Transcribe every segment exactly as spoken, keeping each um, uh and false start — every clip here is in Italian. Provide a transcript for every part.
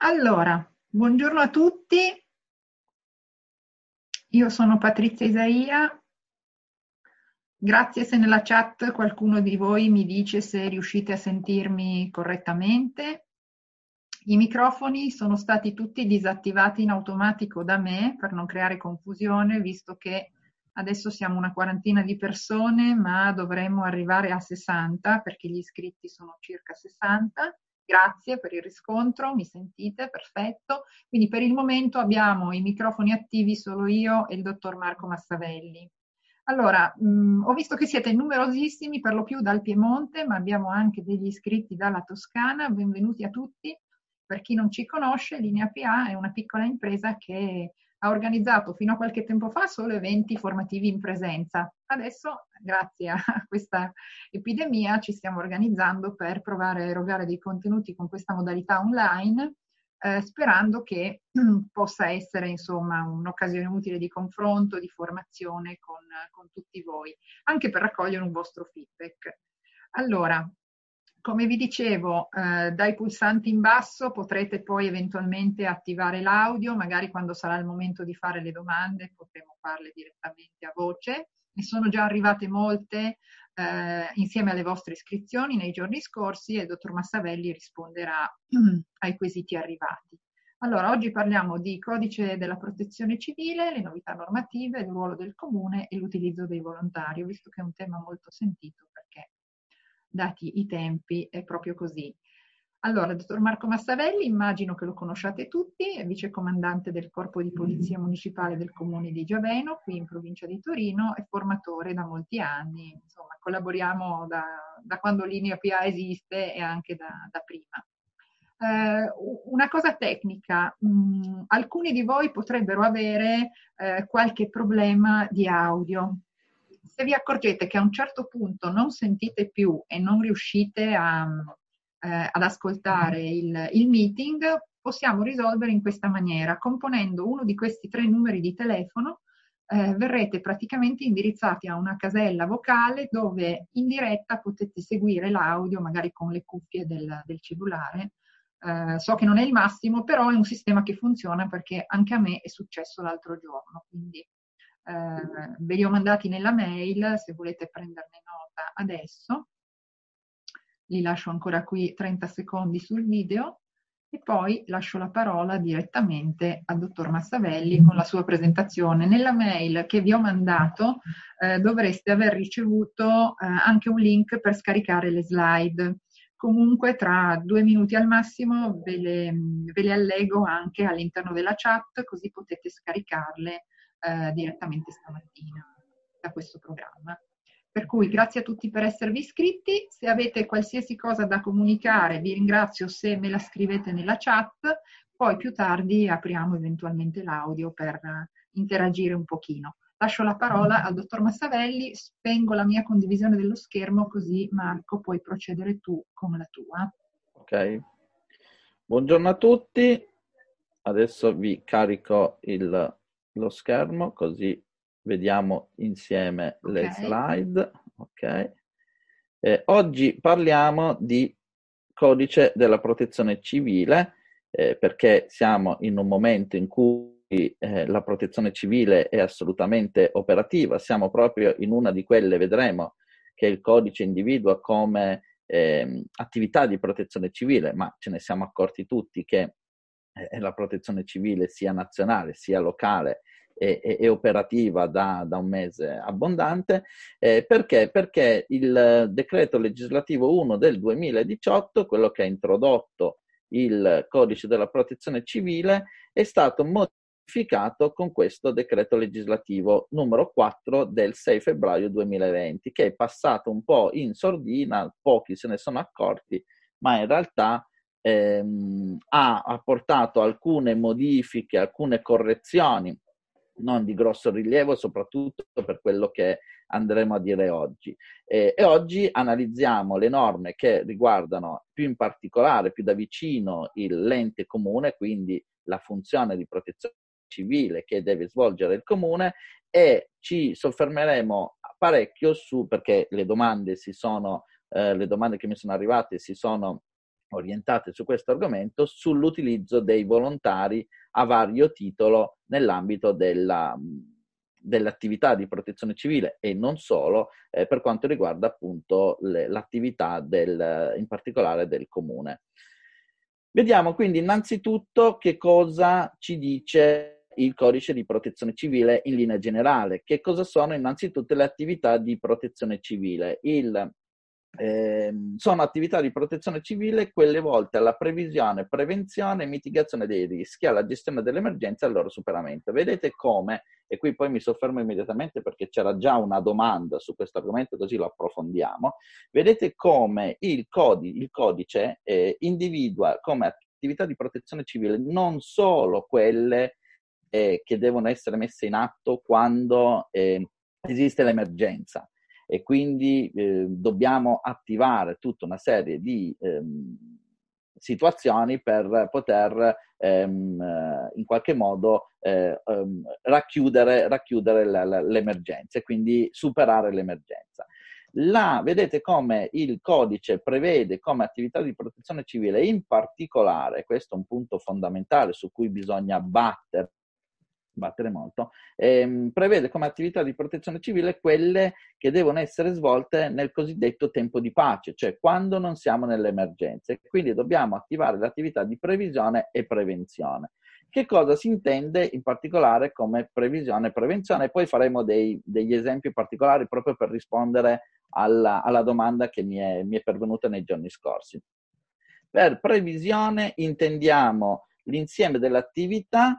Allora, buongiorno a tutti, io sono Patrizia Isaia, grazie se nella chat qualcuno di voi mi dice se riuscite a sentirmi correttamente. I microfoni sono stati tutti disattivati in automatico da me per non creare confusione, visto che adesso siamo una quarantina di persone, ma dovremmo arrivare a sessanta perché gli iscritti sono circa sessanta. Grazie per il riscontro, mi sentite? Perfetto. Quindi per il momento abbiamo i microfoni attivi solo io e il dottor Marco Massavelli. Allora, mh, ho visto che siete numerosissimi, per lo più dal Piemonte, ma abbiamo anche degli iscritti dalla Toscana. Benvenuti a tutti. Per chi non ci conosce, Linea P A è una piccola impresa che ha organizzato fino a qualche tempo fa solo eventi formativi in presenza. Adesso, grazie a questa epidemia, ci stiamo organizzando per provare a erogare dei contenuti con questa modalità online, eh, sperando che possa essere insomma un'occasione utile di confronto, di formazione con, con tutti voi, anche per raccogliere un vostro feedback. Allora, come vi dicevo, eh, dai pulsanti in basso potrete poi eventualmente attivare l'audio, magari quando sarà il momento di fare le domande potremo farle direttamente a voce. Ne sono già arrivate molte eh, insieme alle vostre iscrizioni nei giorni scorsi e il dottor Massavelli risponderà ai quesiti arrivati. Allora, oggi parliamo di codice della protezione civile, le novità normative, il ruolo del comune e l'utilizzo dei volontari. Ho visto che è un tema molto sentito perché, dati i tempi, è proprio così. Allora, il dottor Marco Massavelli, immagino che lo conosciate tutti, è vicecomandante del Corpo di Polizia Municipale del Comune di Giaveno, qui in provincia di Torino, è formatore da molti anni, insomma, collaboriamo da, da quando Linea P A esiste e anche da, da prima. Eh, una cosa tecnica, mh, alcuni di voi potrebbero avere eh, qualche problema di audio. Se vi accorgete che a un certo punto non sentite più e non riuscite a, eh, ad ascoltare il, il meeting, possiamo risolvere in questa maniera. Componendo uno di questi tre numeri di telefono, eh, verrete praticamente indirizzati a una casella vocale dove in diretta potete seguire l'audio, magari con le cuffie del, del cellulare. Eh, so che non è il massimo, però è un sistema che funziona perché anche a me è successo l'altro giorno, quindi eh, ve li ho mandati nella mail, se volete prenderne nota adesso. Li lascio ancora qui trenta secondi sul video e poi lascio la parola direttamente al dottor Massavelli con la sua presentazione. Nella mail che vi ho mandato eh, dovreste aver ricevuto eh, anche un link per scaricare le slide. Comunque tra due minuti al massimo ve le, ve le allego anche all'interno della chat, così potete scaricarle eh, direttamente stamattina da questo programma. Per cui grazie a tutti per esservi iscritti, se avete qualsiasi cosa da comunicare vi ringrazio se me la scrivete nella chat, poi più tardi apriamo eventualmente l'audio per interagire un pochino. Lascio la parola al dottor Massavelli, spengo la mia condivisione dello schermo così Marco puoi procedere tu con la tua. Ok, buongiorno a tutti, adesso vi carico il, lo schermo così vediamo insieme Okay. le slide. Ok, eh, oggi parliamo di codice della protezione civile eh, perché siamo in un momento in cui eh, la protezione civile è assolutamente operativa, siamo proprio in una di quelle, vedremo, che il codice individua come eh, attività di protezione civile, ma ce ne siamo accorti tutti che eh, la protezione civile sia nazionale sia locale è, è, è operativa da, da un mese abbondante. Eh, perché? Perché il decreto legislativo uno del duemiladiciotto, quello che ha introdotto il codice della protezione civile, è stato modificato con questo decreto legislativo numero quattro del sei febbraio duemilaventi, che è passato un po' in sordina, pochi se ne sono accorti, ma in realtà ehm, ha apportato alcune modifiche, alcune correzioni non di grosso rilievo, soprattutto per quello che andremo a dire oggi. Eh, e oggi analizziamo le norme che riguardano più in particolare, più da vicino, l'ente comune, quindi la funzione di protezione civile che deve svolgere il comune, e ci soffermeremo parecchio su, perché le domande si sono, eh, le domande che mi sono arrivate si sono orientate su questo argomento, sull'utilizzo dei volontari a vario titolo nell'ambito della, dell'attività di protezione civile e non solo, eh, per quanto riguarda appunto le, l'attività del, in particolare del comune. Vediamo quindi innanzitutto che cosa ci dice il codice di protezione civile in linea generale. Che cosa sono innanzitutto le attività di protezione civile? Il Eh, sono attività di protezione civile quelle volte alla previsione, prevenzione e mitigazione dei rischi, alla gestione delle emergenze e al loro superamento. Vedete come, e qui poi mi soffermo immediatamente perché c'era già una domanda su questo argomento, così lo approfondiamo, vedete come il, codi, il codice eh, individua come attività di protezione civile non solo quelle eh, che devono essere messe in atto quando eh, esiste l'emergenza, e quindi eh, dobbiamo attivare tutta una serie di ehm, situazioni per poter ehm, in qualche modo eh, ehm, racchiudere, racchiudere la, la, l'emergenza e quindi superare l'emergenza. Là vedete come il codice prevede come attività di protezione civile, in particolare, questo è un punto fondamentale su cui bisogna battere, battere molto, ehm, prevede come attività di protezione civile quelle che devono essere svolte nel cosiddetto tempo di pace, cioè quando non siamo nelle emergenze. Quindi dobbiamo attivare l'attività di previsione e prevenzione. Che cosa si intende in particolare come previsione e prevenzione? E poi faremo dei, degli esempi particolari proprio per rispondere alla, alla domanda che mi è, mi è pervenuta nei giorni scorsi. Per previsione intendiamo l'insieme delle attività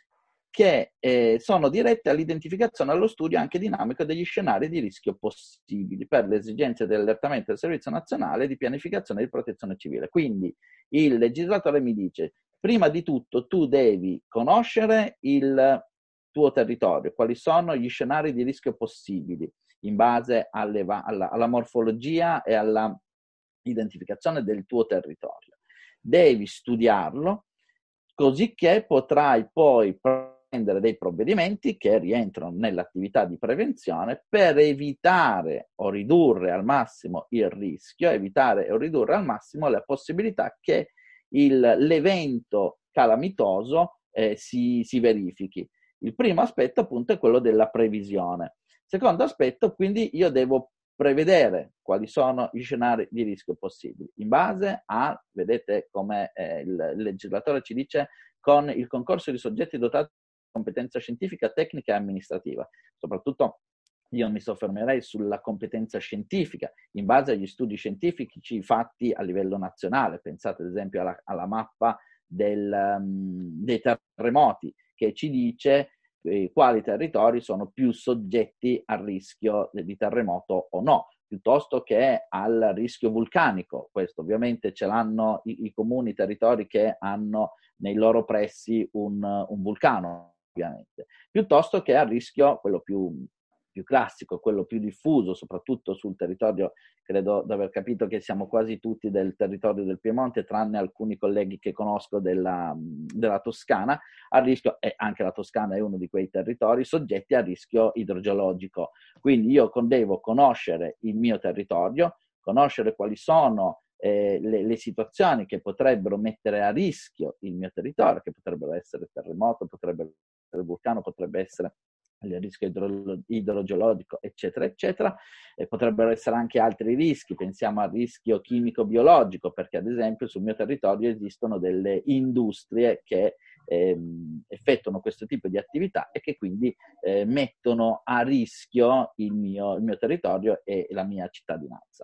che eh, sono dirette all'identificazione e allo studio anche dinamico degli scenari di rischio possibili per le esigenze dell'allertamento del Servizio Nazionale di Pianificazione e di Protezione Civile. Quindi il legislatore mi dice, prima di tutto tu devi conoscere il tuo territorio, quali sono gli scenari di rischio possibili in base alle, alla, alla morfologia e alla identificazione del tuo territorio. Devi studiarlo, così che potrai poi prendere dei provvedimenti che rientrano nell'attività di prevenzione per evitare o ridurre al massimo il rischio, evitare o ridurre al massimo la possibilità che il, l'evento calamitoso eh, si, si verifichi. Il primo aspetto appunto è quello della previsione. Secondo aspetto, quindi io devo prevedere quali sono gli scenari di rischio possibili in base a, vedete come eh, il, il legislatore ci dice, con il concorso di soggetti dotati di competenza scientifica, tecnica e amministrativa. Soprattutto io mi soffermerei sulla competenza scientifica in base agli studi scientifici fatti a livello nazionale. Pensate ad esempio alla, alla mappa del, um, dei terremoti che ci dice eh, quali territori sono più soggetti al rischio di terremoto o no, piuttosto che al rischio vulcanico. Questo ovviamente ce l'hanno i, i comuni, i territori che hanno nei loro pressi un, un vulcano, ovviamente, piuttosto che al rischio, quello più, più classico, quello più diffuso, soprattutto sul territorio, credo di aver capito che siamo quasi tutti del territorio del Piemonte, tranne alcuni colleghi che conosco della, della Toscana, a rischio, e anche la Toscana è uno di quei territori, soggetti a rischio idrogeologico. Quindi io devo conoscere il mio territorio, conoscere quali sono Eh, le, le situazioni che potrebbero mettere a rischio il mio territorio, che potrebbero essere terremoto, potrebbero essere vulcano, potrebbe essere il rischio idro, idrogeologico, eccetera, eccetera, e potrebbero essere anche altri rischi. Pensiamo al rischio chimico-biologico, perché ad esempio sul mio territorio esistono delle industrie che ehm, effettuano questo tipo di attività e che quindi eh, mettono a rischio il mio, il mio territorio e la mia cittadinanza.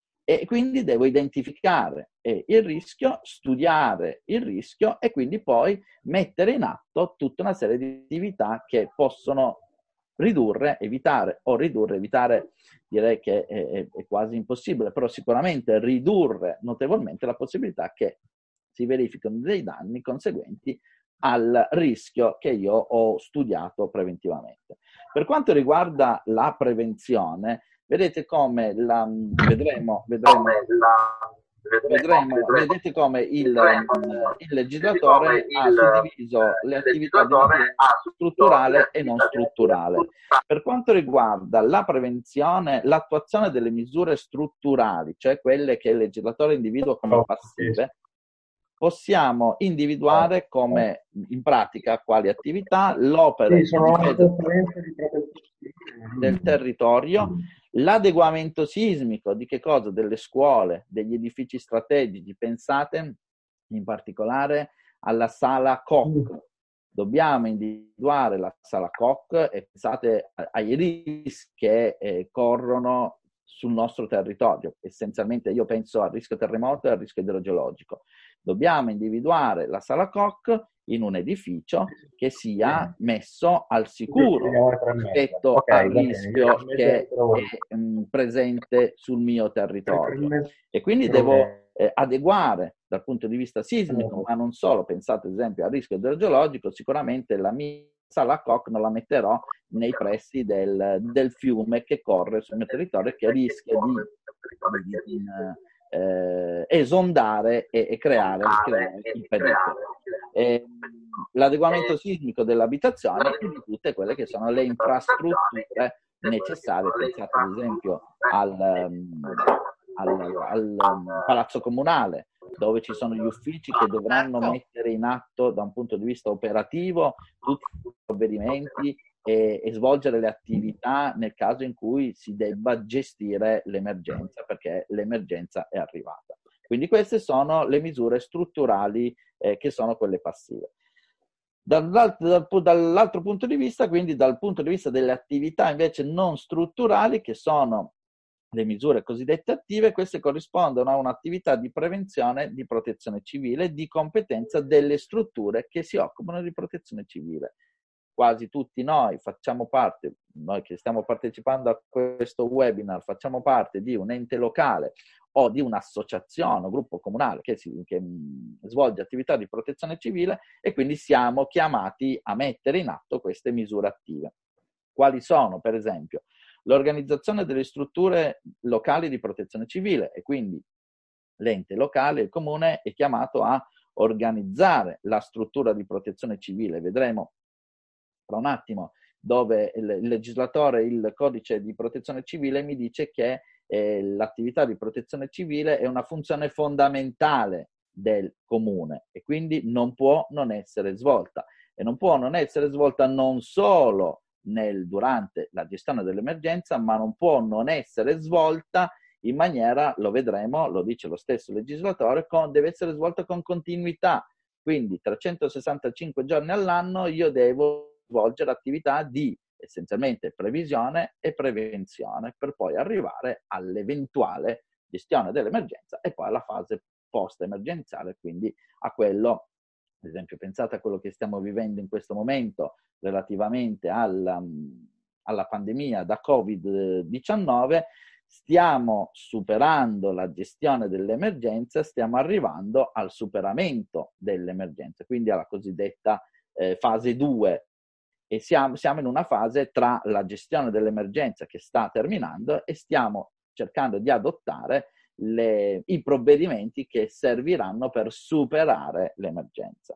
E quindi devo identificare eh, il rischio, studiare il rischio e quindi poi mettere in atto tutta una serie di attività che possono ridurre, evitare o ridurre, evitare direi che è, è, è quasi impossibile, però sicuramente ridurre notevolmente la possibilità che si verifichino dei danni conseguenti al rischio che io ho studiato preventivamente. Per quanto riguarda la prevenzione, vedete come la, vedremo, vedremo, vedremo, vedete come il, il legislatore ha suddiviso le attività di natura strutturale e non strutturale. Per quanto riguarda la prevenzione, l'attuazione delle misure strutturali, cioè quelle che il legislatore individua come passive, possiamo individuare come in pratica quali attività, l'opera Sì, sono di anche difesa conferenze di protezione del territorio, l'adeguamento sismico di che cosa? Delle scuole, degli edifici strategici. Pensate in particolare alla sala Koch. Dobbiamo individuare la sala Koch e pensate ai rischi che eh, corrono sul nostro territorio. Essenzialmente io penso al rischio terremoto e al rischio idrogeologico. Dobbiamo individuare la sala Koch in un edificio che sia messo al sicuro rispetto okay, al rischio che è mh, presente sul mio territorio. E quindi devo eh, adeguare dal punto di vista sismico, ma non solo. Pensate ad esempio al rischio idrogeologico, sicuramente la mia sala Koch non la metterò nei pressi del, del fiume che corre sul mio territorio, che rischia di, di, di eh, esondare e, e creare, creare il pericolo. Eh, l'adeguamento sismico delle abitazioni e di tutte quelle che sono le infrastrutture necessarie. Pensate ad esempio al, al, al palazzo comunale, dove ci sono gli uffici che dovranno mettere in atto da un punto di vista operativo tutti i provvedimenti e, e svolgere le attività nel caso in cui si debba gestire l'emergenza, perché l'emergenza è arrivata. Quindi queste sono le misure strutturali eh, che sono quelle passive. Dall'altro, dal, dall'altro punto di vista, quindi dal punto di vista delle attività invece non strutturali, che sono le misure cosiddette attive, queste corrispondono a un'attività di prevenzione, di protezione civile, di competenza delle strutture che si occupano di protezione civile. Quasi tutti noi facciamo parte, noi che stiamo partecipando a questo webinar, facciamo parte di un ente locale o di un'associazione, un gruppo comunale che, si, che mh, svolge attività di protezione civile e quindi siamo chiamati a mettere in atto queste misure attive. Quali sono, per esempio, l'organizzazione delle strutture locali di protezione civile, e quindi l'ente locale, il comune, è chiamato a organizzare la struttura di protezione civile. Vedremo tra un attimo dove il, il legislatore, il codice di protezione civile mi dice che eh, l'attività di protezione civile è una funzione fondamentale del comune e quindi non può non essere svolta. E non può non essere svolta non solo nel, durante la gestione dell'emergenza, ma non può non essere svolta in maniera, lo vedremo, lo dice lo stesso legislatore, con, deve essere svolta con continuità. Quindi trecentosessantacinque giorni all'anno io devo svolgere attività di essenzialmente previsione e prevenzione per poi arrivare all'eventuale gestione dell'emergenza e poi alla fase post-emergenziale, quindi a quello, ad esempio pensate a quello che stiamo vivendo in questo momento relativamente alla, alla pandemia da covid diciannove, stiamo superando la gestione dell'emergenza, stiamo arrivando al superamento dell'emergenza, quindi alla cosiddetta eh, fase due, e siamo, siamo in una fase tra la gestione dell'emergenza che sta terminando e stiamo cercando di adottare le, i provvedimenti che serviranno per superare l'emergenza.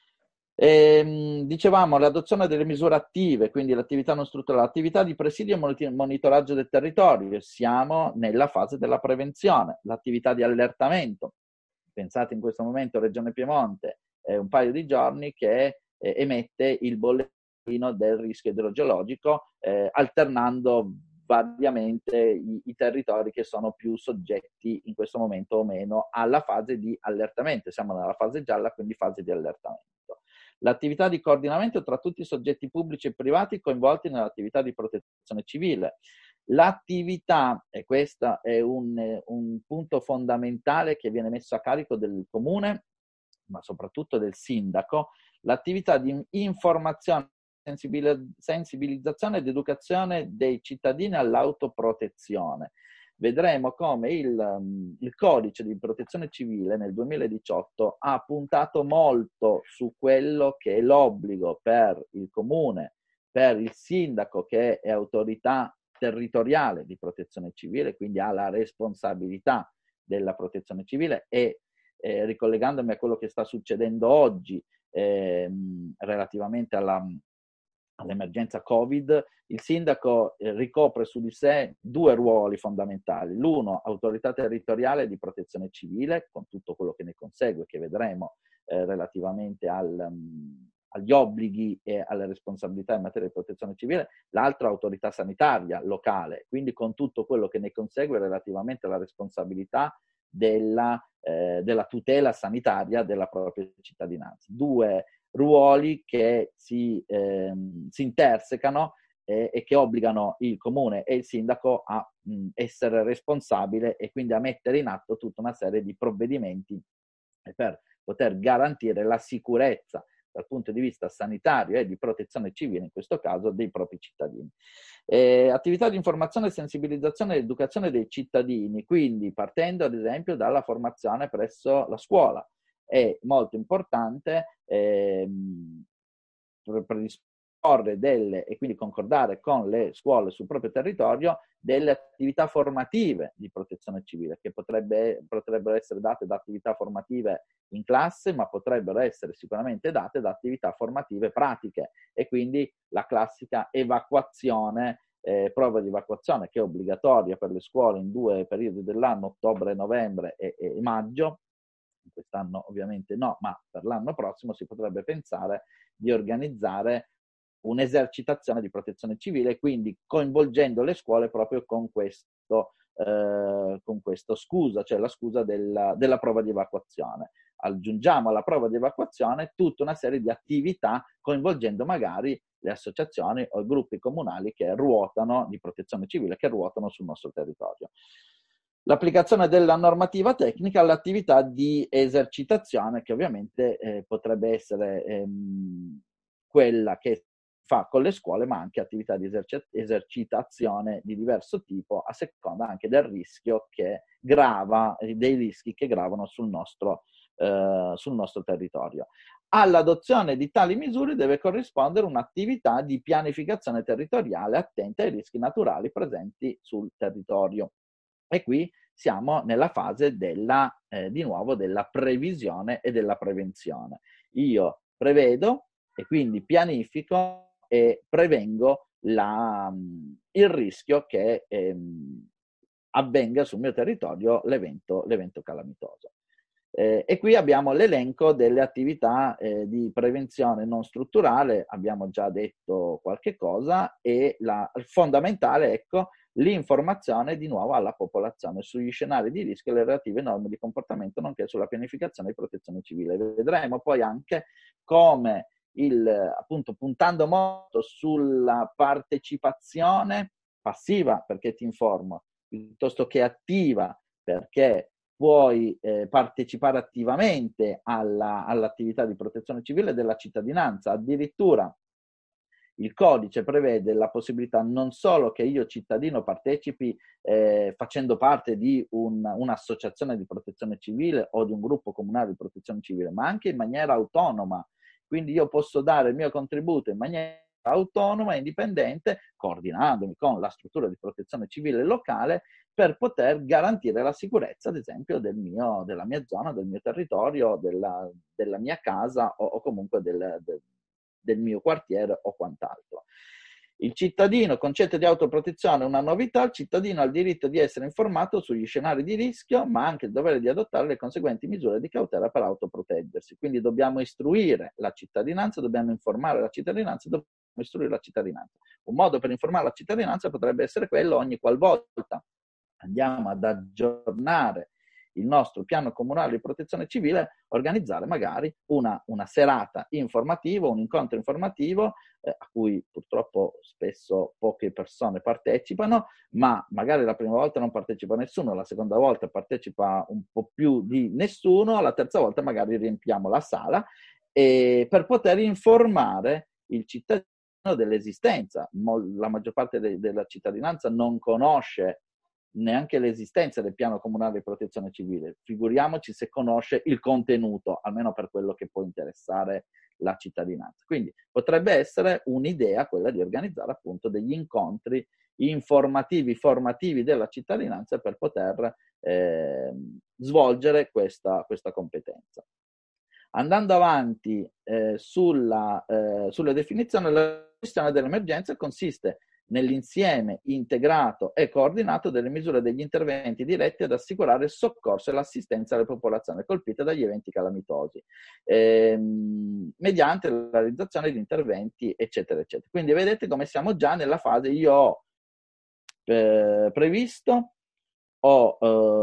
E, dicevamo l'adozione delle misure attive, quindi l'attività non strutturale, l'attività di presidio e monitoraggio del territorio, siamo nella fase della prevenzione, l'attività di allertamento. Pensate in questo momento Regione Piemonte è un paio di giorni che eh, emette il bollettino del rischio idrogeologico eh, alternando variamente i, i territori che sono più soggetti in questo momento o meno alla fase di allertamento. Siamo nella fase gialla, quindi fase di allertamento. L'attività di coordinamento tra tutti i soggetti pubblici e privati coinvolti nell'attività di protezione civile. L'attività, e questo è un, un punto fondamentale che viene messo a carico del comune, ma soprattutto del sindaco, l'attività di informazione, sensibilizzazione ed educazione dei cittadini all'autoprotezione. Vedremo come il, il codice di protezione civile nel duemiladiciotto ha puntato molto su quello che è l'obbligo per il comune, per il sindaco che è autorità territoriale di protezione civile, quindi ha la responsabilità della protezione civile e eh, ricollegandomi a quello che sta succedendo oggi eh, relativamente alla, all'emergenza Covid, il sindaco eh, ricopre su di sé due ruoli fondamentali. L'uno, autorità territoriale di protezione civile, con tutto quello che ne consegue, che vedremo eh, relativamente al, um, agli obblighi e alle responsabilità in materia di protezione civile. L'altro, autorità sanitaria locale, quindi con tutto quello che ne consegue relativamente alla responsabilità della, eh, della tutela sanitaria della propria cittadinanza. Due ruoli che si, ehm, si intersecano eh, e che obbligano il comune e il sindaco a mh, essere responsabile e quindi a mettere in atto tutta una serie di provvedimenti per poter garantire la sicurezza dal punto di vista sanitario e di protezione civile, in questo caso, dei propri cittadini. Eh, attività di informazione, sensibilizzazione ed educazione dei cittadini, quindi partendo ad esempio dalla formazione presso la scuola. È molto importante ehm, predisporre delle, e quindi concordare con le scuole sul proprio territorio delle attività formative di protezione civile, che potrebbe, potrebbero essere date da attività formative in classe, ma potrebbero essere sicuramente date da attività formative pratiche, e quindi la classica evacuazione, eh, prova di evacuazione, che è obbligatoria per le scuole in due periodi dell'anno, ottobre, novembre e, e maggio. Quest'anno ovviamente no, ma per l'anno prossimo si potrebbe pensare di organizzare un'esercitazione di protezione civile, quindi coinvolgendo le scuole proprio con questo, eh, con questo scusa, cioè la scusa della, della prova di evacuazione. Aggiungiamo alla prova di evacuazione tutta una serie di attività coinvolgendo magari le associazioni o i gruppi comunali che ruotano di protezione civile, che ruotano sul nostro territorio. L'applicazione della normativa tecnica all'attività di esercitazione, che ovviamente eh, potrebbe essere ehm, quella che fa con le scuole, ma anche attività di eserci- esercitazione di diverso tipo, a seconda anche del rischio che grava, dei rischi che gravano sul nostro, eh, sul nostro territorio. All'adozione di tali misure deve corrispondere un'attività di pianificazione territoriale attenta ai rischi naturali presenti sul territorio. E qui siamo nella fase della, eh, di nuovo, della previsione e della prevenzione. Io prevedo e quindi pianifico e prevengo la, il rischio che ehm, avvenga sul mio territorio l'evento, l'evento calamitoso. Eh, e qui abbiamo l'elenco delle attività eh, di prevenzione non strutturale, abbiamo già detto qualche cosa, e la fondamentale, ecco, l'informazione di nuovo alla popolazione sugli scenari di rischio e le relative norme di comportamento, nonché sulla pianificazione di protezione civile. Vedremo poi anche come, il, appunto, puntando molto sulla partecipazione passiva, perché ti informo, piuttosto che attiva, perché puoi eh, partecipare attivamente alla, all'attività di protezione civile della cittadinanza. Addirittura il codice prevede la possibilità non solo che io cittadino partecipi eh, facendo parte di un, un'associazione di protezione civile o di un gruppo comunale di protezione civile, ma anche in maniera autonoma. Quindi io posso dare il mio contributo in maniera autonoma e indipendente, coordinandomi con la struttura di protezione civile locale, per poter garantire la sicurezza, ad esempio, del mio, della mia zona, del mio territorio, della, della mia casa o, o comunque del, del, del mio quartiere o quant'altro. Il cittadino, concetto di autoprotezione è una novità. Il cittadino ha il diritto di essere informato sugli scenari di rischio, ma anche il dovere di adottare le conseguenti misure di cautela per autoproteggersi. Quindi dobbiamo istruire la cittadinanza, dobbiamo informare la cittadinanza, dobbiamo istruire la cittadinanza. Un modo per informare la cittadinanza potrebbe essere quello: ogni qualvolta andiamo ad aggiornare il nostro piano comunale di protezione civile, organizzare magari una, una serata informativa, un incontro informativo eh, a cui purtroppo spesso poche persone partecipano, ma magari la prima volta non partecipa nessuno, la seconda volta partecipa un po' più di nessuno, la terza volta magari riempiamo la sala, e per poter informare il cittadino dell'esistenza. La maggior parte de- della cittadinanza non conosce neanche l'esistenza del piano comunale di protezione civile, figuriamoci se conosce il contenuto, almeno per quello che può interessare la cittadinanza. Quindi potrebbe essere un'idea quella di organizzare appunto degli incontri informativi, formativi della cittadinanza per poter eh, svolgere questa, questa competenza. Andando avanti eh, sulla, eh, sulle definizioni, gestione dell'emergenza consiste nell'insieme integrato e coordinato delle misure e degli interventi diretti ad assicurare il soccorso e l'assistenza alle popolazioni colpite dagli eventi calamitosi, ehm, mediante la realizzazione di interventi, eccetera, eccetera. Quindi vedete come siamo già nella fase, io ho eh, previsto, ho,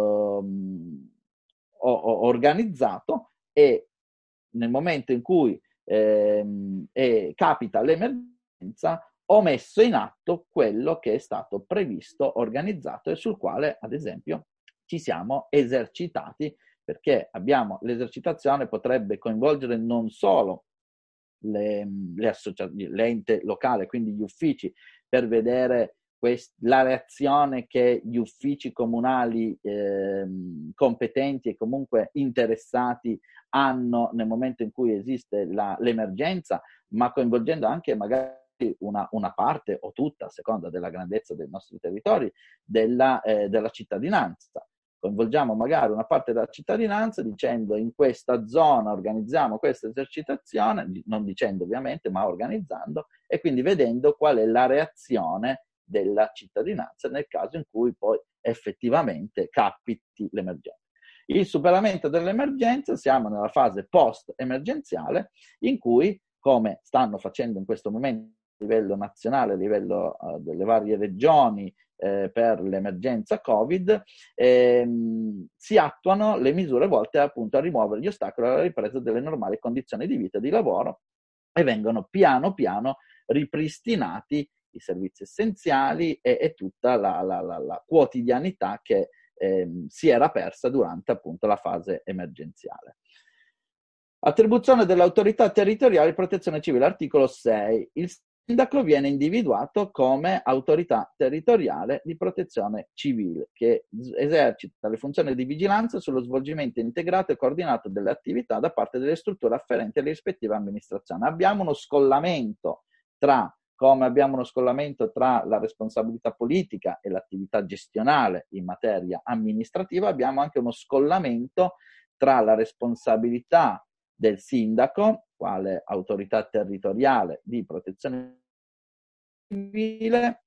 ehm, ho, ho organizzato e nel momento in cui ehm, eh, capita l'emergenza ho messo in atto quello che è stato previsto, organizzato e sul quale, ad esempio, ci siamo esercitati, perché abbiamo l'esercitazione potrebbe coinvolgere non solo le, le associazioni, l'ente locale, quindi gli uffici, per vedere quest- la reazione che gli uffici comunali eh, competenti e comunque interessati hanno nel momento in cui esiste la, l'emergenza, ma coinvolgendo anche magari una, una parte o tutta, a seconda della grandezza dei nostri territori, della, eh, della cittadinanza. Coinvolgiamo magari una parte della cittadinanza dicendo in questa zona organizziamo questa esercitazione, non dicendo ovviamente, ma organizzando, e quindi vedendo qual è la reazione della cittadinanza nel caso in cui poi effettivamente capiti l'emergenza. Il superamento dell'emergenza, siamo nella fase post-emergenziale in cui, come stanno facendo in questo momento a livello nazionale, a livello uh, delle varie regioni eh, per l'emergenza Covid, ehm, si attuano le misure volte appunto a rimuovere gli ostacoli alla ripresa delle normali condizioni di vita e di lavoro e vengono piano piano ripristinati i servizi essenziali e, e tutta la, la, la, la quotidianità che ehm, si era persa durante appunto la fase emergenziale. Attribuzione dell'autorità territoriale di protezione civile, articolo sei. Il sindaco viene individuato come autorità territoriale di protezione civile che esercita le funzioni di vigilanza sullo svolgimento integrato e coordinato delle attività da parte delle strutture afferenti alle rispettive amministrazioni. Abbiamo uno scollamento tra, come abbiamo uno scollamento tra la responsabilità politica e l'attività gestionale in materia amministrativa, abbiamo anche uno scollamento tra la responsabilità del sindaco, quale autorità territoriale di protezione civile,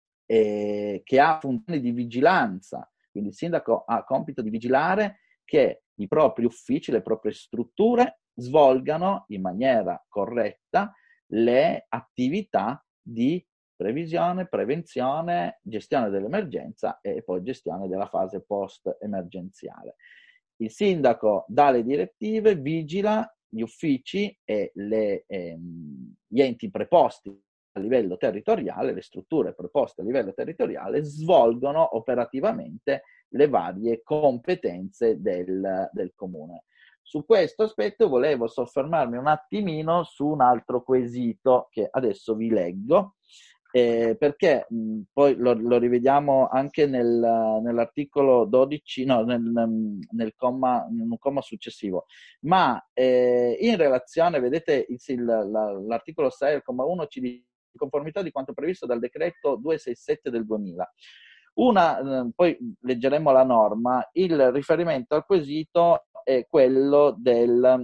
eh, che ha funzioni di vigilanza. Quindi il sindaco ha compito di vigilare che i propri uffici, le proprie strutture svolgano in maniera corretta le attività di previsione, prevenzione, gestione dell'emergenza e poi gestione della fase post-emergenziale. Il sindaco dà le direttive, vigila, gli uffici e le, ehm, gli enti preposti a livello territoriale, le strutture preposte a livello territoriale, svolgono operativamente le varie competenze del, del comune. Su questo aspetto volevo soffermarmi un attimino su un altro quesito che adesso vi leggo, eh, perché mh, poi lo, lo rivediamo anche nel, nell'articolo dodici, no, nel, nel, comma, in un comma successivo, ma eh, in relazione, vedete, il, il, l'articolo sei, il comma uno ci dice in conformità di quanto previsto dal decreto duecentosessantasette del duemila. Una, eh, poi leggeremo la norma, il riferimento al quesito è quello del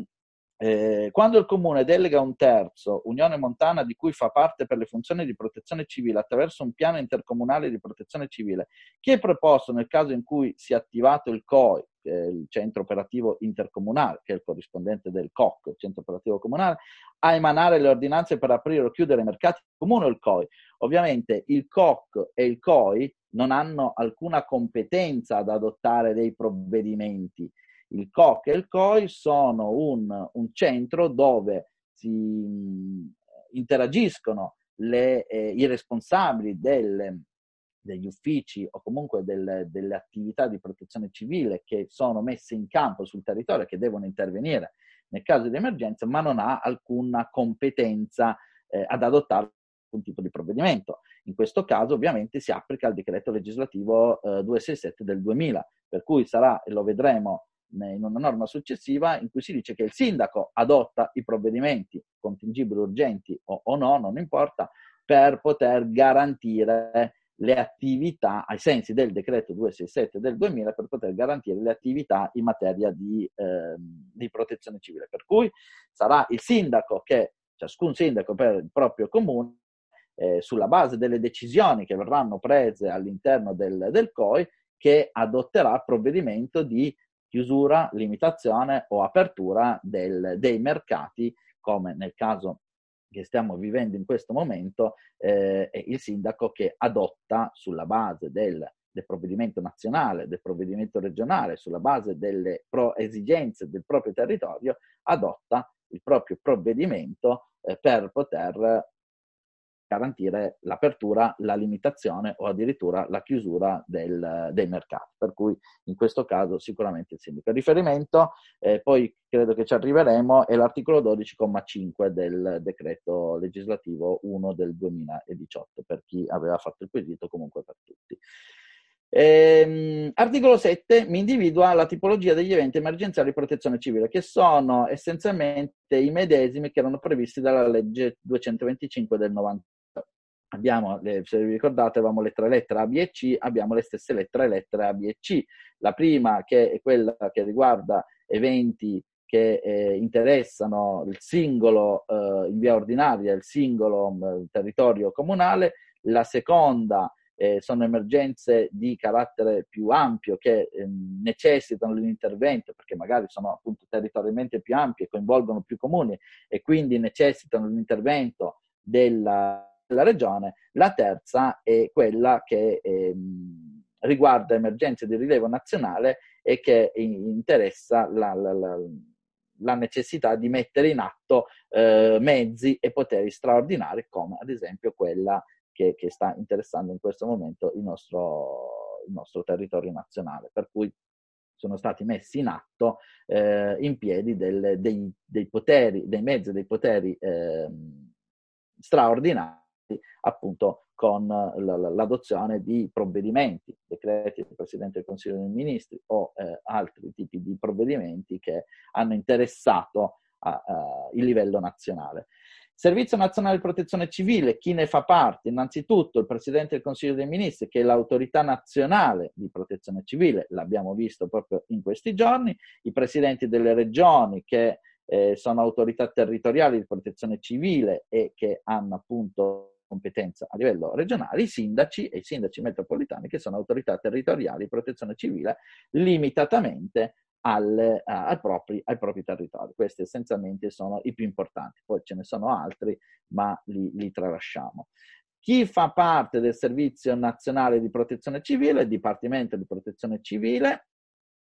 eh, quando il comune delega un terzo, Unione Montana di cui fa parte per le funzioni di protezione civile attraverso un piano intercomunale di protezione civile, che è proposto nel caso in cui sia attivato il C O I, che è il centro operativo intercomunale, che è il corrispondente del C O C, il centro operativo comunale, a emanare le ordinanze per aprire o chiudere i mercati comune o il C O I. Ovviamente il C O C e il C O I non hanno alcuna competenza ad adottare dei provvedimenti. Il C O C e il C O I sono un, un centro dove si mh, interagiscono le, eh, i responsabili delle, degli uffici o comunque del, delle attività di protezione civile che sono messe in campo sul territorio e che devono intervenire nel caso di emergenza, ma non ha alcuna competenza eh, ad adottare un tipo di provvedimento. In questo caso ovviamente si applica il decreto legislativo eh, duecentosessantasette del duemila, per cui sarà, e lo vedremo in una norma successiva, in cui si dice che il sindaco adotta i provvedimenti contingibili, urgenti o, o no, non importa, per poter garantire le attività, ai sensi del decreto duecentosessantasette del duemila, per poter garantire le attività in materia di, eh, di protezione civile. Per cui sarà il sindaco che, ciascun sindaco per il proprio comune, eh, sulla base delle decisioni che verranno prese all'interno del, del C O I, che adotterà provvedimento di chiusura, limitazione o apertura del, dei mercati, come nel caso che stiamo vivendo in questo momento, eh, è il sindaco che adotta sulla base del, del provvedimento nazionale, del provvedimento regionale, sulla base delle pro esigenze del proprio territorio, adotta il proprio provvedimento eh, per poter garantire l'apertura, la limitazione o addirittura la chiusura del, dei mercati. Per cui in questo caso sicuramente il sindaco. Il riferimento, eh, poi credo che ci arriveremo, è l'articolo dodici comma cinque del decreto legislativo uno del duemiladiciotto, per chi aveva fatto il quesito, comunque per tutti. Ehm, articolo sette mi individua la tipologia degli eventi emergenziali di protezione civile, che sono essenzialmente i medesimi che erano previsti dalla legge duecentoventicinque del novanta. Abbiamo, se vi ricordate, avevamo le tre lettere A, B e C, abbiamo le stesse lettere, lettere A, B e C. La prima, che è quella che riguarda eventi che eh, interessano il singolo, eh, in via ordinaria, il singolo eh, territorio comunale. La seconda eh, sono emergenze di carattere più ampio che eh, necessitano l'intervento, perché magari sono appunto territorialmente più ampie e coinvolgono più comuni e quindi necessitano l'intervento della della regione. La terza è quella che ehm, riguarda emergenze di rilievo nazionale e che interessa la, la, la, la necessità di mettere in atto eh, mezzi e poteri straordinari, come ad esempio quella che, che sta interessando in questo momento il nostro, il nostro territorio nazionale, per cui sono stati messi in atto eh, in piedi del, dei, dei poteri, dei mezzi, dei poteri eh, straordinari, appunto con l'adozione di provvedimenti, decreti del Presidente del Consiglio dei Ministri o eh, altri tipi di provvedimenti che hanno interessato a, a, il livello nazionale. Servizio Nazionale di Protezione Civile, chi ne fa parte? Innanzitutto il Presidente del Consiglio dei Ministri, che è l'autorità nazionale di protezione civile, l'abbiamo visto proprio in questi giorni, i presidenti delle regioni, che eh, sono autorità territoriali di protezione civile e che hanno appunto competenza a livello regionale, i sindaci e i sindaci metropolitani, che sono autorità territoriali di protezione civile limitatamente al, uh, ai, propri, ai propri territori. Questi essenzialmente sono i più importanti, poi ce ne sono altri, ma li, li tralasciamo. Chi fa parte del Servizio Nazionale di Protezione Civile, il Dipartimento di Protezione Civile,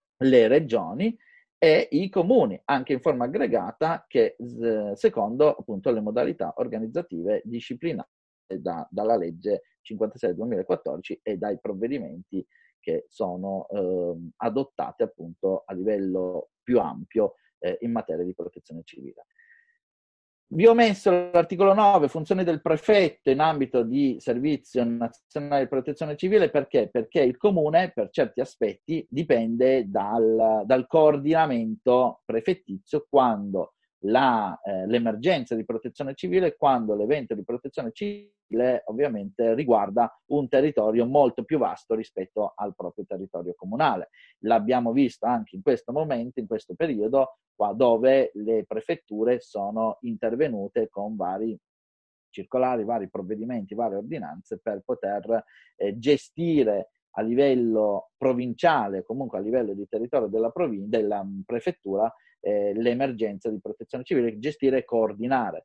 le regioni e i comuni, anche in forma aggregata, che secondo appunto le modalità organizzative disciplinate da, dalla legge cinquantasei del duemilaquattordici e dai provvedimenti che sono eh, adottati appunto a livello più ampio eh, in materia di protezione civile. Vi ho messo l'articolo nove, funzioni del prefetto in ambito di Servizio Nazionale di Protezione Civile, perché? Perché il comune per certi aspetti dipende dal, dal coordinamento prefettizio quando la, eh, l'emergenza di protezione civile, quando l'evento di protezione civile ovviamente riguarda un territorio molto più vasto rispetto al proprio territorio comunale. L'abbiamo visto anche in questo momento, in questo periodo, qua dove le prefetture sono intervenute con vari circolari, vari provvedimenti, varie ordinanze per poter eh, gestire a livello provinciale, comunque a livello di territorio della, provin- della prefettura, eh, l'emergenza di protezione civile, gestire e coordinare.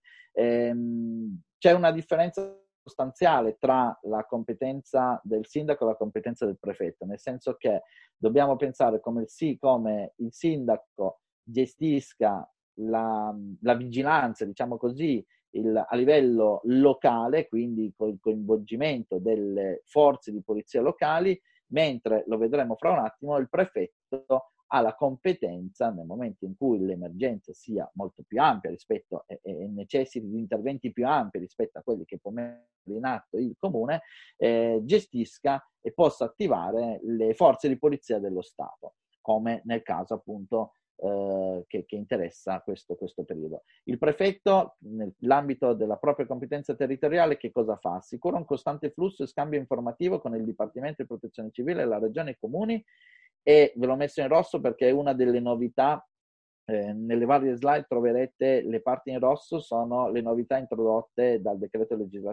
Ehm, c'è una differenza sostanziale tra la competenza del sindaco e la competenza del prefetto, nel senso che dobbiamo pensare come il, sì, come il sindaco gestisca la, la vigilanza, diciamo così, il, a livello locale, quindi con il coinvolgimento delle forze di polizia locali, mentre, lo vedremo fra un attimo, il prefetto ha la competenza, nel momento in cui l'emergenza sia molto più ampia rispetto e, e necessiti di interventi più ampi rispetto a quelli che può mettere in atto il comune, eh, gestisca e possa attivare le forze di polizia dello Stato, come nel caso appunto eh, che, che interessa questo, questo periodo. Il prefetto, nell'ambito della propria competenza territoriale, che cosa fa? Assicura un costante flusso e scambio informativo con il Dipartimento di Protezione Civile, la Regione e i Comuni, e ve l'ho messo in rosso perché è una delle novità. Eh, nelle varie slide troverete le parti in rosso, sono le novità introdotte dal decreto legislativo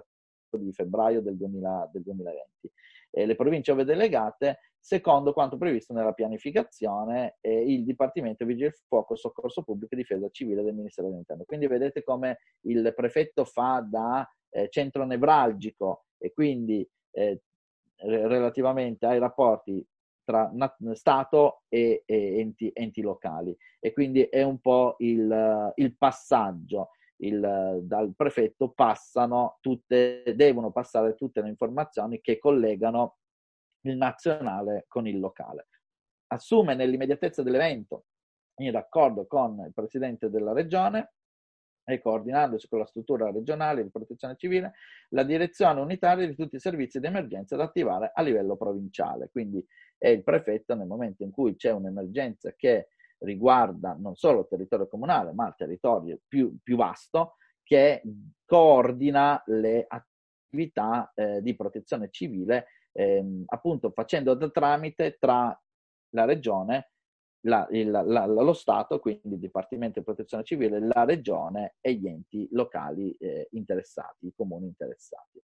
di febbraio del, duemila, del duemilaventi. E le province ove delegate secondo quanto previsto nella pianificazione e il Dipartimento Vigili del Fuoco, Soccorso Pubblico e Difesa Civile del Ministero dell'Interno. Quindi vedete come il prefetto fa da eh, centro nevralgico e quindi eh, relativamente ai rapporti tra Stato e, e enti, enti locali, e quindi è un po' il, il passaggio. Il, dal prefetto passano tutte, devono passare tutte le informazioni che collegano il nazionale con il locale. Assume nell'immediatezza dell'evento, in raccordo con il presidente della regione e coordinandosi con la struttura regionale di protezione civile, la direzione unitaria di tutti i servizi di emergenza da attivare a livello provinciale. Quindi è il prefetto, nel momento in cui c'è un'emergenza che riguarda non solo il territorio comunale, ma il territorio più, più vasto, che coordina le attività eh, di protezione civile, ehm, appunto facendo da tramite tra la regione, la, il, la, lo Stato, quindi il Dipartimento di Protezione Civile, la regione e gli enti locali eh, interessati, i comuni interessati.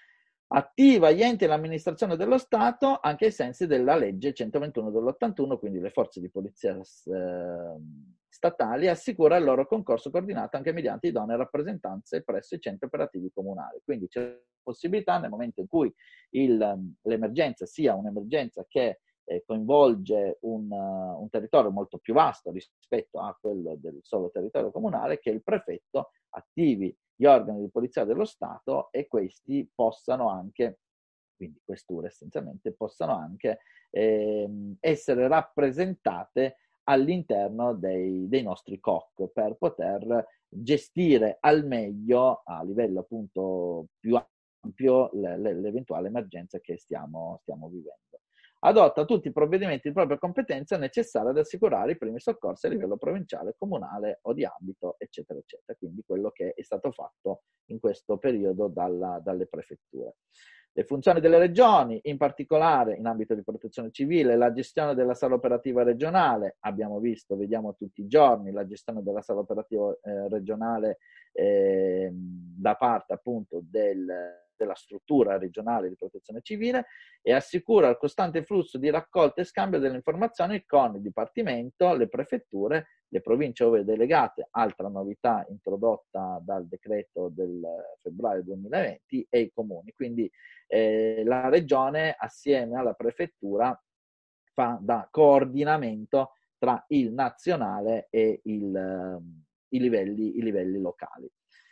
Attiva gli enti e l'amministrazione dello Stato anche ai sensi della legge centoventuno dell'ottantuno, quindi le forze di polizia eh, statali, assicura il loro concorso coordinato anche mediante idonee rappresentanze presso i centri operativi comunali. Quindi c'è la possibilità, nel momento in cui il, l'emergenza sia un'emergenza che eh, coinvolge un, uh, un territorio molto più vasto rispetto a quello del solo territorio comunale, che il prefetto attivi gli organi di polizia dello Stato e questi possano anche, quindi questure essenzialmente, possano anche ehm, essere rappresentate all'interno dei, dei nostri C O C per poter gestire al meglio, a livello appunto più ampio, le, le, l'eventuale emergenza che stiamo, stiamo vivendo. Adotta tutti i provvedimenti di propria competenza necessari ad assicurare i primi soccorsi a livello provinciale, comunale o di ambito, eccetera, eccetera. Quindi quello che è stato fatto in questo periodo dalla, dalle prefetture. Le funzioni delle regioni, in particolare in ambito di protezione civile, la gestione della sala operativa regionale, abbiamo visto, vediamo tutti i giorni, la gestione della sala operativa eh, regionale eh, da parte appunto del, della struttura regionale di protezione civile, e assicura il costante flusso di raccolta e scambio delle informazioni con il Dipartimento, le prefetture, le province ove delegate, altra novità introdotta dal decreto del febbraio duemilaventi, e i comuni. Quindi eh, la regione assieme alla prefettura fa da coordinamento tra il nazionale e il, uh, i, livelli, i livelli locali.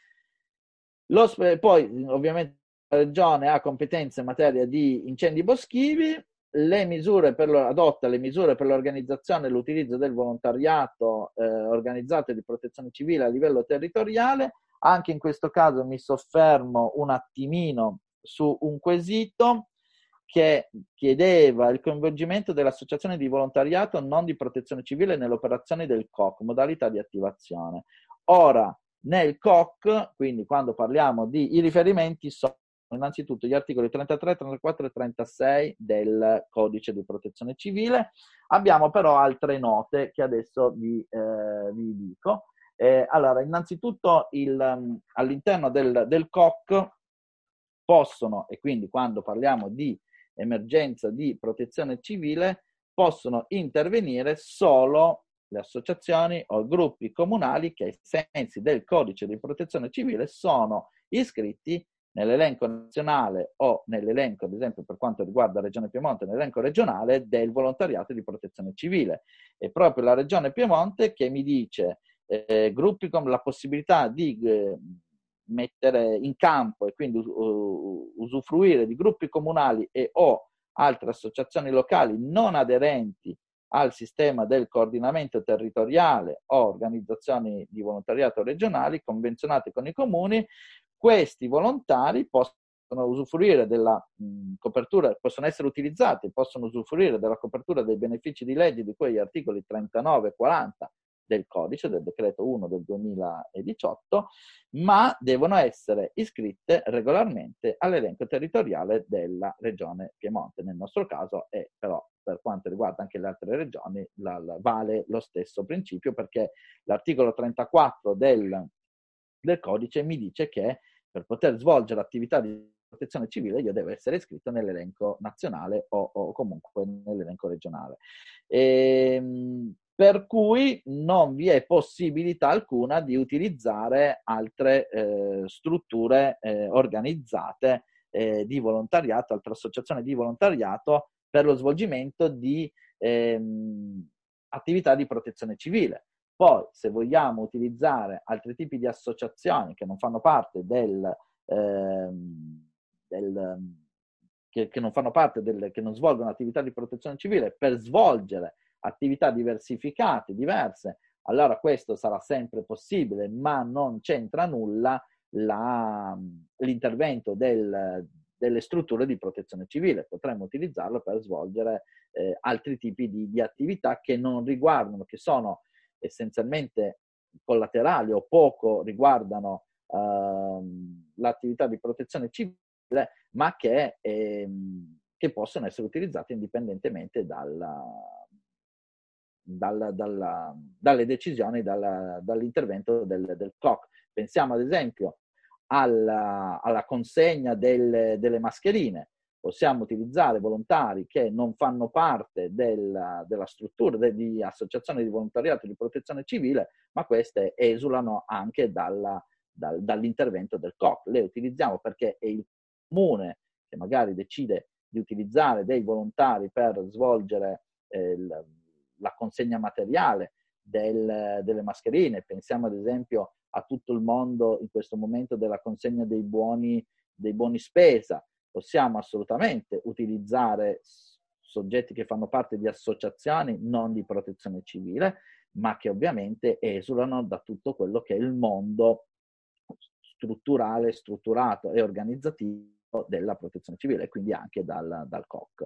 Lo, poi ovviamente la regione ha competenze in materia di incendi boschivi, le misure per lo, adotta le misure per l'organizzazione e l'utilizzo del volontariato eh, organizzato di protezione civile a livello territoriale. Anche in questo caso mi soffermo un attimino su un quesito che chiedeva il coinvolgimento delle associazioni di volontariato non di protezione civile nelle operazioni del C O C, modalità di attivazione. Ora, nel C O C, quindi quando parliamo di i riferimenti, sono innanzitutto gli articoli trentatré, trentaquattro e trentasei del Codice di Protezione Civile. Abbiamo però altre note che adesso vi, eh, vi dico. Eh, allora, innanzitutto il, um, all'interno del, del C O C possono, e quindi quando parliamo di emergenza di protezione civile, possono intervenire solo le associazioni o gruppi comunali che ai sensi del Codice di Protezione Civile sono iscritti nell'elenco nazionale o nell'elenco, ad esempio per quanto riguarda la Regione Piemonte, nell'elenco regionale del volontariato di protezione civile. È proprio la Regione Piemonte che mi dice eh, gruppi con la possibilità di eh, mettere in campo e quindi uh, usufruire di gruppi comunali e o altre associazioni locali non aderenti al sistema del coordinamento territoriale o organizzazioni di volontariato regionali convenzionate con i comuni. Questi volontari possono usufruire della mh, copertura, possono essere utilizzati, possono usufruire della copertura dei benefici di legge di quegli articoli trentanove e quaranta del codice, del decreto uno del duemiladiciotto, ma devono essere iscritte regolarmente all'elenco territoriale della regione Piemonte. Nel nostro caso è però, per quanto riguarda anche le altre regioni, la, la, vale lo stesso principio, perché l'articolo trentaquattro del, del codice mi dice che per poter svolgere attività di protezione civile io devo essere iscritto nell'elenco nazionale o, o comunque nell'elenco regionale. E, per cui non vi è possibilità alcuna di utilizzare altre eh, strutture eh, organizzate eh, di volontariato, altre associazioni di volontariato per lo svolgimento di ehm, attività di protezione civile. Poi, se vogliamo utilizzare altri tipi di associazioni che non fanno parte del, ehm, del che, che non fanno parte del, che non svolgono attività di protezione civile per svolgere attività diversificate, diverse, allora questo sarà sempre possibile, ma non c'entra nulla la, l'intervento del, delle strutture di protezione civile. Potremmo utilizzarlo per svolgere eh, altri tipi di, di attività che non riguardano, che sono essenzialmente collaterali o poco riguardano ehm, l'attività di protezione civile, ma che, ehm, che possono essere utilizzate indipendentemente dalla, dalla, dalla, dalle decisioni, dalla, dall'intervento del, del C O C. Pensiamo ad esempio alla, alla consegna del, delle mascherine. Possiamo utilizzare volontari che non fanno parte della, della struttura de, di associazioni di volontariato di protezione civile, ma queste esulano anche dalla, dal, dall'intervento del C O C. Le utilizziamo perché è il comune che magari decide di utilizzare dei volontari per svolgere eh, il, la consegna materiale del, delle mascherine. Pensiamo ad esempio a tutto il mondo in questo momento della consegna dei buoni, dei buoni spesa. Possiamo assolutamente utilizzare soggetti che fanno parte di associazioni non di protezione civile, ma che ovviamente esulano da tutto quello che è il mondo strutturale, strutturato e organizzativo della protezione civile, quindi anche dal, dal C O C.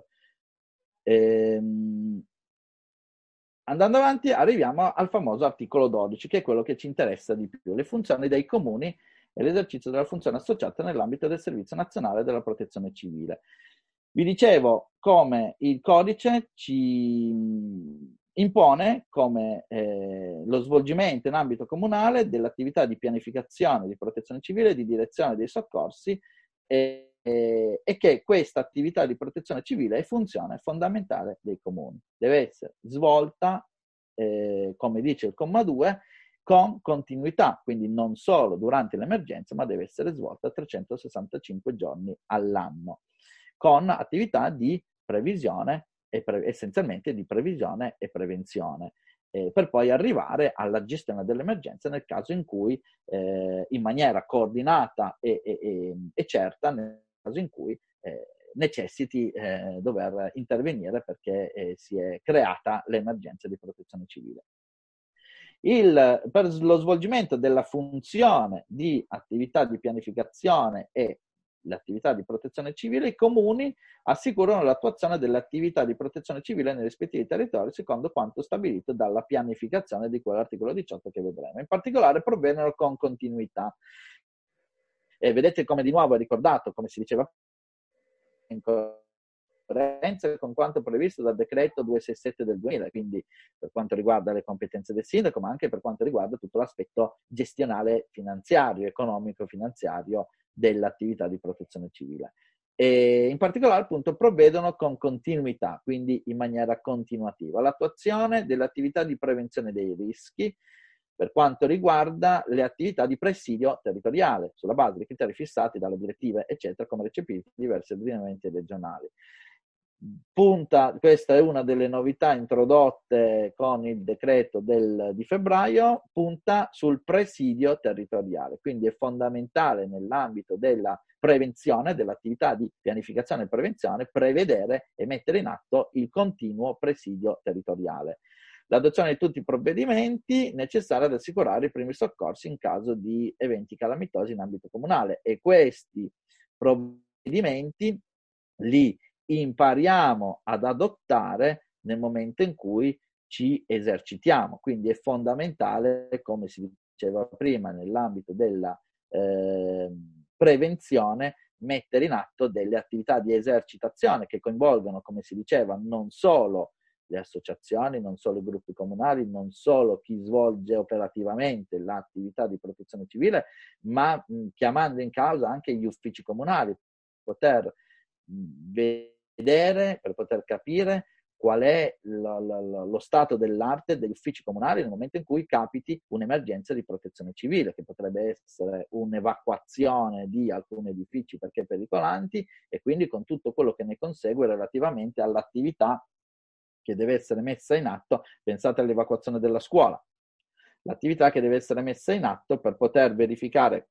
Ehm, andando avanti arriviamo al famoso articolo dodici, che è quello che ci interessa di più, le funzioni dei comuni e l'esercizio della funzione associata nell'ambito del Servizio Nazionale della Protezione Civile. Vi dicevo come il codice ci impone come eh, lo svolgimento in ambito comunale dell'attività di pianificazione di protezione civile e di direzione dei soccorsi e, e, e che questa attività di protezione civile è funzione fondamentale dei comuni. Deve essere svolta, eh, come dice il comma due, con continuità, quindi non solo durante l'emergenza, ma deve essere svolta trecentosessantacinque giorni all'anno, con attività di previsione, e pre- essenzialmente di previsione e prevenzione, eh, per poi arrivare alla gestione dell'emergenza nel caso in cui, eh, in maniera coordinata e, e, e certa, nel caso in cui eh, necessiti eh, dover intervenire perché eh, si è creata l'emergenza di protezione civile. Il, per lo svolgimento della funzione di attività di pianificazione e l'attività di protezione civile, i comuni assicurano l'attuazione delle attività di protezione civile nei rispettivi territori secondo quanto stabilito dalla pianificazione di quell'articolo diciotto che vedremo. In particolare provvedono con continuità. E vedete come di nuovo è ricordato, come si diceva in coerenza con quanto previsto dal decreto duecentosessantasette del duemila, quindi per quanto riguarda le competenze del sindaco, ma anche per quanto riguarda tutto l'aspetto gestionale finanziario, economico-finanziario dell'attività di protezione civile. E in particolare appunto provvedono con continuità, quindi in maniera continuativa, all'attuazione dell'attività di prevenzione dei rischi per quanto riguarda le attività di presidio territoriale, sulla base dei criteri fissati dalle direttive, eccetera, come recepiti in diversi ordinamenti regionali. Punta, questa è una delle novità introdotte con il decreto del, di febbraio, punta sul presidio territoriale, quindi è fondamentale nell'ambito della prevenzione, dell'attività di pianificazione e prevenzione, prevedere e mettere in atto il continuo presidio territoriale. L'adozione di tutti i provvedimenti necessari ad assicurare i primi soccorsi in caso di eventi calamitosi in ambito comunale, e questi provvedimenti li impariamo ad adottare nel momento in cui ci esercitiamo. Quindi è fondamentale, come si diceva prima, nell'ambito della eh, prevenzione, mettere in atto delle attività di esercitazione che coinvolgono, come si diceva, non solo le associazioni, non solo i gruppi comunali, non solo chi svolge operativamente l'attività di protezione civile, ma mh, chiamando in causa anche gli uffici comunali, poter vedere, per poter capire qual è lo, lo, lo stato dell'arte degli uffici comunali nel momento in cui capiti un'emergenza di protezione civile, che potrebbe essere un'evacuazione di alcuni edifici perché pericolanti, e quindi con tutto quello che ne consegue relativamente all'attività che deve essere messa in atto. Pensate all'evacuazione della scuola, l'attività che deve essere messa in atto per poter verificare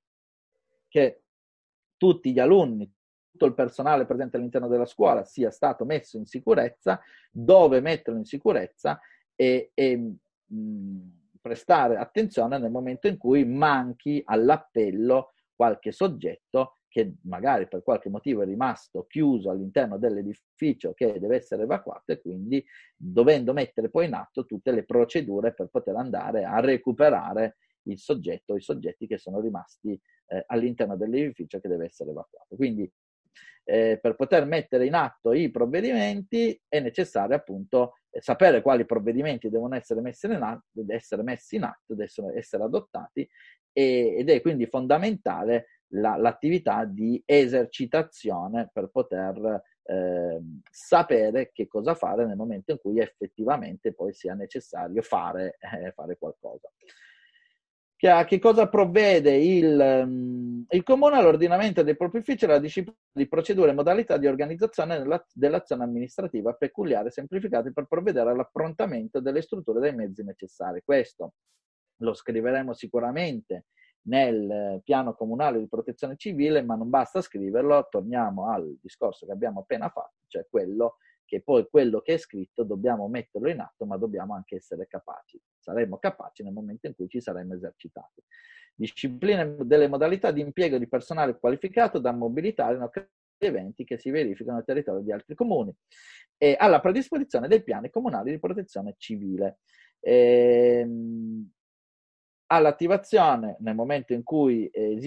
che tutti gli alunni, tutto il personale presente all'interno della scuola sia stato messo in sicurezza, dove metterlo in sicurezza e, e mh, prestare attenzione nel momento in cui manchi all'appello qualche soggetto che magari per qualche motivo è rimasto chiuso all'interno dell'edificio che deve essere evacuato, e quindi dovendo mettere poi in atto tutte le procedure per poter andare a recuperare il soggetto o i soggetti che sono rimasti eh, all'interno dell'edificio che deve essere evacuato. Quindi eh, per poter mettere in atto i provvedimenti è necessario appunto eh, sapere quali provvedimenti devono essere messi in atto, essere messi in atto, essere, essere adottati, e, ed è quindi fondamentale la, l'attività di esercitazione per poter eh, sapere che cosa fare nel momento in cui effettivamente poi sia necessario fare, eh, fare qualcosa. Che, a che cosa provvede il, um, il Comune all'ordinamento dei propri uffici e alla disciplina di procedure e modalità di organizzazione della, dell'azione amministrativa peculiare e semplificate per provvedere all'approntamento delle strutture e dei mezzi necessari. Questo lo scriveremo sicuramente nel piano comunale di protezione civile, ma non basta scriverlo, torniamo al discorso che abbiamo appena fatto, cioè quello che poi quello che è scritto dobbiamo metterlo in atto, ma dobbiamo anche essere capaci. Saremo capaci nel momento in cui ci saremo esercitati. Disciplina delle modalità di impiego di personale qualificato da mobilitare in occasione di eventi che si verificano nel territorio di altri comuni, e alla predisposizione dei piani comunali di protezione civile. Ehm, all'attivazione nel momento in cui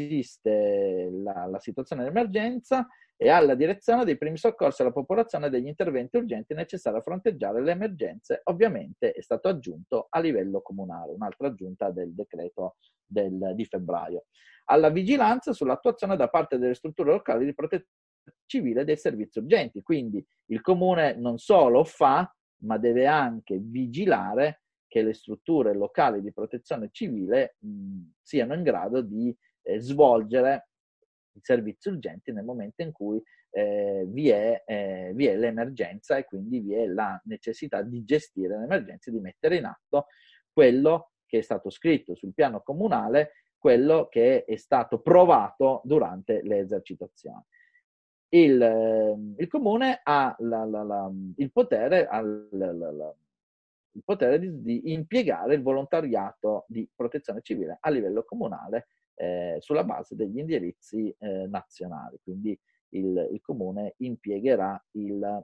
esiste la, la situazione di emergenza, e alla direzione dei primi soccorsi alla popolazione e degli interventi urgenti necessari a fronteggiare le emergenze. Ovviamente è stato aggiunto a livello comunale, un'altra aggiunta del decreto del, di febbraio. Alla vigilanza sull'attuazione da parte delle strutture locali di protezione civile dei servizi urgenti. Quindi il comune non solo fa, ma deve anche vigilare che le strutture locali di protezione civile mh, siano in grado di eh, svolgere i servizi urgenti nel momento in cui eh, vi, è, eh, vi è l'emergenza, e quindi vi è la necessità di gestire l'emergenza e di mettere in atto quello che è stato scritto sul piano comunale, quello che è stato provato durante le esercitazioni. Il, eh, il comune ha la, la, la, il potere, ha la, la, la, il potere di, di impiegare il volontariato di protezione civile a livello comunale eh, sulla base degli indirizzi eh, nazionali. Quindi il, il comune impiegherà il,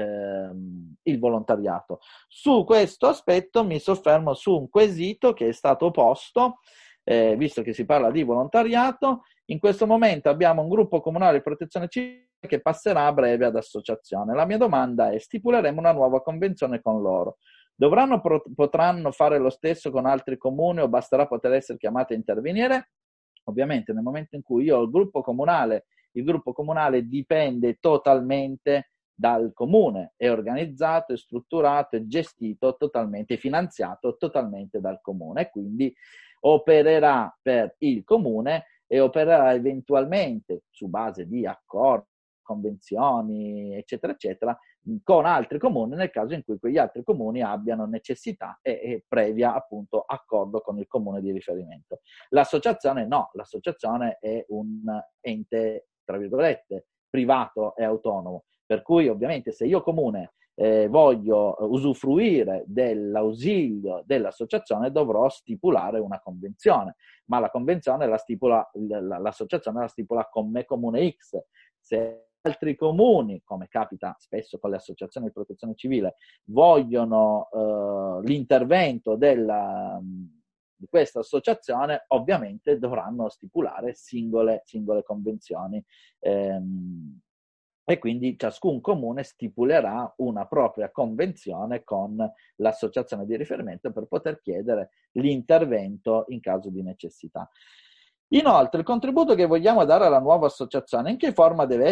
ehm, il volontariato. Su questo aspetto mi soffermo su un quesito che è stato posto, eh, visto che si parla di volontariato. In questo momento abbiamo un gruppo comunale di protezione civile che passerà a breve ad associazione. La mia domanda è: stipuleremo una nuova convenzione con loro? Dovranno, potranno fare lo stesso con altri comuni o basterà poter essere chiamati a intervenire? Ovviamente nel momento in cui io ho il gruppo comunale, il gruppo comunale dipende totalmente dal comune, è organizzato, è strutturato, è gestito totalmente, è finanziato totalmente dal comune, e quindi opererà per il comune e opererà eventualmente su base di accordi, convenzioni, eccetera, eccetera, con altri comuni nel caso in cui quegli altri comuni abbiano necessità e, e previa appunto accordo con il comune di riferimento. L'associazione no, l'associazione è un ente, tra virgolette, privato e autonomo, per cui ovviamente se io comune eh, voglio usufruire dell'ausilio dell'associazione dovrò stipulare una convenzione, ma la convenzione la stipula, l'associazione la stipula con me comune X. Se altri comuni, come capita spesso con le associazioni di protezione civile, vogliono eh, l'intervento della, di questa associazione, ovviamente dovranno stipulare singole, singole convenzioni ehm, e quindi ciascun comune stipulerà una propria convenzione con l'associazione di riferimento per poter chiedere l'intervento in caso di necessità. Inoltre, il contributo che vogliamo dare alla nuova associazione, in che forma deve essere?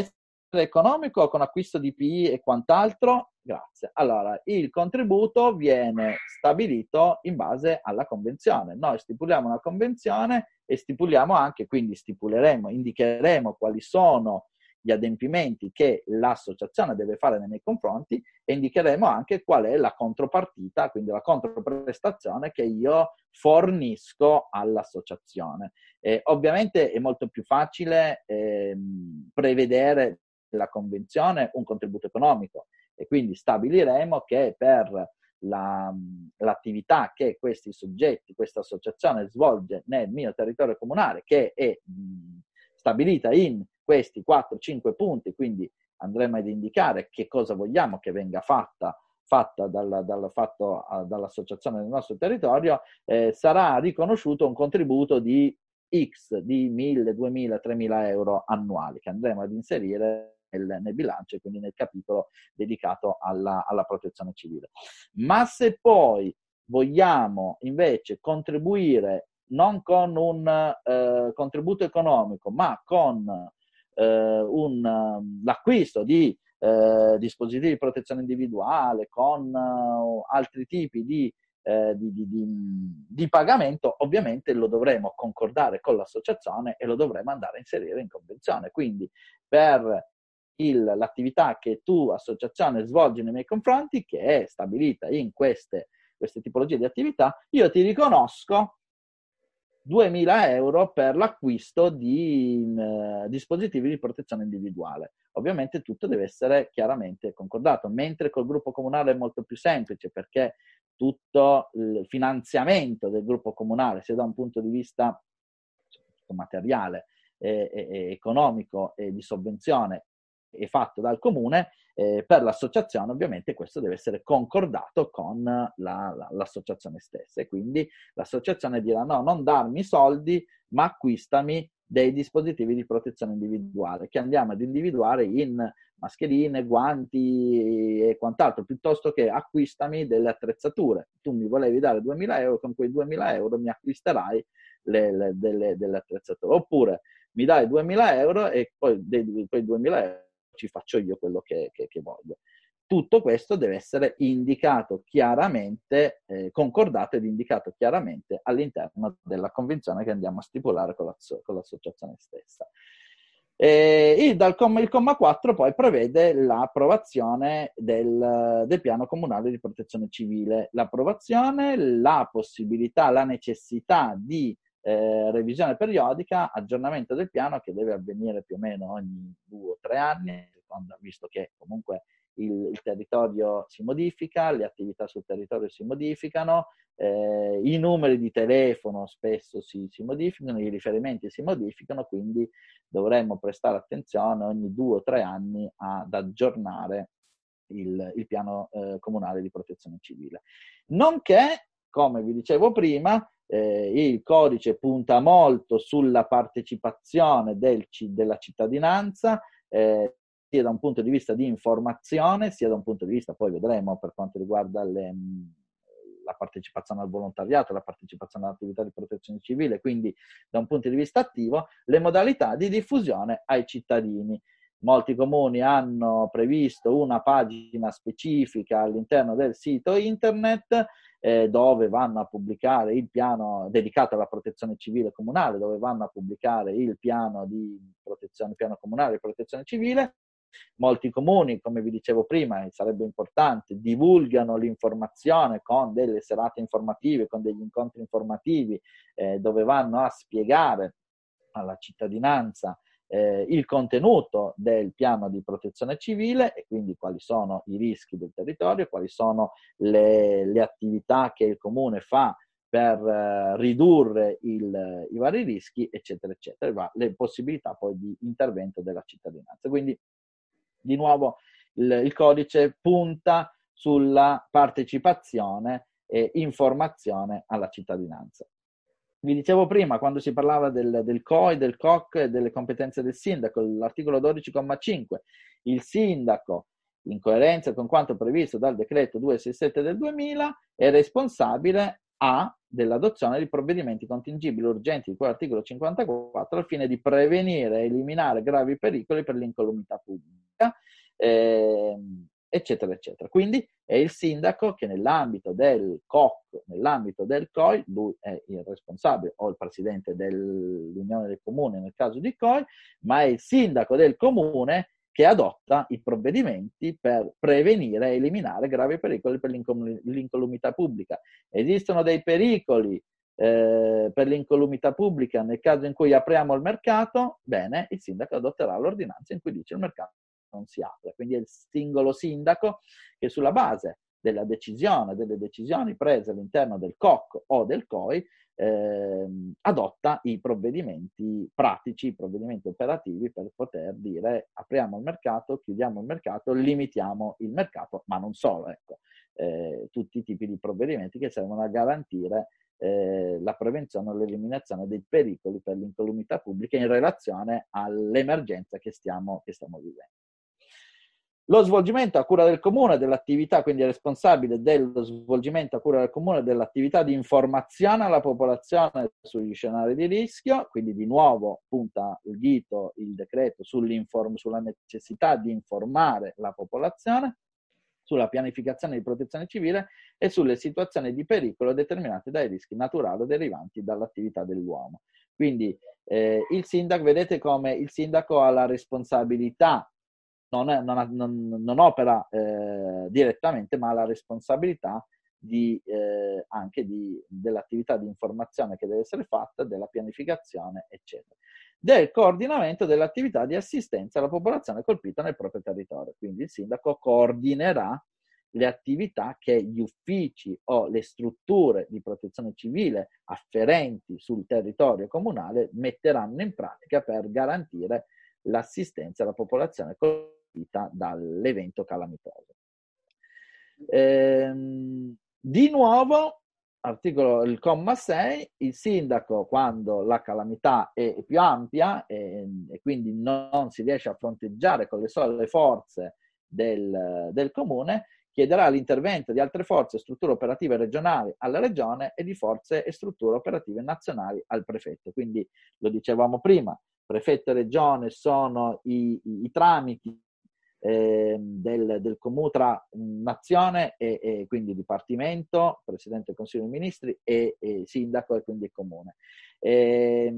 economico con acquisto di P I e quant'altro? Grazie. Allora, il contributo viene stabilito in base alla convenzione. Noi stipuliamo una convenzione e stipuliamo anche, quindi stipuleremo, indicheremo quali sono gli adempimenti che l'associazione deve fare nei miei confronti e indicheremo anche qual è la contropartita, quindi la controprestazione che io fornisco all'associazione. Eh, ovviamente è molto più facile eh, prevedere la convenzione un contributo economico e quindi stabiliremo che per la, l'attività che questi soggetti, questa associazione svolge nel mio territorio comunale, che è mh, stabilita in questi quattro cinque punti, quindi andremo ad indicare che cosa vogliamo che venga fatta, fatta dal, dal fatto, uh, dall'associazione nel nostro territorio, eh, sarà riconosciuto un contributo di X, di mille, duemila, tremila euro annuali che andremo ad inserire nel, nel bilancio e quindi nel capitolo dedicato alla, alla protezione civile. Ma se poi vogliamo invece contribuire non con un eh, contributo economico, ma con eh, un, um, l'acquisto di eh, dispositivi di protezione individuale, con uh, altri tipi di, eh, di, di, di, di pagamento, ovviamente lo dovremo concordare con l'associazione e lo dovremo andare a inserire in convenzione. Quindi per il, l'attività che tu, associazione, svolgi nei miei confronti, che è stabilita in queste, queste tipologie di attività, io ti riconosco duemila euro per l'acquisto di eh, dispositivi di protezione individuale. Ovviamente tutto deve essere chiaramente concordato, mentre col gruppo comunale è molto più semplice perché tutto il finanziamento del gruppo comunale, sia da un punto di vista materiale, eh, eh, economico e di sovvenzione, è fatto dal comune, eh, per l'associazione ovviamente questo deve essere concordato con la, la, l'associazione stessa e quindi l'associazione dirà no, non darmi soldi ma acquistami dei dispositivi di protezione individuale che andiamo ad individuare in mascherine, guanti e quant'altro, piuttosto che acquistami delle attrezzature. Tu mi volevi dare duemila euro, con quei duemila euro mi acquisterai le, le, delle, delle attrezzature, oppure mi dai duemila euro e poi dei quei duemila euro ci faccio io quello che, che, che voglio. Tutto questo deve essere indicato chiaramente, eh, concordato ed indicato chiaramente all'interno della convenzione che andiamo a stipulare con, l'asso- con l'associazione stessa. E il, dal comma, il comma quattro poi prevede l'approvazione del, del piano comunale di protezione civile. L'approvazione, la possibilità, la necessità di Eh, revisione periodica, aggiornamento del piano che deve avvenire più o meno ogni due o tre anni, visto che comunque il, il territorio si modifica, le attività sul territorio si modificano, eh, i numeri di telefono spesso si, si modificano, i riferimenti si modificano, quindi dovremmo prestare attenzione ogni due o tre anni ad aggiornare il, il piano eh, comunale di protezione civile. Nonché, come vi dicevo prima, Eh, il codice punta molto sulla partecipazione del, della cittadinanza, eh, sia da un punto di vista di informazione, sia da un punto di vista, poi vedremo per quanto riguarda le, la partecipazione al volontariato, la partecipazione all'attività di protezione civile, quindi da un punto di vista attivo, le modalità di diffusione ai cittadini. Molti comuni hanno previsto una pagina specifica all'interno del sito internet eh, dove vanno a pubblicare il piano dedicato alla protezione civile comunale, dove vanno a pubblicare il piano di protezione, piano comunale di protezione civile. Molti comuni, come vi dicevo prima, e sarebbe importante, divulgano l'informazione con delle serate informative, con degli incontri informativi eh, dove vanno a spiegare alla cittadinanza Eh, il contenuto del piano di protezione civile e quindi quali sono i rischi del territorio, quali sono le, le attività che il comune fa per eh, ridurre il, i vari rischi, eccetera, eccetera, le possibilità poi di intervento della cittadinanza. Quindi, di nuovo, il, il codice punta sulla partecipazione e informazione alla cittadinanza. Vi dicevo prima, quando si parlava del, del C O I, del C O C e delle competenze del sindaco, l'articolo dodici comma cinque, il sindaco, in coerenza con quanto previsto dal decreto duecentosessantasette del duemila, è responsabile a dell'adozione di provvedimenti contingibili urgenti di cui all'articolo cinquantaquattro al fine di prevenire e eliminare gravi pericoli per l'incolumità pubblica, eh, eccetera, eccetera. Quindi è il sindaco che nell'ambito del C O C, nell'ambito del C O I, lui è il responsabile, o il presidente dell'Unione dei Comuni nel caso di C O I, ma è il sindaco del comune che adotta i provvedimenti per prevenire e eliminare gravi pericoli per l'incolumità pubblica. Esistono dei pericoli eh, per l'incolumità pubblica nel caso in cui apriamo il mercato, bene, il sindaco adotterà l'ordinanza in cui dice il mercato non si apre. Quindi è il singolo sindaco che sulla base della decisione, delle decisioni prese all'interno del C O C o del C O I, eh, adotta i provvedimenti pratici, i provvedimenti operativi per poter dire apriamo il mercato, chiudiamo il mercato, limitiamo il mercato, ma non solo, ecco, eh, tutti i tipi di provvedimenti che servono a garantire eh, la prevenzione o l'eliminazione dei pericoli per l'incolumità pubblica in relazione all'emergenza che stiamo, che stiamo vivendo. Lo svolgimento a cura del comune dell'attività, quindi è responsabile dello svolgimento a cura del comune dell'attività di informazione alla popolazione sugli scenari di rischio, quindi di nuovo punta il dito il decreto sulla necessità di informare la popolazione, sulla pianificazione di protezione civile e sulle situazioni di pericolo determinate dai rischi naturali derivanti dall'attività dell'uomo. Quindi eh, il sindaco, vedete come il sindaco ha la responsabilità, Non, è, non, non, non opera eh, direttamente, ma ha la responsabilità di, eh, anche di, dell'attività di informazione che deve essere fatta, della pianificazione, eccetera, del coordinamento dell'attività di assistenza alla popolazione colpita nel proprio territorio. Quindi il sindaco coordinerà le attività che gli uffici o le strutture di protezione civile afferenti sul territorio comunale metteranno in pratica per garantire l'assistenza alla popolazione colpita dall'evento calamitoso. Ehm, di nuovo, articolo, il comma sei, il sindaco, quando la calamità è più ampia e, e quindi non si riesce a fronteggiare con le sole forze del, del comune, chiederà l'intervento di altre forze e strutture operative regionali alla regione e di forze e strutture operative nazionali al prefetto. Quindi, lo dicevamo prima, prefetto e regione sono i, i, i tramiti eh, del, del comune tra nazione e, e quindi dipartimento, presidente del Consiglio dei Ministri e, e sindaco e quindi comune. E,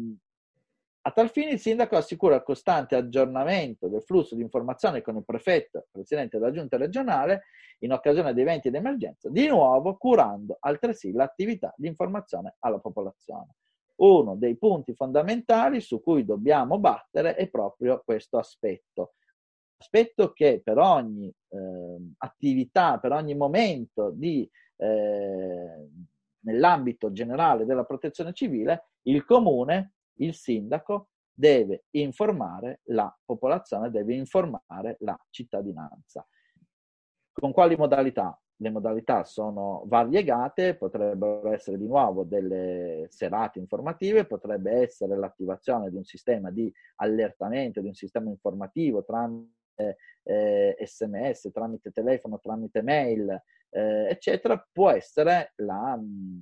a tal fine il sindaco assicura il costante aggiornamento del flusso di informazioni con il prefetto, presidente della giunta regionale, in occasione di eventi di emergenza, di nuovo curando altresì l'attività di informazione alla popolazione. Uno dei punti fondamentali su cui dobbiamo battere è proprio questo aspetto. Aspetto che per ogni eh, attività, per ogni momento di, eh, nell'ambito generale della protezione civile, il comune, il sindaco, deve informare la popolazione, deve informare la cittadinanza. Con quali modalità? Le modalità sono variegate, potrebbero essere di nuovo delle serate informative, potrebbe essere l'attivazione di un sistema di allertamento, di un sistema informativo tramite eh, sms, tramite telefono, tramite mail, eh, eccetera. Può essere la,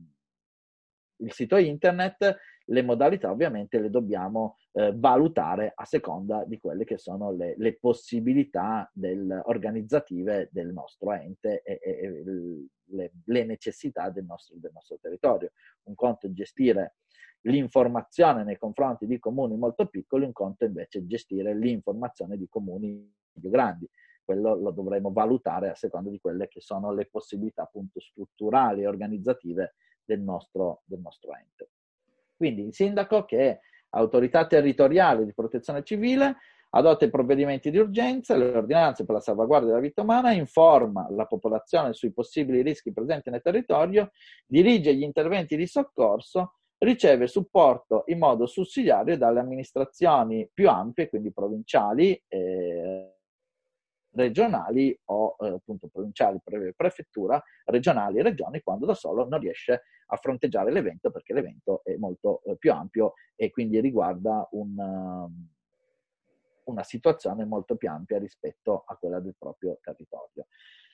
il sito internet. Le modalità ovviamente le dobbiamo eh, valutare a seconda di quelle che sono le, le possibilità del, organizzative del nostro ente e, e, e le, le necessità del nostro, del nostro territorio. Un conto è gestire l'informazione nei confronti di comuni molto piccoli, un conto invece è gestire l'informazione di comuni più grandi. Quello lo dovremo valutare a seconda di quelle che sono le possibilità appunto strutturali e organizzative del nostro, del nostro ente. Quindi il sindaco, che è autorità territoriale di protezione civile, adotta i provvedimenti di urgenza, le ordinanze per la salvaguardia della vita umana, informa la popolazione sui possibili rischi presenti nel territorio, dirige gli interventi di soccorso, riceve supporto in modo sussidiario dalle amministrazioni più ampie, quindi provinciali, eh, regionali o eh, appunto provinciali, pre- prefettura, regionali e regioni, quando da solo non riesce a fronteggiare l'evento, perché l'evento è molto eh, più ampio e quindi riguarda un, um, una situazione molto più ampia rispetto a quella del proprio territorio.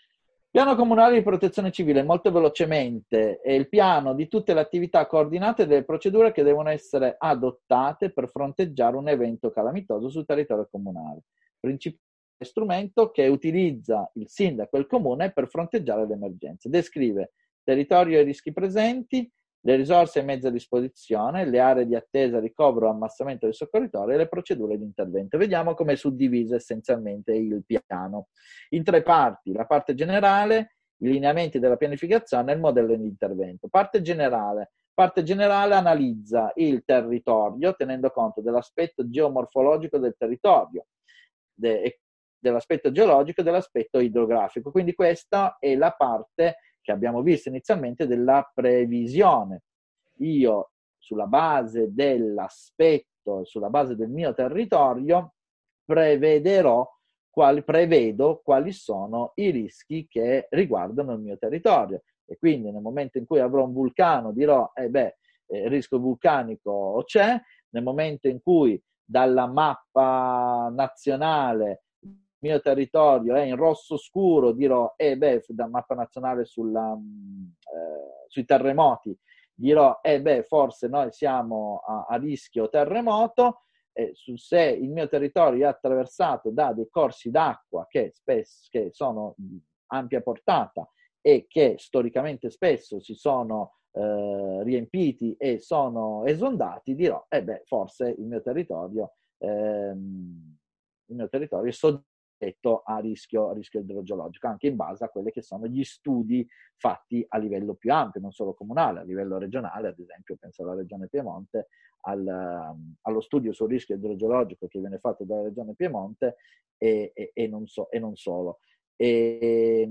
Piano comunale di protezione civile, molto velocemente, è il piano di tutte le attività coordinate e delle procedure che devono essere adottate per fronteggiare un evento calamitoso sul territorio comunale. Principale strumento che utilizza il sindaco e il comune per fronteggiare le emergenze. Descrive territorio e rischi presenti, le risorse e mezzi a disposizione, le aree di attesa, ricovero e ammassamento dei soccorritori e le procedure di intervento. Vediamo come è suddiviso essenzialmente il piano. In tre parti: la parte generale, i lineamenti della pianificazione e il modello di intervento. Parte generale. Parte generale analizza il territorio tenendo conto dell'aspetto geomorfologico del territorio, de, dell'aspetto geologico e dell'aspetto idrografico. Quindi questa è la parte che abbiamo visto inizialmente della previsione. Io, sulla base dell'aspetto, sulla base del mio territorio, prevederò quali, prevedo quali sono i rischi che riguardano il mio territorio. E quindi nel momento in cui avrò un vulcano dirò, eh beh, il rischio vulcanico c'è. Nel momento in cui dalla mappa nazionale il mio territorio è in rosso scuro, dirò, eh beh, da mappa nazionale sulla, eh, sui terremoti, dirò, eh beh, forse noi siamo a, a rischio terremoto. Eh, su, se il mio territorio è attraversato da dei corsi d'acqua che, spesso, che sono di ampia portata e che storicamente spesso si sono eh, riempiti e sono esondati, dirò, eh beh, forse il mio territorio, ehm, il mio territorio è soggetto a rischio, a rischio idrogeologico, anche in base a quelli che sono gli studi fatti a livello più ampio, non solo comunale, a livello regionale, ad esempio, penso alla Regione Piemonte, al, allo studio sul rischio idrogeologico che viene fatto dalla Regione Piemonte e, e, e, non, so, e non solo. E,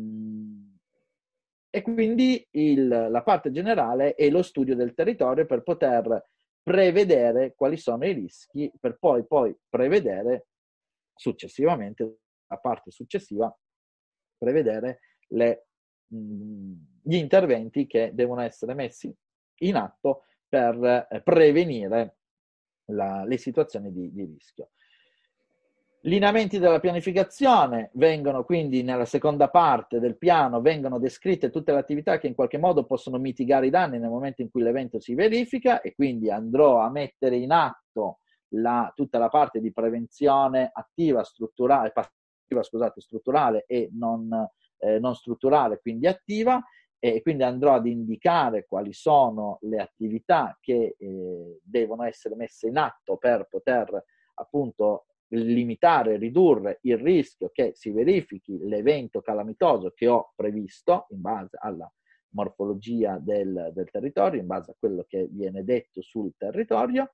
e quindi il, la parte generale è lo studio del territorio per poter prevedere quali sono i rischi, per poi, poi prevedere successivamente, la parte successiva, prevedere le, mh, gli interventi che devono essere messi in atto per eh, prevenire la, le situazioni di, di rischio. Lineamenti della pianificazione vengono quindi nella seconda parte del piano, vengono descritte tutte le attività che in qualche modo possono mitigare i danni nel momento in cui l'evento si verifica, e quindi andrò a mettere in atto la, tutta la parte di prevenzione attiva, strutturale, passiva, scusate, strutturale e non, eh, non strutturale, quindi attiva, e quindi andrò ad indicare quali sono le attività che eh, devono essere messe in atto per poter appunto limitare, ridurre il rischio che si verifichi l'evento calamitoso che ho previsto in base alla morfologia del, del territorio, in base a quello che viene detto sul territorio.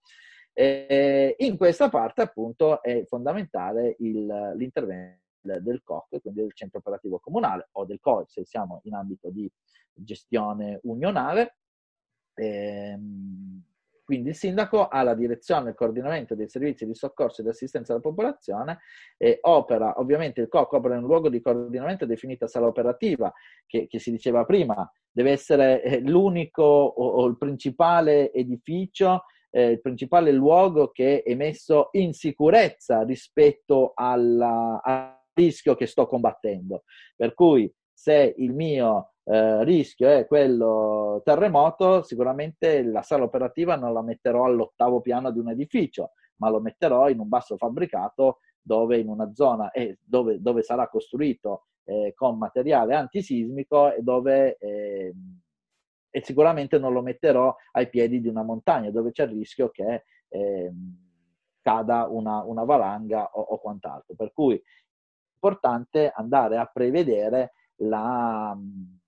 E in questa parte appunto è fondamentale il, l'intervento del C O C, quindi del centro operativo comunale, o del C O I se siamo in ambito di gestione unionale. Ehm, quindi il sindaco ha la direzione e il coordinamento dei servizi di soccorso e di assistenza alla popolazione e opera, ovviamente il C O C opera in un luogo di coordinamento definita sala operativa, che, che si diceva prima, deve essere l'unico o, o il principale edificio, eh, il principale luogo che è messo in sicurezza rispetto alla, al rischio che sto combattendo. Per cui se il mio eh, rischio è quello terremoto, sicuramente la sala operativa non la metterò all'ottavo piano di un edificio, ma lo metterò in un basso fabbricato dove in una zona eh, dove, dove sarà costruito eh, con materiale antisismico e dove eh, e sicuramente non lo metterò ai piedi di una montagna dove c'è il rischio che eh, cada una, una valanga o, o quant'altro. Per cui è importante andare a prevedere la,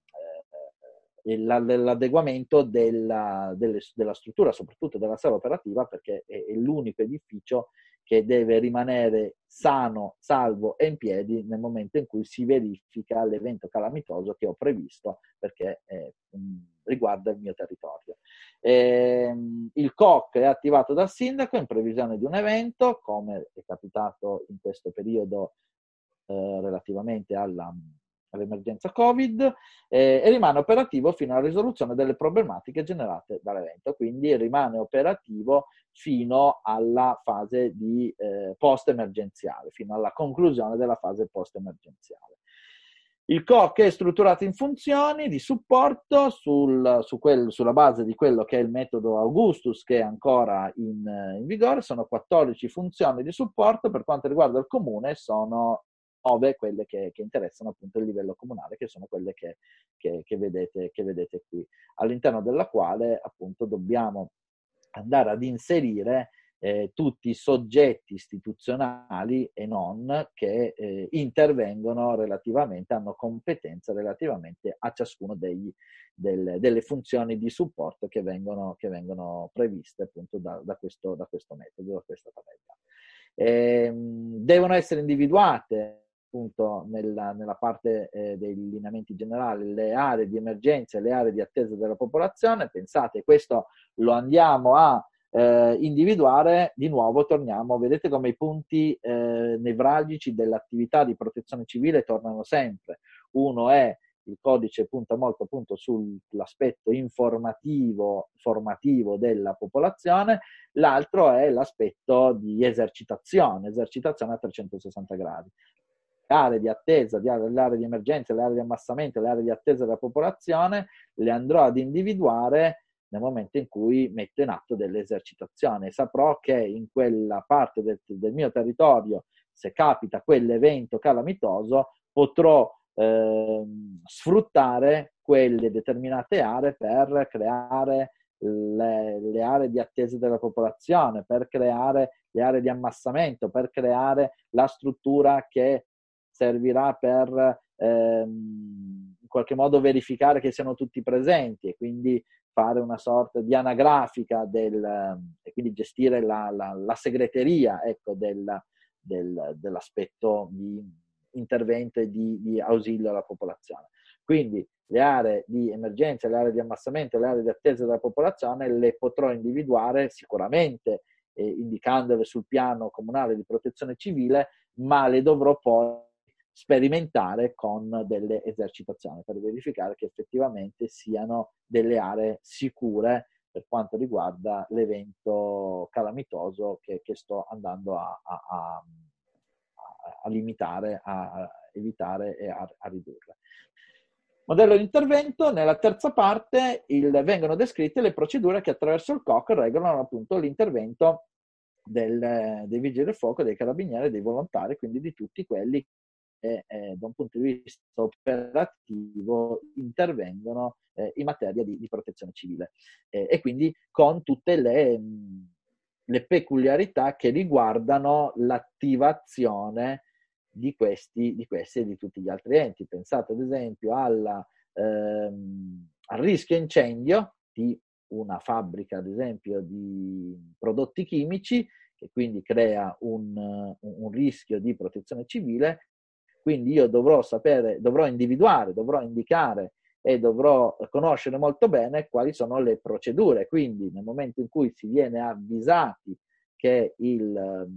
eh, l'adeguamento della, delle, della struttura, soprattutto della sala operativa, perché è, è l'unico edificio che deve rimanere sano, salvo e in piedi nel momento in cui si verifica l'evento calamitoso che ho previsto, perché eh, riguarda il mio territorio. Eh, il C O C è attivato dal sindaco in previsione di un evento, come è capitato in questo periodo eh, relativamente alla, all'emergenza Covid, eh, e rimane operativo fino alla risoluzione delle problematiche generate dall'evento, quindi rimane operativo fino alla fase di eh, post-emergenziale, fino alla conclusione della fase post-emergenziale. Il C O C è strutturato in funzioni di supporto sul, su quel, sulla base di quello che è il metodo Augustus, che è ancora in, in vigore. Sono quattordici funzioni di supporto. Per quanto riguarda il comune sono nove quelle che, che interessano appunto il livello comunale, che sono quelle che, che, che, vedete, che vedete qui, all'interno della quale appunto dobbiamo andare ad inserire Eh, tutti i soggetti istituzionali e non che eh, intervengono relativamente, hanno competenza relativamente a ciascuno degli, del, delle funzioni di supporto che vengono, che vengono previste appunto da, da, questo, da questo metodo, da questa tabella. Eh, devono essere individuate appunto nella, nella parte eh, dei lineamenti generali le aree di emergenza e le aree di attesa della popolazione. Pensate, questo lo andiamo a Eh, individuare, di nuovo torniamo, vedete come i punti eh, nevralgici dell'attività di protezione civile tornano sempre. Uno è il codice punta molto appunto sull'aspetto informativo, formativo della popolazione, l'altro è l'aspetto di esercitazione, esercitazione a trecentosessanta gradi. Le aree di attesa, le aree di emergenza, le aree di ammassamento, le aree di attesa della popolazione le andrò ad individuare nel momento in cui metto in atto delle esercitazioni. Saprò che in quella parte del, del mio territorio, se capita quell'evento calamitoso, potrò eh, sfruttare quelle determinate aree per creare le, le aree di attesa della popolazione, per creare le aree di ammassamento, per creare la struttura che servirà per ehm, in qualche modo verificare che siano tutti presenti e quindi fare una sorta di anagrafica del, e quindi gestire la, la, la segreteria, ecco, del, del, dell'aspetto di intervento e di, di ausilio alla popolazione. Quindi le aree di emergenza, le aree di ammassamento, le aree di attesa della popolazione le potrò individuare sicuramente eh, indicandole sul piano comunale di protezione civile, ma le dovrò poi sperimentare con delle esercitazioni per verificare che effettivamente siano delle aree sicure per quanto riguarda l'evento calamitoso che, che sto andando a, a, a, a limitare, a, a evitare e a, a ridurre. Modello di intervento: nella terza parte il, vengono descritte le procedure che attraverso il C O C regolano appunto l'intervento del, dei vigili del fuoco, dei carabinieri, dei volontari, quindi di tutti quelli che eh, da un punto di vista operativo intervengono eh, in materia di, di protezione civile eh, e quindi con tutte le, mh, le peculiarità che riguardano l'attivazione di questi, di questi e di tutti gli altri enti. Pensate ad esempio alla, ehm, al rischio incendio di una fabbrica, ad esempio, di prodotti chimici, che quindi crea un, un rischio di protezione civile. Quindi io dovrò sapere, dovrò individuare, dovrò indicare e dovrò conoscere molto bene quali sono le procedure. Quindi nel momento in cui si viene avvisati che il,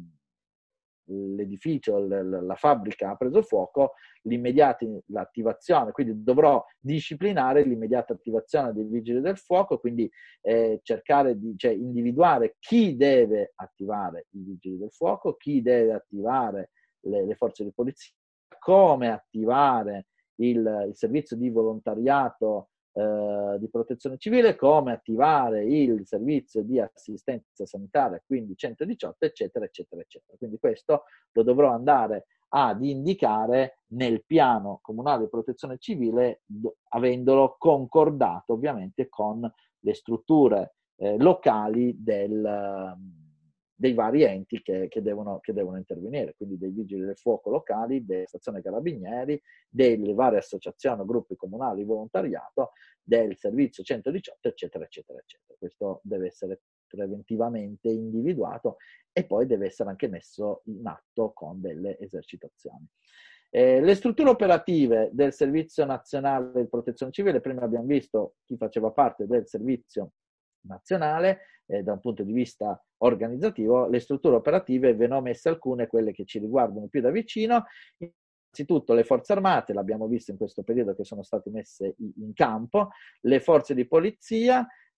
l'edificio, la fabbrica ha preso fuoco, l'immediata l'attivazione, quindi dovrò disciplinare l'immediata attivazione dei vigili del fuoco, quindi eh, cercare di cioè, individuare chi deve attivare i vigili del fuoco, chi deve attivare le, le forze di polizia, come attivare il, il servizio di volontariato eh, di protezione civile, come attivare il servizio di assistenza sanitaria, quindi centodiciotto, eccetera, eccetera, eccetera. Quindi questo lo dovrò andare ad indicare nel piano comunale di protezione civile, avendolo concordato ovviamente con le strutture eh, locali del dei vari enti che, che, devono, che devono intervenire, quindi dei vigili del fuoco locali, delle stazioni carabinieri, delle varie associazioni, gruppi comunali di volontariato, del servizio centodiciotto, eccetera, eccetera, eccetera. Questo deve essere preventivamente individuato e poi deve essere anche messo in atto con delle esercitazioni. Eh, le strutture operative del Servizio Nazionale di Protezione Civile, prima abbiamo visto chi faceva parte del servizio nazionale, eh, da un punto di vista organizzativo. Le strutture operative ve ne ho messe alcune, quelle che ci riguardano più da vicino. Innanzitutto le forze armate, l'abbiamo visto in questo periodo che sono state messe in campo, le forze di polizia,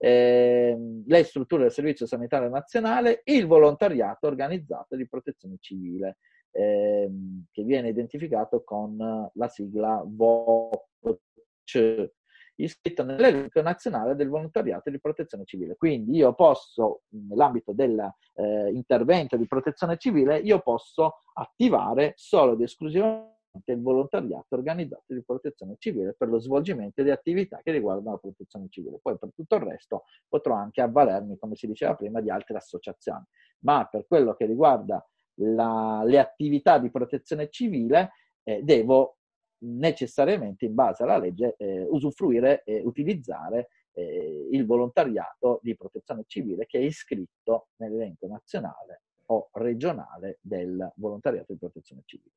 eh, le strutture del Servizio Sanitario Nazionale, il volontariato organizzato di protezione civile, eh, che viene identificato con la sigla V O P C, iscritto nell'elenco nazionale del volontariato di protezione civile. Quindi io posso, nell'ambito dell'intervento eh, di protezione civile, io posso attivare solo ed esclusivamente il volontariato organizzato di protezione civile per lo svolgimento di attività che riguardano la protezione civile. Poi per tutto il resto potrò anche avvalermi, come si diceva prima, di altre associazioni. Ma per quello che riguarda la, le attività di protezione civile, eh, devo necessariamente, in base alla legge, eh, usufruire e utilizzare eh, il volontariato di protezione civile che è iscritto nell'elenco nazionale o regionale del volontariato di protezione civile.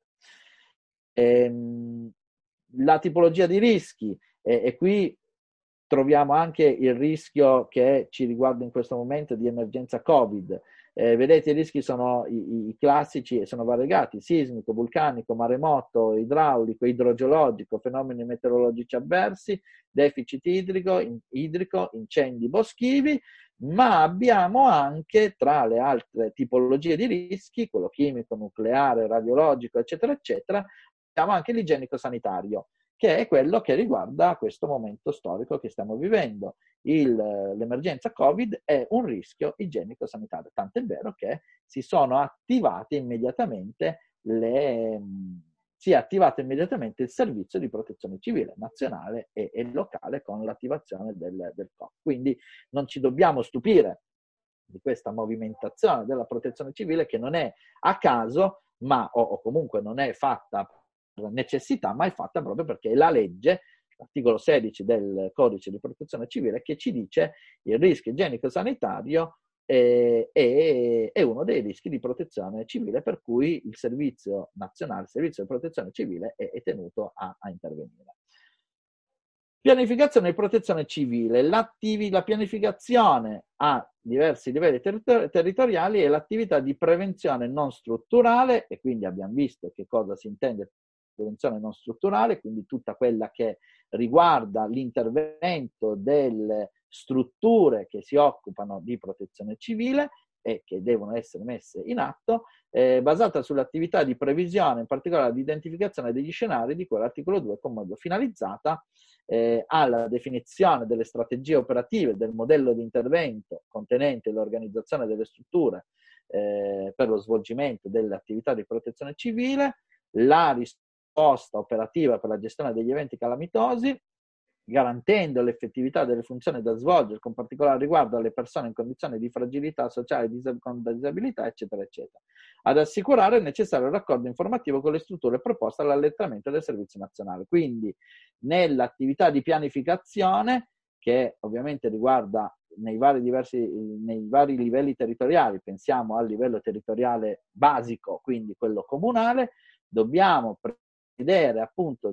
Ehm, la tipologia di rischi, e, e qui troviamo anche il rischio che ci riguarda in questo momento di emergenza Covid. Eh, vedete, i rischi sono i, i classici e sono variegati: sismico, vulcanico, maremoto, idraulico, idrogeologico, fenomeni meteorologici avversi, deficit idrico, in, idrico, incendi boschivi, ma abbiamo anche, tra le altre tipologie di rischi, quello chimico, nucleare, radiologico, eccetera, eccetera, abbiamo anche l'igienico sanitario, che è quello che riguarda questo momento storico che stiamo vivendo. Il, l'emergenza Covid è un rischio igienico-sanitario, tant'è vero che si sono attivate immediatamente le, si è attivato immediatamente il servizio di protezione civile nazionale e, e locale con l'attivazione del, del C O V. Quindi non ci dobbiamo stupire di questa movimentazione della protezione civile, che non è a caso, ma o, o comunque non è fatta necessità, ma è fatta proprio perché è la legge, l'articolo sedici del codice di protezione civile, che ci dice il rischio igienico-sanitario è, è, è uno dei rischi di protezione civile per cui il servizio nazionale, il servizio di protezione civile è, è tenuto a, a intervenire. Pianificazione di protezione civile. L'attivi, la pianificazione a diversi livelli territor- territoriali è l'attività di prevenzione non strutturale, e quindi abbiamo visto che cosa si intende prevenzione non strutturale, quindi tutta quella che riguarda l'intervento delle strutture che si occupano di protezione civile e che devono essere messe in atto, eh, basata sull'attività di previsione, in particolare di identificazione degli scenari di quell'articolo due, con modo finalizzata eh, alla definizione delle strategie operative, del modello di intervento contenente l'organizzazione delle strutture eh, per lo svolgimento delle attività di protezione civile, la risposta operativa per la gestione degli eventi calamitosi, garantendo l'effettività delle funzioni da svolgere, con particolare riguardo alle persone in condizioni di fragilità sociale, con disabilità, eccetera, eccetera, ad assicurare il necessario raccordo informativo con le strutture preposte all'allettamento del servizio nazionale. Quindi nell'attività di pianificazione, che ovviamente riguarda nei vari, diversi, nei vari livelli territoriali, pensiamo al livello territoriale basico, quindi quello comunale, dobbiamo vedere appunto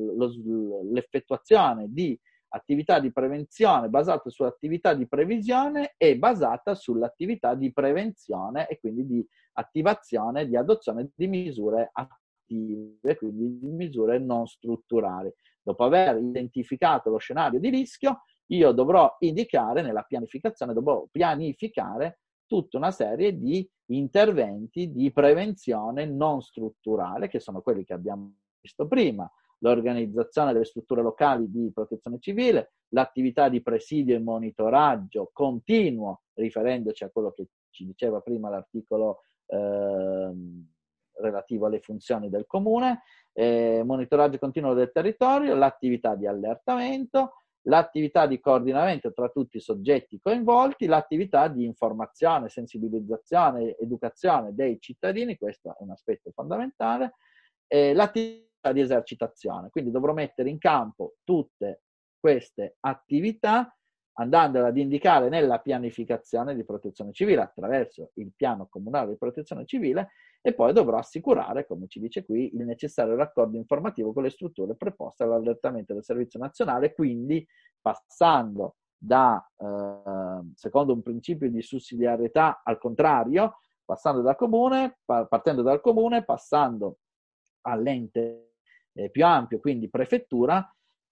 l'effettuazione di attività di prevenzione basata sull'attività di previsione e basata sull'attività di prevenzione e quindi di attivazione, di adozione di misure attive, quindi di misure non strutturali. Dopo aver identificato lo scenario di rischio, io dovrò indicare nella pianificazione, dovrò pianificare tutta una serie di interventi di prevenzione non strutturale, che sono quelli che abbiamo visto prima: l'organizzazione delle strutture locali di protezione civile, l'attività di presidio e monitoraggio continuo, riferendoci a quello che ci diceva prima l'articolo eh, relativo alle funzioni del comune, eh, monitoraggio continuo del territorio, l'attività di allertamento, l'attività di coordinamento tra tutti i soggetti coinvolti, l'attività di informazione, sensibilizzazione, educazione dei cittadini, questo è un aspetto fondamentale, e l'attività di esercitazione. Quindi dovrò mettere in campo tutte queste attività, andandole ad indicare nella pianificazione di protezione civile attraverso il piano comunale di protezione civile, e poi dovrò assicurare, come ci dice qui, il necessario raccordo informativo con le strutture preposte all'allertamento del servizio nazionale, quindi passando da, eh, secondo un principio di sussidiarietà, al contrario, passando dal comune, partendo dal comune, passando all'ente eh, più ampio, quindi prefettura,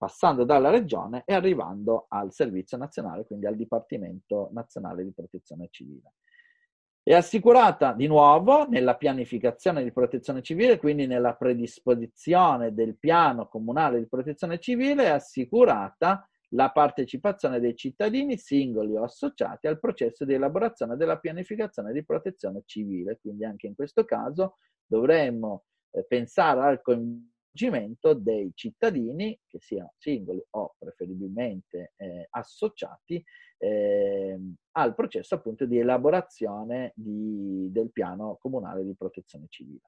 passando dalla regione e arrivando al Servizio Nazionale, quindi al Dipartimento Nazionale di Protezione Civile. È assicurata di nuovo nella pianificazione di protezione civile, quindi nella predisposizione del piano comunale di protezione civile, è assicurata la partecipazione dei cittadini singoli o associati al processo di elaborazione della pianificazione di protezione civile. Quindi anche in questo caso dovremmo eh, pensare al coinvolgimento dei cittadini, che siano singoli o preferibilmente eh, associati, eh, al processo appunto di elaborazione di, del piano comunale di protezione civile.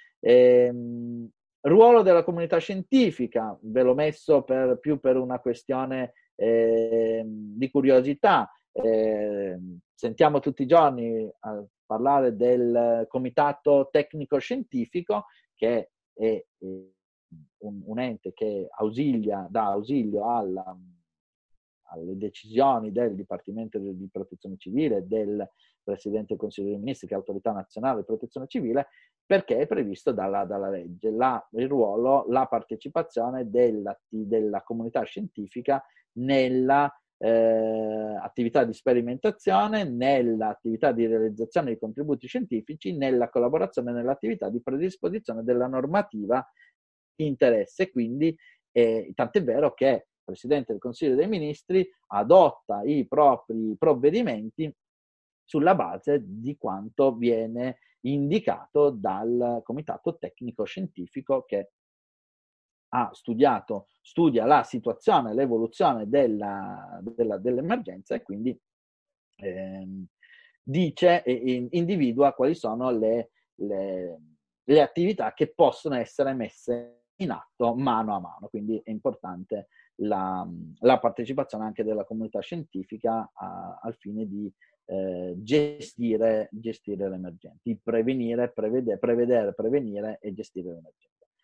Ehm, ruolo della comunità scientifica, ve l'ho messo per, più per una questione eh, di curiosità. Eh, sentiamo tutti i giorni a parlare del comitato tecnico-scientifico, che è eh, un, un ente che ausilia, dà ausilio alla, alle decisioni del Dipartimento di Protezione Civile, del Presidente del Consiglio dei Ministri, che è Autorità Nazionale di Protezione Civile, perché è previsto dalla, dalla legge la, il ruolo, la partecipazione della, della comunità scientifica nella eh, attività di sperimentazione, nell'attività di realizzazione di contributi scientifici, nella collaborazione nell'attività di predisposizione della normativa di interesse. Quindi eh, tant'è vero che il Presidente del Consiglio dei Ministri adotta i propri provvedimenti sulla base di quanto viene indicato dal Comitato Tecnico Scientifico, che ha studiato, studia la situazione, l'evoluzione della, della, dell'emergenza e quindi ehm, dice e individua quali sono le, le, le attività che possono essere messe in atto mano a mano. Quindi è importante la, la partecipazione anche della comunità scientifica a, al fine di eh, gestire, gestire l'emergenza, di prevenire, prevedere, prevedere, prevenire e gestire l'emergenza.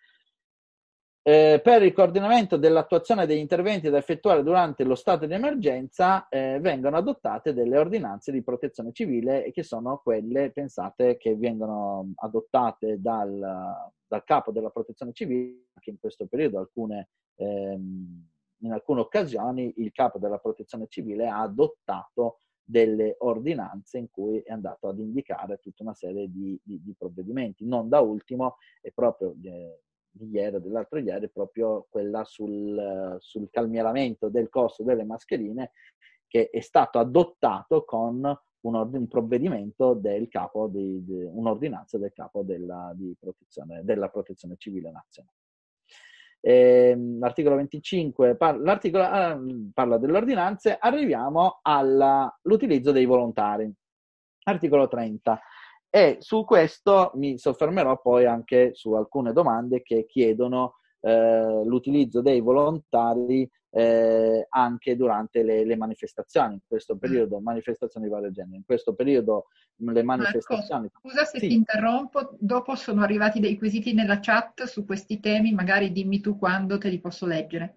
Eh, per il coordinamento dell'attuazione degli interventi da effettuare durante lo stato di emergenza eh, vengono adottate delle ordinanze di protezione civile, che sono quelle, pensate, che vengono adottate dal, dal capo della protezione civile, che in questo periodo alcune, ehm, in alcune occasioni il capo della protezione civile ha adottato delle ordinanze in cui è andato ad indicare tutta una serie di, di, di provvedimenti. Non da ultimo è proprio eh, di ieri o dell'altro ieri proprio quella sul, sul calmieramento del costo delle mascherine, che è stato adottato con un, un provvedimento del capo di, di un'ordinanza del capo della, di protezione, della protezione civile nazionale. Eh, l'articolo venticinque par- l'articolo, eh, parla delle ordinanze. Arriviamo all'utilizzo dei volontari. Articolo trenta. E su questo mi soffermerò poi anche su alcune domande che chiedono eh, l'utilizzo dei volontari eh, anche durante le, le manifestazioni. In questo periodo, manifestazioni di vario genere. In questo periodo le manifestazioni... Marco, scusa se sì. ti interrompo, dopo sono arrivati dei quesiti nella chat su questi temi, magari dimmi tu quando te li posso leggere.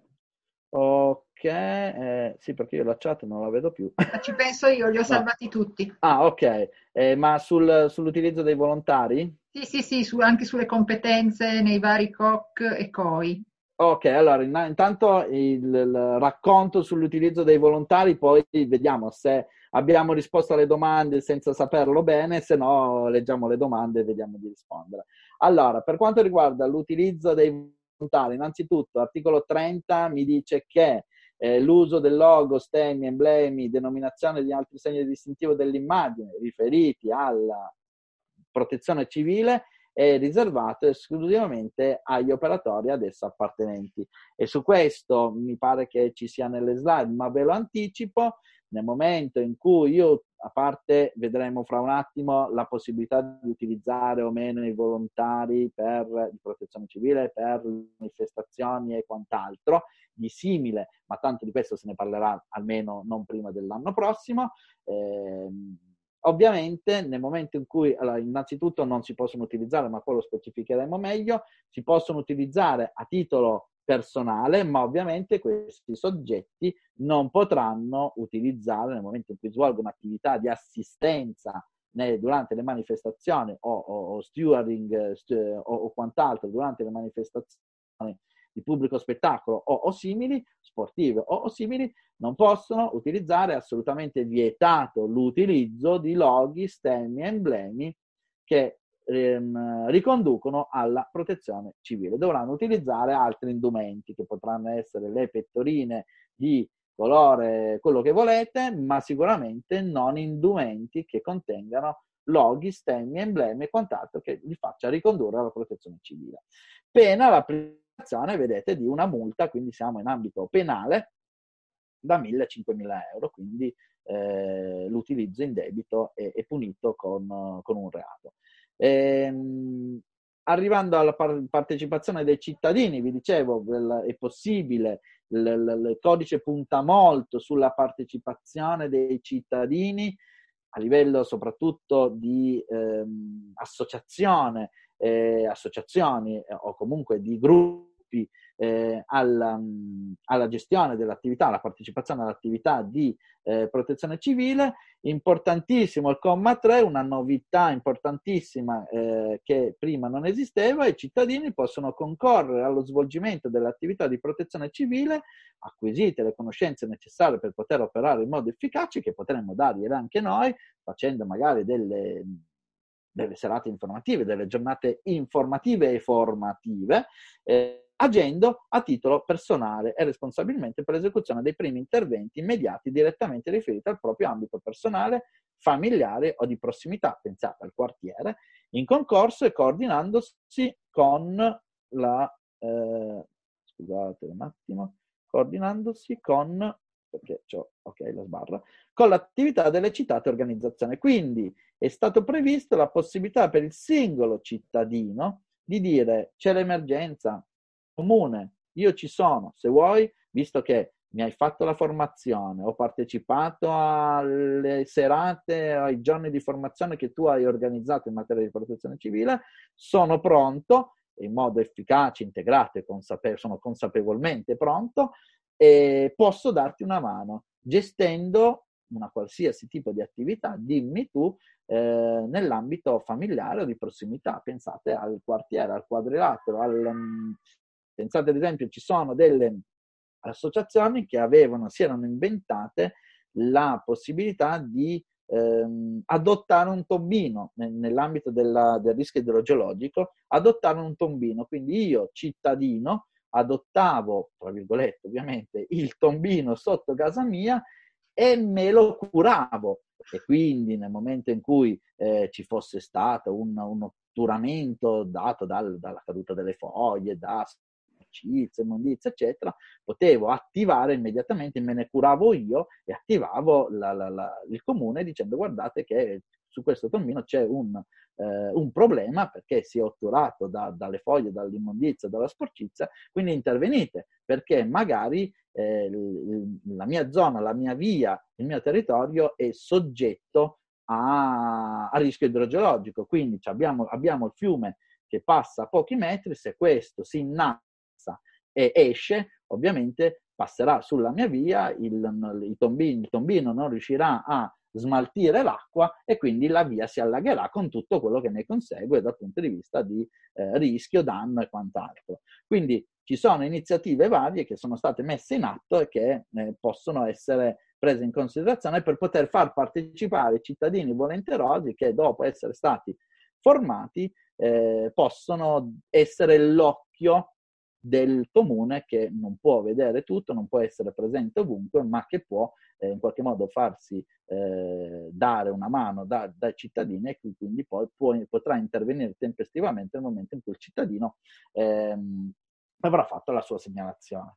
Ok, eh, sì, perché io la chat non la vedo più. Ma ci penso io, li ho No. salvati tutti. Ah, ok, eh, ma sul, sull'utilizzo dei volontari? Sì, sì, sì, su- anche sulle competenze nei vari C O C e C O I. Ok, allora in- intanto il, il racconto sull'utilizzo dei volontari, poi vediamo se abbiamo risposto alle domande senza saperlo bene, se no leggiamo le domande e vediamo di rispondere. Allora, per quanto riguarda l'utilizzo dei volontari, innanzitutto articolo trenta mi dice che eh, l'uso del logo, stemmi, emblemi, denominazione di altri segni distintivo dell'immagine riferiti alla protezione civile è riservato esclusivamente agli operatori ad essa appartenenti. E su questo mi pare che ci sia nelle slide, ma ve lo anticipo: nel momento in cui io, a parte vedremo fra un attimo la possibilità di utilizzare o meno i volontari per di protezione civile, per manifestazioni e quant'altro di simile, ma tanto di questo se ne parlerà almeno non prima dell'anno prossimo. ehm, Ovviamente nel momento in cui, allora, innanzitutto non si possono utilizzare, ma poi lo specificheremo meglio, si possono utilizzare a titolo personale, ma ovviamente questi soggetti non potranno utilizzare nel momento in cui svolgono attività di assistenza né, durante le manifestazioni o, o, o stewarding stu, o, o quant'altro durante le manifestazioni di pubblico spettacolo o, o simili, sportive o, o simili, non possono utilizzare, assolutamente vietato l'utilizzo di loghi, stemmi e emblemi che ehm, riconducono alla protezione civile. Dovranno utilizzare altri indumenti che potranno essere le pettorine di colore, quello che volete, ma sicuramente non indumenti che contengano loghi, stemmi, emblemi e quant'altro che li faccia ricondurre alla protezione civile. Pena l'applicazione, vedete, di una multa, quindi siamo in ambito penale, da mille a cinquemila euro, quindi eh, l'utilizzo indebito è, è punito con, con un reato. Ehm, arrivando alla par- partecipazione dei cittadini, vi dicevo, è possibile, il, il, il codice punta molto sulla partecipazione dei cittadini a livello soprattutto di ehm, associazione, eh, associazioni eh, o comunque di gruppi eh, alla, alla gestione dell'attività, alla partecipazione all'attività di eh, protezione civile. Importantissimo il comma tre, una novità importantissima eh, che prima non esisteva: i cittadini possono concorrere allo svolgimento dell'attività di protezione civile acquisite le conoscenze necessarie per poter operare in modo efficace, che potremmo dargliele anche noi facendo magari delle, delle serate informative, delle giornate informative e formative, eh, agendo a titolo personale e responsabilmente per l'esecuzione dei primi interventi immediati direttamente riferiti al proprio ambito personale, familiare o di prossimità, pensate al quartiere, in concorso e coordinandosi con la eh, scusate un attimo, coordinandosi con perché c'ho, ok, la sbarra, con l'attività delle citate organizzazioni. Quindi è stato previsto la possibilità per il singolo cittadino di dire: c'è l'emergenza, comune, io ci sono, se vuoi, visto che mi hai fatto la formazione, ho partecipato alle serate, ai giorni di formazione che tu hai organizzato in materia di protezione civile, sono pronto, in modo efficace, integrato e consape- sono consapevolmente pronto, e posso darti una mano gestendo una qualsiasi tipo di attività, dimmi tu, eh, nell'ambito familiare o di prossimità. Pensate al quartiere, al quadrilatero, al, um, pensate ad esempio, ci sono delle associazioni che avevano, si erano inventate la possibilità di ehm, adottare un tombino nell'ambito della, del rischio idrogeologico, adottare un tombino, quindi io cittadino adottavo, tra virgolette ovviamente, il tombino sotto casa mia e me lo curavo, e quindi nel momento in cui eh, ci fosse stato un, un otturamento dato dal, dalla caduta delle foglie, da sporcizia, immondizia, eccetera, potevo attivare immediatamente, me ne curavo io e attivavo la, la, la, il comune dicendo: guardate che su questo tombino c'è un, eh, un problema perché si è otturato da, dalle foglie, dall'immondizia, dalla sporcizia, quindi intervenite, perché magari eh, la mia zona, la mia via, il mio territorio è soggetto a, a rischio idrogeologico, quindi abbiamo, abbiamo il fiume che passa a pochi metri, se questo si innalza e esce, ovviamente passerà sulla mia via, il, il, tombino, il tombino non riuscirà a smaltire l'acqua e quindi la via si allagherà con tutto quello che ne consegue dal punto di vista di eh, rischio, danno e quant'altro. Quindi ci sono iniziative varie che sono state messe in atto e che eh, possono essere prese in considerazione per poter far partecipare i cittadini volenterosi che, dopo essere stati formati, eh, possono essere l'occhio del comune, che non può vedere tutto, non può essere presente ovunque, ma che può eh, in qualche modo farsi eh, dare una mano da, dai cittadini, e quindi poi può, potrà intervenire tempestivamente nel momento in cui il cittadino ehm, avrà fatto la sua segnalazione.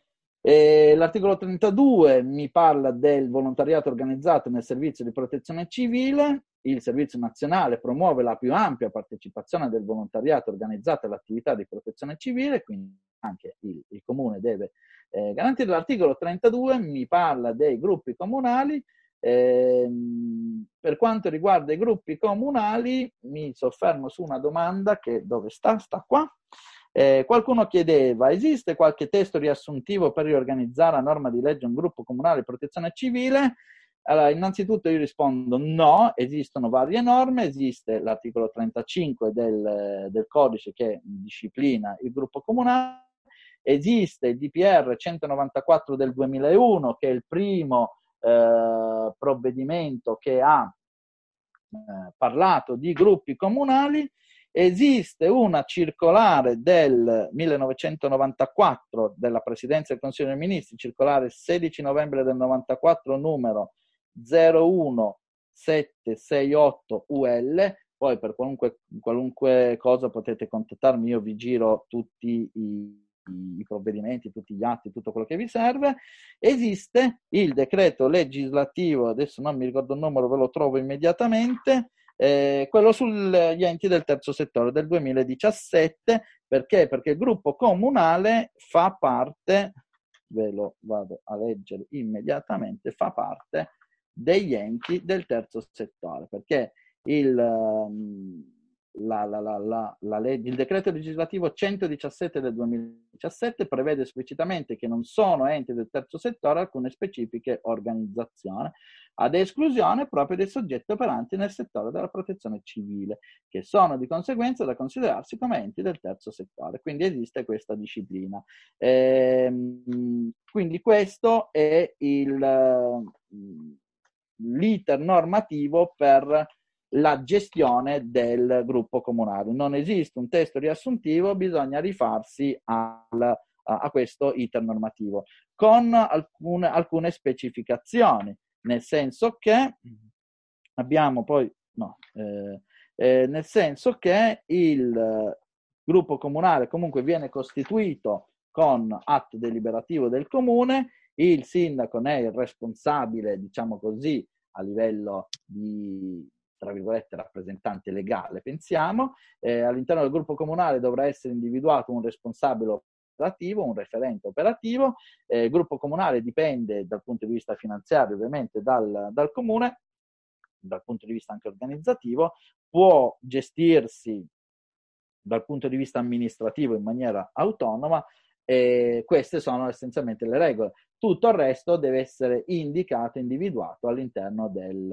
E l'articolo trentadue mi parla del volontariato organizzato nel servizio di protezione civile. Il Servizio Nazionale promuove la più ampia partecipazione del volontariato organizzato all'attività di protezione civile, quindi anche il, il comune deve eh, garantire. L'articolo trentadue mi parla dei gruppi comunali. Eh, per quanto riguarda i gruppi comunali, mi soffermo su una domanda che dove sta? Sta qua. Eh, qualcuno chiedeva: esiste qualche testo riassuntivo per riorganizzare a norma di legge un gruppo comunale di protezione civile? Allora, innanzitutto io rispondo no, esistono varie norme, esiste l'articolo trentacinque del, del codice che disciplina il gruppo comunale, Esiste il D P R centonovantaquattro del duemilauno, che è il primo eh, provvedimento che ha eh, parlato di gruppi comunali. Esiste una circolare del millenovecentonovantaquattro della Presidenza del Consiglio dei Ministri, circolare sedici novembre del novantaquattro, numero zero uno sette sei otto U L. Poi per qualunque, qualunque cosa potete contattarmi, io vi giro tutti i, i provvedimenti, tutti gli atti, tutto quello che vi serve. Esiste il decreto legislativo, adesso non mi ricordo il numero, ve lo trovo immediatamente, eh, quello sugli enti del terzo settore del duemiladiciassette. Perché? Perché il gruppo comunale fa parte, ve lo vado a leggere immediatamente, fa parte degli enti del terzo settore, perché il, la, la, la, la, la legge, il decreto legislativo centodiciassette del duemiladiciassette prevede esplicitamente che non sono enti del terzo settore alcune specifiche organizzazioni, ad esclusione proprio dei soggetti operanti nel settore della protezione civile, che sono di conseguenza da considerarsi come enti del terzo settore. Quindi esiste questa disciplina. Ehm, quindi questo è il l'iter normativo per la gestione del gruppo comunale. Non esiste un testo riassuntivo, bisogna rifarsi al, a questo iter normativo con alcune, alcune specificazioni, nel senso che abbiamo poi no, eh, eh, nel senso che il gruppo comunale comunque viene costituito con atto deliberativo del comune, il sindaco ne è il responsabile, diciamo così, a livello di, tra virgolette, rappresentante legale, pensiamo. Eh, all'interno del gruppo comunale dovrà essere individuato un responsabile operativo, un referente operativo. Eh, il gruppo comunale dipende dal punto di vista finanziario, ovviamente, dal, dal comune, dal punto di vista anche organizzativo, può gestirsi dal punto di vista amministrativo in maniera autonoma. E queste sono essenzialmente le regole. Tutto il resto deve essere indicato, individuato all'interno del,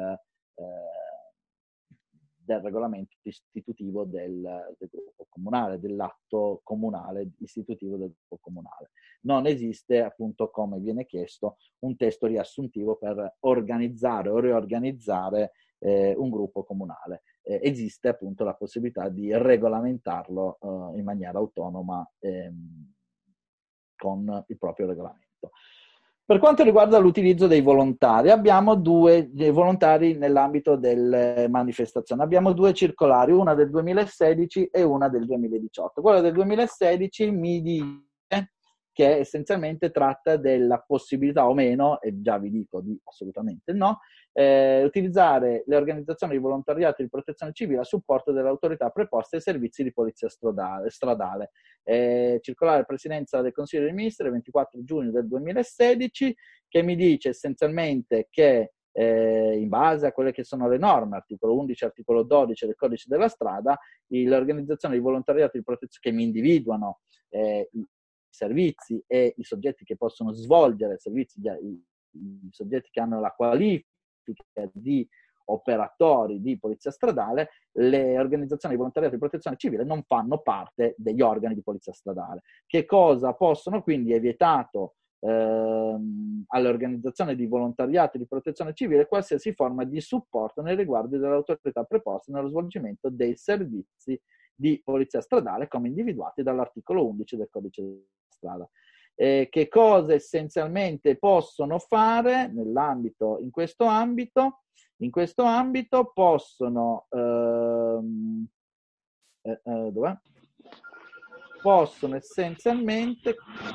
eh, del regolamento istitutivo del, del gruppo comunale, dell'atto comunale istitutivo del gruppo comunale. Non esiste, appunto, come viene chiesto, un testo riassuntivo per organizzare o riorganizzare eh, un gruppo comunale. Eh, esiste appunto la possibilità di regolamentarlo eh, in maniera autonoma ehm, con il proprio regolamento. Per quanto riguarda l'utilizzo dei volontari, abbiamo due dei volontari nell'ambito delle manifestazioni. Abbiamo due circolari, una del duemilasedici e una del duemiladiciotto. Quella del duemilasedici mi dice che essenzialmente tratta della possibilità o meno, e già vi dico di assolutamente no, eh, utilizzare le organizzazioni di volontariato di protezione civile a supporto delle autorità preposte ai servizi di polizia stradale. stradale. Eh, circolare Presidenza del Consiglio dei Ministri del ventiquattro giugno del duemilasedici, che mi dice essenzialmente che eh, in base a quelle che sono le norme, articolo undici, articolo dodici del Codice della Strada, le organizzazioni di volontariato di protezione che mi individuano eh, i servizi e i soggetti che possono svolgere servizi, i, i soggetti che hanno la qualifica di operatori di polizia stradale, le organizzazioni di volontariato di protezione civile non fanno parte degli organi di polizia stradale. Che cosa possono? Quindi è vietato ehm, alle organizzazioni di volontariato di protezione civile qualsiasi forma di supporto nei riguardi delle autorità preposte nello svolgimento dei servizi di polizia stradale come individuati dall'articolo undici del Codice della Strada. Eh, che cosa essenzialmente possono fare nell'ambito, in questo ambito? In questo ambito possono ehm, eh, eh, dov'è? possono essenzialmente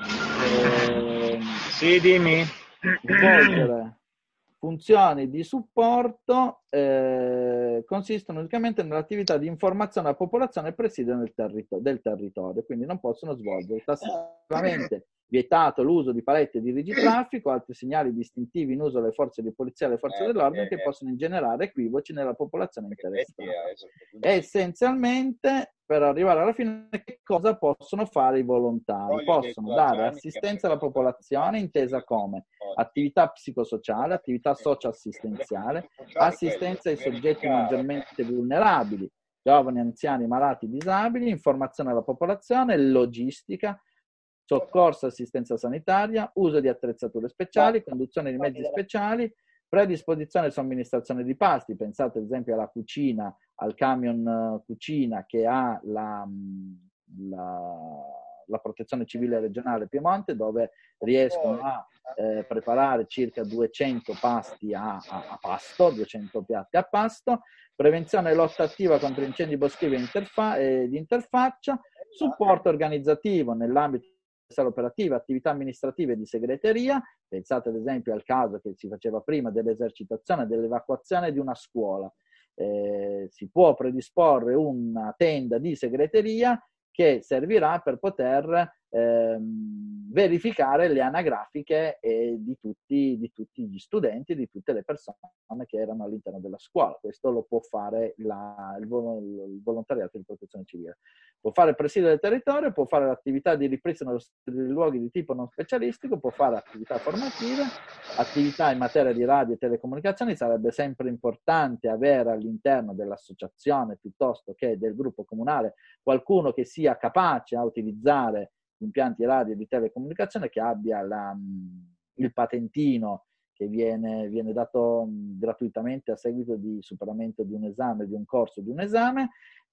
eh, sì, dimmi. svolgere funzioni di supporto, eh, consistono unicamente nell'attività di informazione alla popolazione e presidio del, territorio, del territorio, quindi non possono svolgere tassativamente vietato l'uso di palette di rigitraffico, altri segnali distintivi in uso alle forze di polizia e alle forze eh, dell'ordine perché, che possono ingenerare equivoci nella popolazione interessata. È, essenzialmente, per arrivare alla fine, che cosa possono fare i volontari? Possono dare assistenza alla popolazione intesa come attività psicosociale, attività socio-assistenziale, assistenza ai soggetti maggiormente vulnerabili, giovani, anziani, malati, disabili, informazione alla popolazione, logistica, soccorso, assistenza sanitaria, uso di attrezzature speciali, conduzione di mezzi speciali, predisposizione e somministrazione di pasti. Pensate ad esempio alla cucina, al camion cucina che ha la, la, la protezione civile regionale Piemonte, dove riescono a eh, preparare circa duecento pasti a, a, a pasto, duecento piatti a pasto, prevenzione e lotta attiva contro incendi boschivi interfa- e di interfaccia, supporto organizzativo nell'ambito della operativa, attività amministrative e di segreteria. Pensate ad esempio al caso che si faceva prima dell'esercitazione, dell'evacuazione di una scuola. Eh, si può predisporre una tenda di segreteria che servirà per poter ehm, verificare le anagrafiche eh, di, tutti, di tutti gli studenti, di tutte le persone che erano all'interno della scuola. Questo lo può fare la, il, il volontariato di protezione civile. Può fare il presidio del territorio, può fare l'attività di ripristino dei luoghi di tipo non specialistico, può fare attività formative, attività in materia di radio e telecomunicazioni. Sarebbe sempre importante avere all'interno dell'associazione piuttosto che del gruppo comunale qualcuno che sia capace a utilizzare impianti radio e di telecomunicazione, che abbia la, il patentino che viene, viene dato gratuitamente a seguito di superamento di un esame, di un corso, di un esame.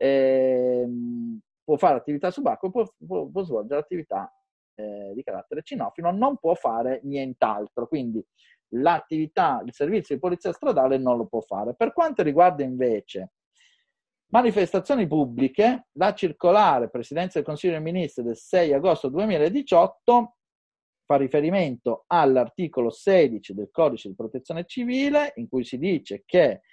E, può fare attività subacquea, può, può, può svolgere attività eh, di carattere cinofilo, non può fare nient'altro, quindi l'attività, il servizio di polizia stradale non lo può fare. Per quanto riguarda invece manifestazioni pubbliche, la circolare Presidenza del Consiglio dei Ministri del sei agosto duemiladiciotto fa riferimento all'articolo sedici del Codice di Protezione Civile, in cui si dice che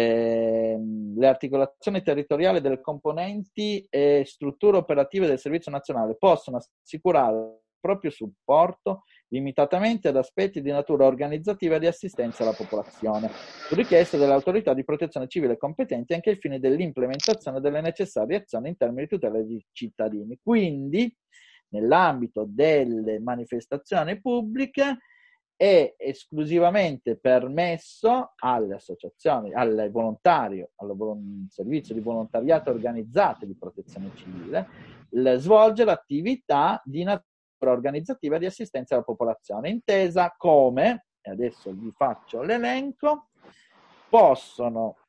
eh, le articolazioni territoriali delle componenti e strutture operative del Servizio Nazionale possono assicurare il proprio supporto limitatamente ad aspetti di natura organizzativa e di assistenza alla popolazione, su richiesta delle autorità di protezione civile competenti, anche ai fini dell'implementazione delle necessarie azioni in termini di tutela dei cittadini. Quindi, nell'ambito delle manifestazioni pubbliche, è esclusivamente permesso alle associazioni, al volontario, al volontari, servizio di volontariato organizzato di protezione civile, svolgere attività di natura organizzativa di assistenza alla popolazione, intesa come, e adesso vi faccio l'elenco, possono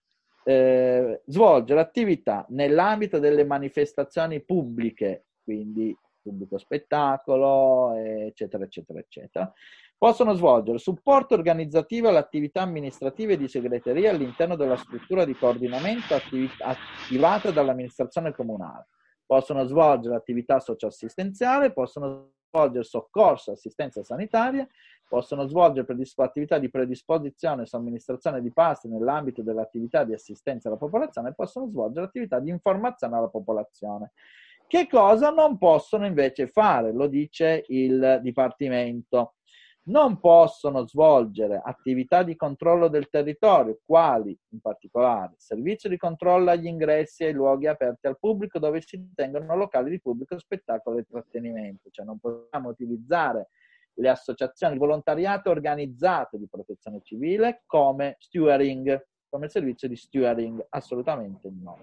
eh, svolgere attività nell'ambito delle manifestazioni pubbliche, quindi pubblico spettacolo, eccetera, eccetera, eccetera. Possono svolgere supporto organizzativo alle attività amministrative e di segreteria all'interno della struttura di coordinamento attiv- attivata dall'amministrazione comunale. Possono svolgere attività socioassistenziale, possono svolgere soccorso e assistenza sanitaria, possono svolgere predisp- attività di predisposizione e somministrazione di pasti nell'ambito dell'attività di assistenza alla popolazione, e possono svolgere attività di informazione alla popolazione. Che cosa non possono invece fare? Lo dice il Dipartimento. Non possono svolgere attività di controllo del territorio, quali in particolare servizio di controllo agli ingressi ai luoghi aperti al pubblico dove si tengono locali di pubblico spettacolo e intrattenimento. Cioè non possiamo utilizzare le associazioni di volontariato organizzate di protezione civile come stewarding, come servizio di stewarding, assolutamente no.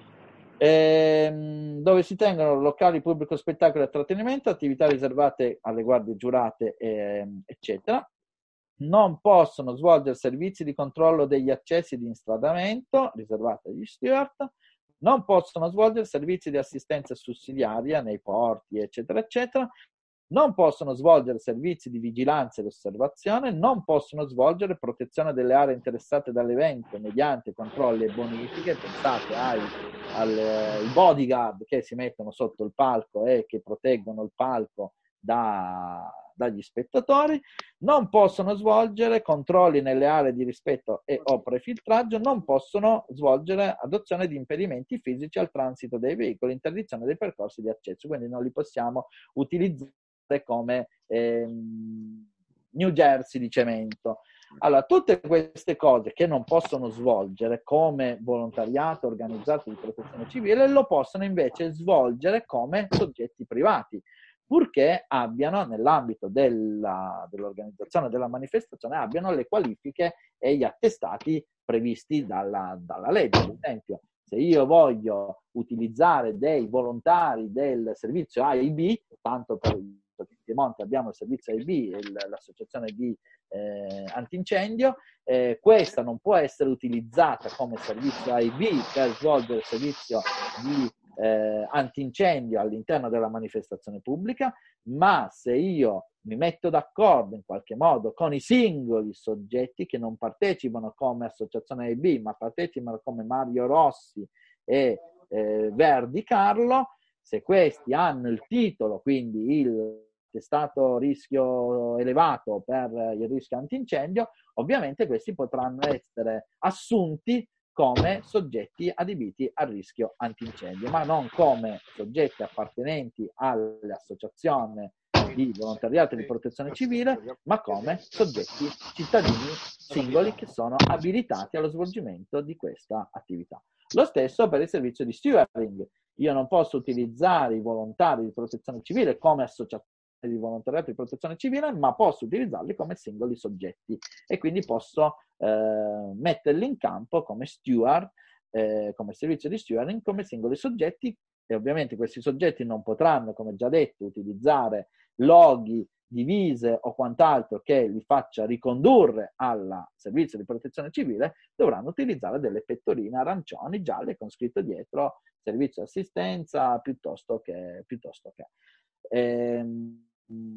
Ehm, dove si tengono locali pubblico spettacolo e intrattenimento, attività riservate alle guardie giurate, ehm, eccetera. Non possono svolgere servizi di controllo degli accessi di instradamento riservati agli steward. Non possono svolgere servizi di assistenza sussidiaria nei porti, eccetera, eccetera. Non possono svolgere servizi di vigilanza ed osservazione, non possono svolgere protezione delle aree interessate dall'evento mediante controlli e bonifiche. Pensate ai, ai bodyguard che si mettono sotto il palco e che proteggono il palco da, dagli spettatori. Non possono svolgere controlli nelle aree di rispetto e o prefiltraggio, non possono svolgere adozione di impedimenti fisici al transito dei veicoli, interdizione dei percorsi di accesso, quindi non li possiamo utilizzare come ehm, New Jersey di cemento. Allora, tutte queste cose che non possono svolgere come volontariato organizzato di protezione civile lo possono invece svolgere come soggetti privati, purché abbiano nell'ambito della, dell'organizzazione della manifestazione abbiano le qualifiche e gli attestati previsti dalla, dalla legge. Ad esempio, se io voglio utilizzare dei volontari del servizio A I B, tanto per in Piemonte abbiamo il servizio A I B, il, l'associazione di eh, antincendio, eh, questa non può essere utilizzata come servizio A I B per svolgere il servizio di eh, antincendio all'interno della manifestazione pubblica, ma se io mi metto d'accordo in qualche modo con i singoli soggetti che non partecipano come associazione A I B, ma partecipano come Mario Rossi e eh, Verdi Carlo, se questi hanno il titolo, quindi il attestato rischio elevato per il rischio antincendio, ovviamente questi potranno essere assunti come soggetti adibiti al rischio antincendio, ma non come soggetti appartenenti alle associazioni di volontariato e di protezione civile, ma come soggetti cittadini singoli che sono abilitati allo svolgimento di questa attività. Lo stesso per il servizio di stewarding. Io non posso utilizzare i volontari di protezione civile come associazioni di volontariato di protezione civile, ma posso utilizzarli come singoli soggetti e quindi posso eh, metterli in campo come steward, eh, come servizio di stewarding, come singoli soggetti, e ovviamente questi soggetti non potranno, come già detto, utilizzare loghi, divise o quant'altro che li faccia ricondurre al servizio di protezione civile, dovranno utilizzare delle pettorine arancioni, gialle, con scritto dietro servizio di assistenza, piuttosto che... Piuttosto che. Ehm,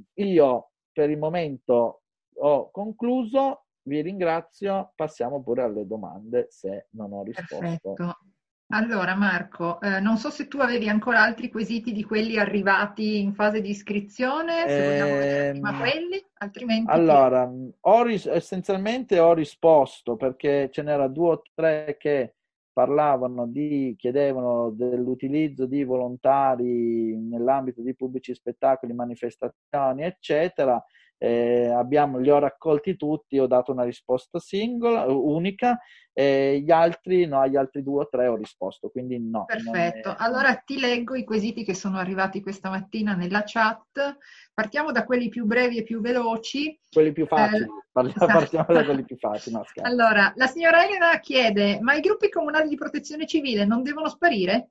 io per il momento ho concluso, vi ringrazio, passiamo pure alle domande se non ho risposto. Perfetto. Allora Marco, eh, non so se tu avevi ancora altri quesiti di quelli arrivati in fase di iscrizione, se vogliamo vedere prima Ehm, quelli, altrimenti... ti- Allora, ho ris- essenzialmente ho risposto perché ce n'era due o tre che parlavano di, chiedevano dell'utilizzo di volontari nell'ambito di pubblici spettacoli, manifestazioni, eccetera. Eh, abbiamo, li ho raccolti tutti, ho dato una risposta singola, unica, e gli altri, no, agli altri due o tre ho risposto, quindi no. Perfetto, Non è... allora ti leggo i quesiti che sono arrivati questa mattina nella chat. Partiamo da quelli più brevi e più veloci. Quelli più facili, Eh, parliamo, partiamo da quelli più facili, no, scherzo. Allora, la signora Elena chiede, ma i gruppi comunali di protezione civile non devono sparire?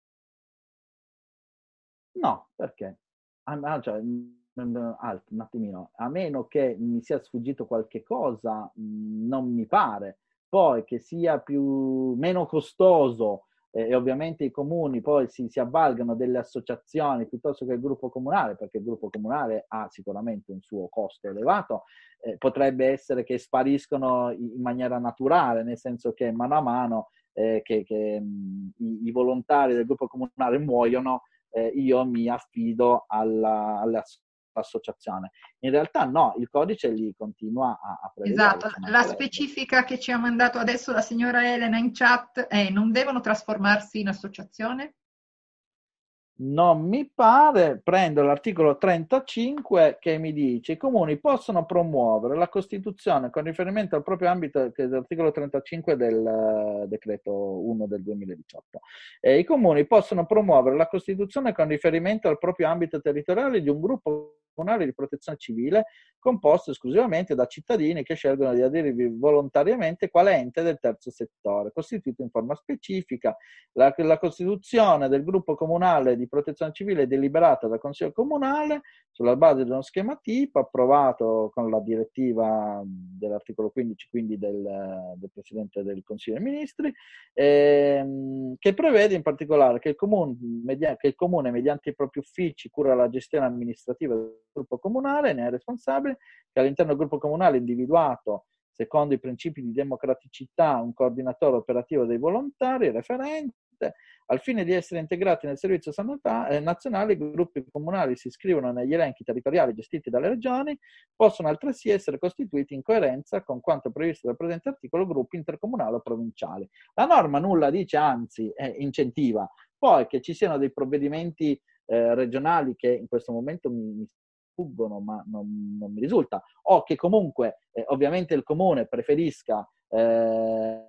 No, perché? Ah, ah, cioè, mm, alt, un attimino, a meno che mi sia sfuggito qualche cosa, mh, non mi pare. Poi che sia più, meno costoso eh, e ovviamente i comuni poi si, si avvalgano delle associazioni piuttosto che il gruppo comunale, perché il gruppo comunale ha sicuramente un suo costo elevato, eh, potrebbe essere che spariscono in maniera naturale, nel senso che mano a mano eh, che, che mh, i, i volontari del gruppo comunale muoiono, eh, io mi affido alla, all'associazione. In realtà no, il codice li continua a, a prevedere. Esatto, la specifica che ci ha mandato adesso la signora Elena in chat è non devono trasformarsi in associazione? Non mi pare, prendo l'articolo trentacinque che mi dice i comuni possono promuovere la Costituzione con riferimento al proprio ambito, che è l'articolo trentacinque del uh, decreto uno del duemiladiciotto. E i comuni possono promuovere la Costituzione con riferimento al proprio ambito territoriale di un gruppo comunale di protezione civile composto esclusivamente da cittadini che scelgono di aderirvi volontariamente quale ente del terzo settore, costituito in forma specifica. La, la Costituzione del gruppo comunale di protezione civile è deliberata dal Consiglio Comunale sulla base di uno schema tipo approvato con la direttiva dell'articolo quindici, quindi del, del Presidente del Consiglio dei Ministri, ehm, che prevede in particolare che il, comune, media, che il Comune, mediante i propri uffici, cura la gestione amministrativa del gruppo comunale, ne è responsabile, che all'interno del gruppo comunale individuato secondo i principi di democraticità, un coordinatore operativo dei volontari, referente. Al fine di essere integrati nel servizio sanità, eh, nazionale, i gruppi comunali si iscrivono negli elenchi territoriali gestiti dalle regioni, possono altresì essere costituiti in coerenza con quanto previsto dal presente articolo gruppi intercomunali o provinciali. La norma nulla dice, anzi eh, incentiva. Poi che ci siano dei provvedimenti eh, regionali che in questo momento mi, mi fuggono, ma non, non mi risulta, o che comunque eh, ovviamente il comune preferisca eh,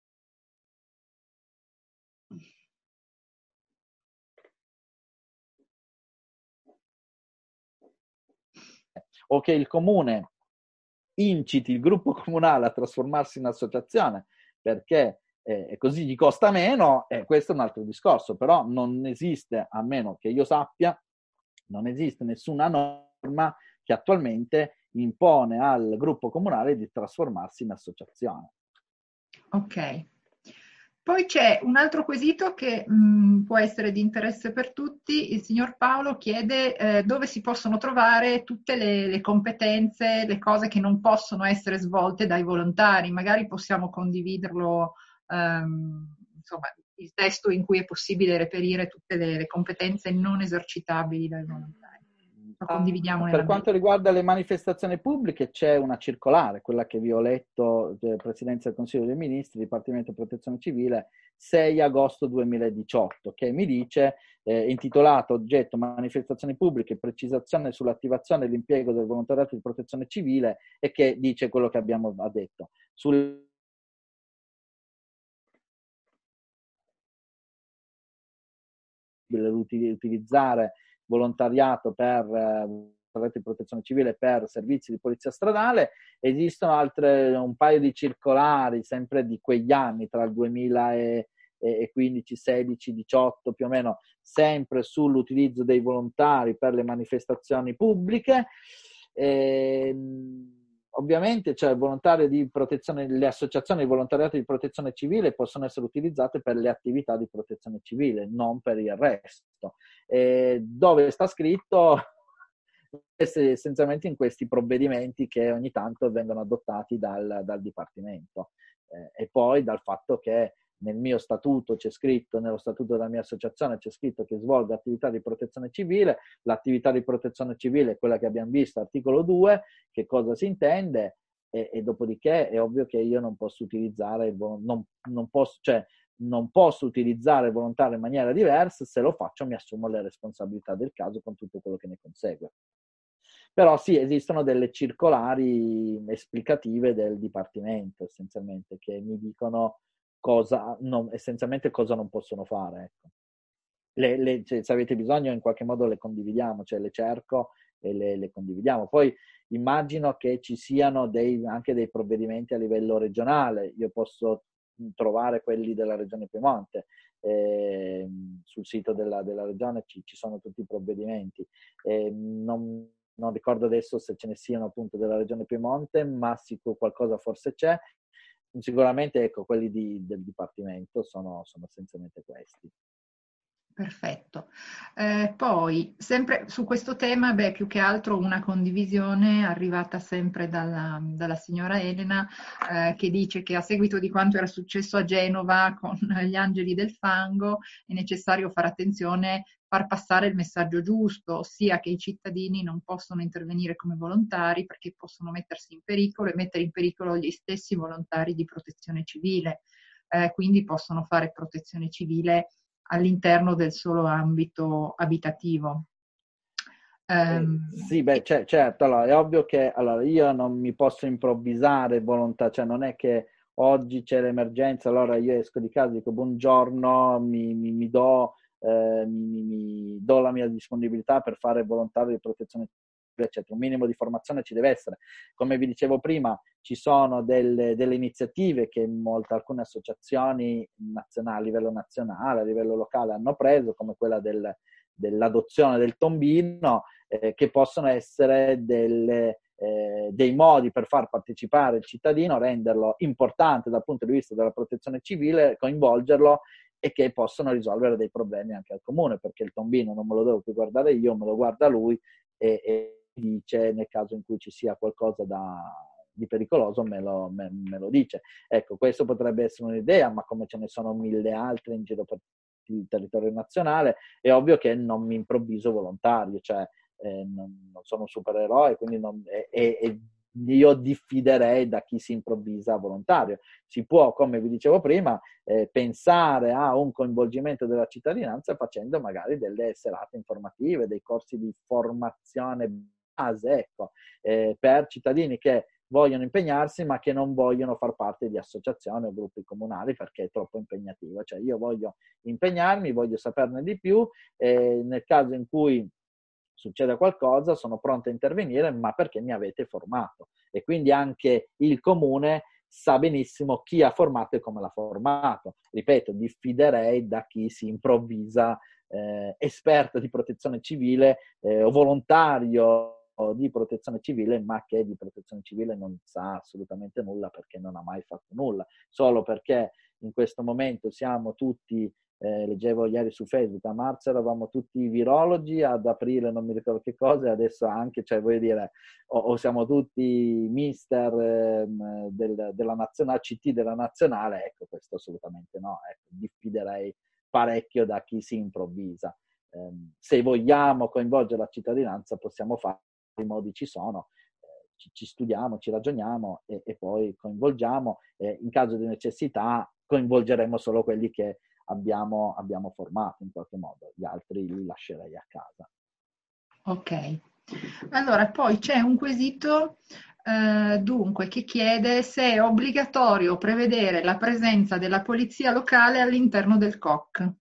o che il comune inciti il gruppo comunale a trasformarsi in associazione perché eh, così gli costa meno, eh, questo è un altro discorso, però non esiste, a meno che io sappia, Non esiste nessuna norma che attualmente impone al gruppo comunale di trasformarsi in associazione. Ok. Poi c'è un altro quesito che mh, può essere di interesse per tutti. Il signor Paolo chiede eh, dove si possono trovare tutte le, le competenze, le cose che non possono essere svolte dai volontari. Magari possiamo condividerlo, ehm, insomma, il testo in cui è possibile reperire tutte le, le competenze non esercitabili dai volontari. Lo condividiamo Per nella mail. quanto riguarda le manifestazioni pubbliche c'è una circolare, quella che vi ho letto, eh, Presidenza del Consiglio dei Ministri, Dipartimento di Protezione Civile, sei agosto duemiladiciotto, che mi dice, eh, intitolato oggetto manifestazioni pubbliche, precisazione sull'attivazione e l'impiego del volontariato di protezione civile, e che dice quello che abbiamo detto. Sul utilizzare volontariato per eh, di protezione civile per servizi di polizia stradale. Esistono altre un paio di circolari sempre di quegli anni, tra il duemilaquindici, sedici, diciotto più o meno, sempre sull'utilizzo dei volontari per le manifestazioni pubbliche. E, ovviamente, cioè, volontari di protezione, le associazioni di volontariato di protezione civile possono essere utilizzate per le attività di protezione civile, non per il resto. E dove sta scritto? Essenzialmente in questi provvedimenti che ogni tanto vengono adottati dal, dal Dipartimento, eh, e poi dal fatto che nel mio statuto c'è scritto, nello statuto della mia associazione c'è scritto che svolga attività di protezione civile. L'attività di protezione civile è quella che abbiamo visto, articolo due, che cosa si intende, e, e dopodiché è ovvio che io non posso utilizzare, non, non posso, cioè non posso utilizzare il volontario in maniera diversa. Se lo faccio mi assumo le responsabilità del caso con tutto quello che ne consegue. Però sì, esistono delle circolari esplicative del Dipartimento, essenzialmente, che mi dicono cosa non, essenzialmente cosa non possono fare. Ecco. Le, le, cioè, se avete bisogno, in qualche modo le condividiamo, cioè le cerco e le, le condividiamo. Poi immagino che ci siano dei, anche dei provvedimenti a livello regionale. Io posso trovare quelli della Regione Piemonte. Eh, sul sito della, della Regione ci, ci sono tutti i provvedimenti. Eh, non, non ricordo adesso se ce ne siano appunto della Regione Piemonte, ma sicuro qualcosa forse c'è. Sicuramente, ecco, quelli di, del Dipartimento sono, sono essenzialmente questi. Perfetto. Eh, poi, sempre su questo tema, beh, più che altro una condivisione arrivata sempre dalla, dalla signora Elena, eh, che dice che a seguito di quanto era successo a Genova con gli angeli del fango è necessario fare attenzione, far passare il messaggio giusto, ossia che i cittadini non possono intervenire come volontari perché possono mettersi in pericolo e mettere in pericolo gli stessi volontari di protezione civile. Eh, quindi possono fare protezione civile all'interno del solo ambito abitativo. Um, eh, sì, beh, c- certo, allora, è ovvio che allora, io non mi posso improvvisare volontà, cioè non è che oggi c'è l'emergenza, allora io esco di casa e dico buongiorno, mi, mi, mi, do, eh, mi, mi do la mia disponibilità per fare volontario di protezione civile, eccetera. Un minimo di formazione ci deve essere. Come vi dicevo prima, ci sono delle, delle iniziative che molte, alcune associazioni nazionali, a livello nazionale, a livello locale hanno preso, come quella del, dell'adozione del tombino, eh, che possono essere delle, eh, dei modi per far partecipare il cittadino, renderlo importante dal punto di vista della protezione civile, coinvolgerlo, e che possono risolvere dei problemi anche al comune, perché il tombino non me lo devo più guardare io, me lo guarda lui e, e dice nel caso in cui ci sia qualcosa da, di pericoloso me lo, me, me lo dice. Ecco, questo potrebbe essere un'idea, ma come ce ne sono mille altre in giro per il territorio nazionale, è ovvio che non mi improvviso volontario, cioè eh, non, non sono un supereroe, quindi non, e, e io diffiderei da chi si improvvisa volontario. Si può, come vi dicevo prima, eh, pensare a un coinvolgimento della cittadinanza facendo magari delle serate informative, dei corsi di formazione base, ecco, eh, per cittadini che vogliono impegnarsi ma che non vogliono far parte di associazioni o gruppi comunali perché è troppo impegnativo. Cioè io voglio impegnarmi, voglio saperne di più, e nel caso in cui succeda qualcosa sono pronto a intervenire, ma perché mi avete formato. E quindi anche il comune sa benissimo chi ha formato e come l'ha formato. Ripeto, diffiderei da chi si improvvisa eh, esperto di protezione civile eh, o volontario di protezione civile, ma che di protezione civile non sa assolutamente nulla perché non ha mai fatto nulla, solo perché in questo momento siamo tutti, eh, leggevo ieri su Facebook, a marzo eravamo tutti virologi, ad aprile non mi ricordo che cosa, e adesso anche, cioè voglio dire, o, o siamo tutti mister eh, del, della nazionale, C T della nazionale, ecco, questo assolutamente no, ecco, diffiderei parecchio da chi si improvvisa. Eh, se vogliamo coinvolgere la cittadinanza possiamo farlo, i modi ci sono, eh, ci, ci studiamo, ci ragioniamo e, e poi coinvolgiamo, e in caso di necessità coinvolgeremo solo quelli che abbiamo, abbiamo formato in qualche modo, gli altri li lascerei a casa. Ok, allora poi c'è un quesito eh, dunque che chiede se è obbligatorio prevedere la presenza della polizia locale all'interno del C O C.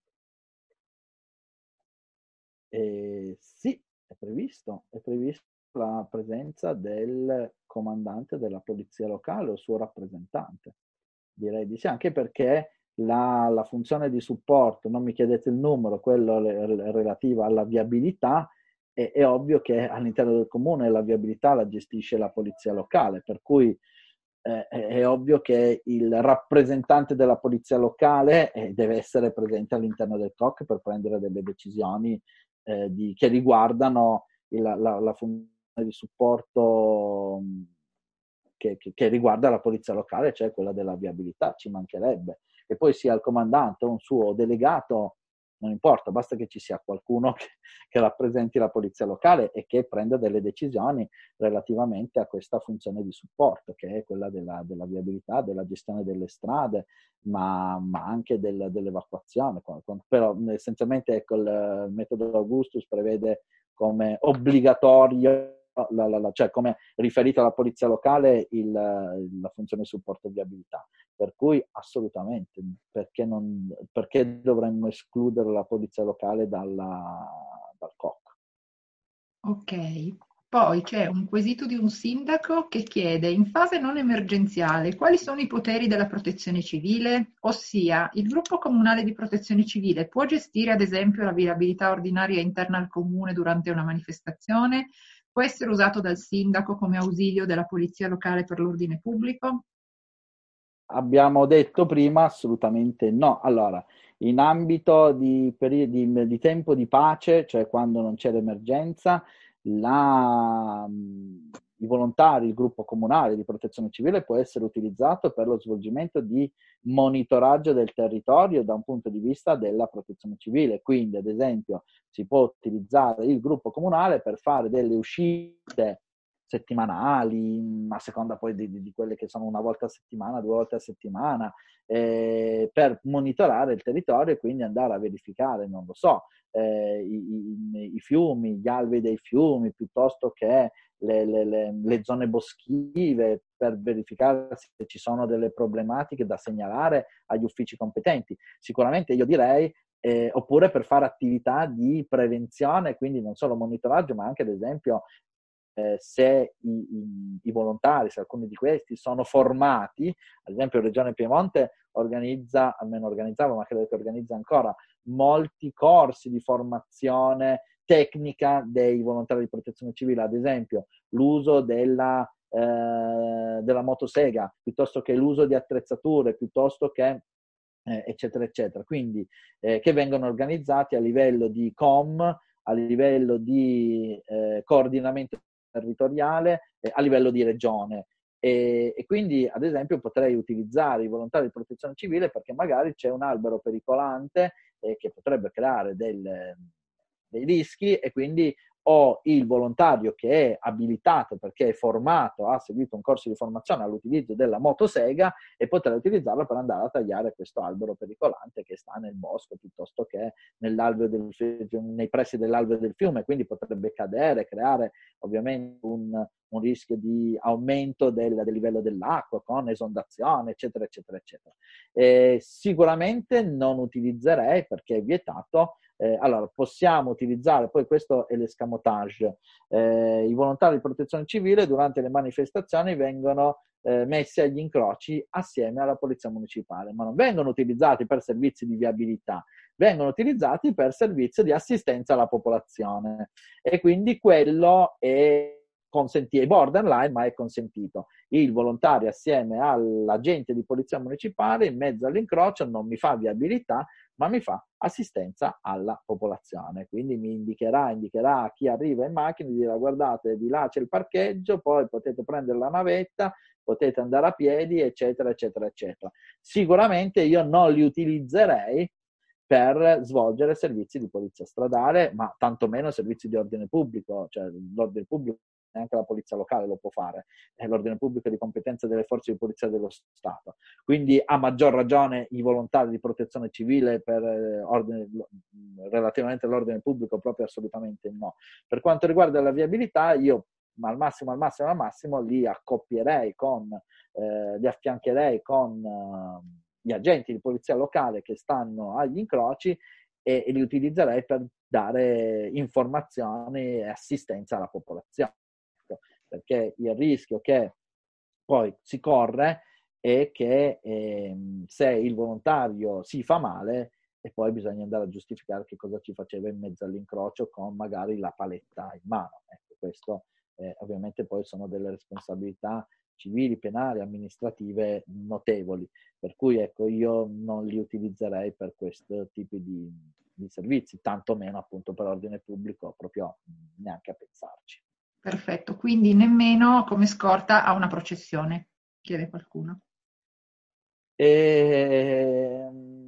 Eh, sì, è previsto, è previsto la presenza del comandante della polizia locale o suo rappresentante. Direi di sì, anche perché la, la funzione di supporto, non mi chiedete il numero, quello le, relativo alla viabilità, è, è ovvio che all'interno del comune la viabilità la gestisce la polizia locale, per cui eh, è, è ovvio che il rappresentante della polizia locale eh, deve essere presente all'interno del C O C per prendere delle decisioni eh, di, che riguardano il, la, la funzione di supporto che, che, che riguarda la polizia locale, cioè quella della viabilità, ci mancherebbe. Che poi sia il comandante o un suo delegato, non importa, basta che ci sia qualcuno che, che rappresenti la polizia locale e che prenda delle decisioni relativamente a questa funzione di supporto, che è quella della, della viabilità, della gestione delle strade, ma, ma anche del, dell'evacuazione. Però essenzialmente ecco, il metodo Augustus prevede come obbligatorio, la, la, la, cioè come riferito alla polizia locale, il, la funzione di supporto e viabilità. Per cui assolutamente, perché, non, perché dovremmo escludere la polizia locale dalla, dal C O C? Ok, poi c'è un quesito di un sindaco che chiede in fase non emergenziale quali sono i poteri della protezione civile, ossia il gruppo comunale di protezione civile può gestire ad esempio la viabilità ordinaria interna al comune durante una manifestazione, può essere usato dal sindaco come ausilio della polizia locale per l'ordine pubblico? Abbiamo detto prima assolutamente no. Allora, in ambito di, peri- di, di tempo di pace, cioè quando non c'è l'emergenza, la, i volontari, il gruppo comunale di protezione civile può essere utilizzato per lo svolgimento di monitoraggio del territorio da un punto di vista della protezione civile. Quindi, ad esempio, si può utilizzare il gruppo comunale per fare delle uscite settimanali, a seconda poi di, di, di quelle che sono una volta a settimana, due volte a settimana, eh, per monitorare il territorio e quindi andare a verificare, non lo so, eh, i, i, i fiumi, gli alvei dei fiumi, piuttosto che le, le, le, le zone boschive, per verificare se ci sono delle problematiche da segnalare agli uffici competenti. Sicuramente io direi Eh, oppure per fare attività di prevenzione, quindi non solo monitoraggio, ma anche ad esempio eh, se i, i, i volontari, se alcuni di questi sono formati, ad esempio Regione Piemonte organizza, almeno organizzava, ma credo che organizza ancora, molti corsi di formazione tecnica dei volontari di protezione civile, ad esempio l'uso della, eh, della motosega, piuttosto che l'uso di attrezzature, piuttosto che Eh, eccetera, eccetera. Quindi eh, che vengono organizzati a livello di C O M, a livello di eh, coordinamento territoriale, eh, a livello di regione. E, e quindi, ad esempio, potrei utilizzare i volontari di protezione civile perché magari c'è un albero pericolante eh, che potrebbe creare del, dei rischi e quindi o il volontario che è abilitato perché è formato, ha seguito un corso di formazione all'utilizzo della motosega e potrà utilizzarla per andare a tagliare questo albero pericolante che sta nel bosco piuttosto che nell'alveo del, nei pressi dell'alveo del fiume, quindi potrebbe cadere, creare ovviamente un, un rischio di aumento del, del livello dell'acqua con esondazione, eccetera, eccetera, eccetera. E sicuramente non utilizzerei, perché è vietato. Eh, allora, possiamo utilizzare, poi questo è l'escamotage, eh, i volontari di protezione civile durante le manifestazioni vengono eh, messi agli incroci assieme alla polizia municipale, ma non vengono utilizzati per servizi di viabilità, vengono utilizzati per servizio di assistenza alla popolazione e quindi quello è consentito, è borderline ma è consentito. Il volontario assieme all'agente di polizia municipale in mezzo all'incrocio non mi fa viabilità ma mi fa assistenza alla popolazione, quindi mi indicherà, indicherà a chi arriva in macchina, dirà guardate di là c'è il parcheggio, poi potete prendere la navetta, potete andare a piedi, eccetera, eccetera, eccetera. Sicuramente io non li utilizzerei per svolgere servizi di polizia stradale, ma tantomeno servizi di ordine pubblico, cioè l'ordine pubblico neanche la polizia locale lo può fare, è l'ordine pubblico di competenza delle forze di polizia dello Stato. Quindi a maggior ragione i volontari di protezione civile per eh, ordine, relativamente all'ordine pubblico proprio assolutamente no. Per quanto riguarda la viabilità, io al massimo, al massimo, al massimo li accoppierei con, eh, li affiancherei con eh, gli agenti di polizia locale che stanno agli incroci e, e li utilizzerei per dare informazioni e assistenza alla popolazione. Perché il rischio che poi si corre è che eh, se il volontario si fa male e poi bisogna andare a giustificare che cosa ci faceva in mezzo all'incrocio con magari la paletta in mano. Ecco, questo eh, ovviamente poi sono delle responsabilità civili, penali, amministrative notevoli, per cui ecco io non li utilizzerei per questo tipo di, di servizi, tantomeno appunto per ordine pubblico, proprio neanche a pensarci. Perfetto, quindi nemmeno come scorta a una processione, chiede qualcuno. E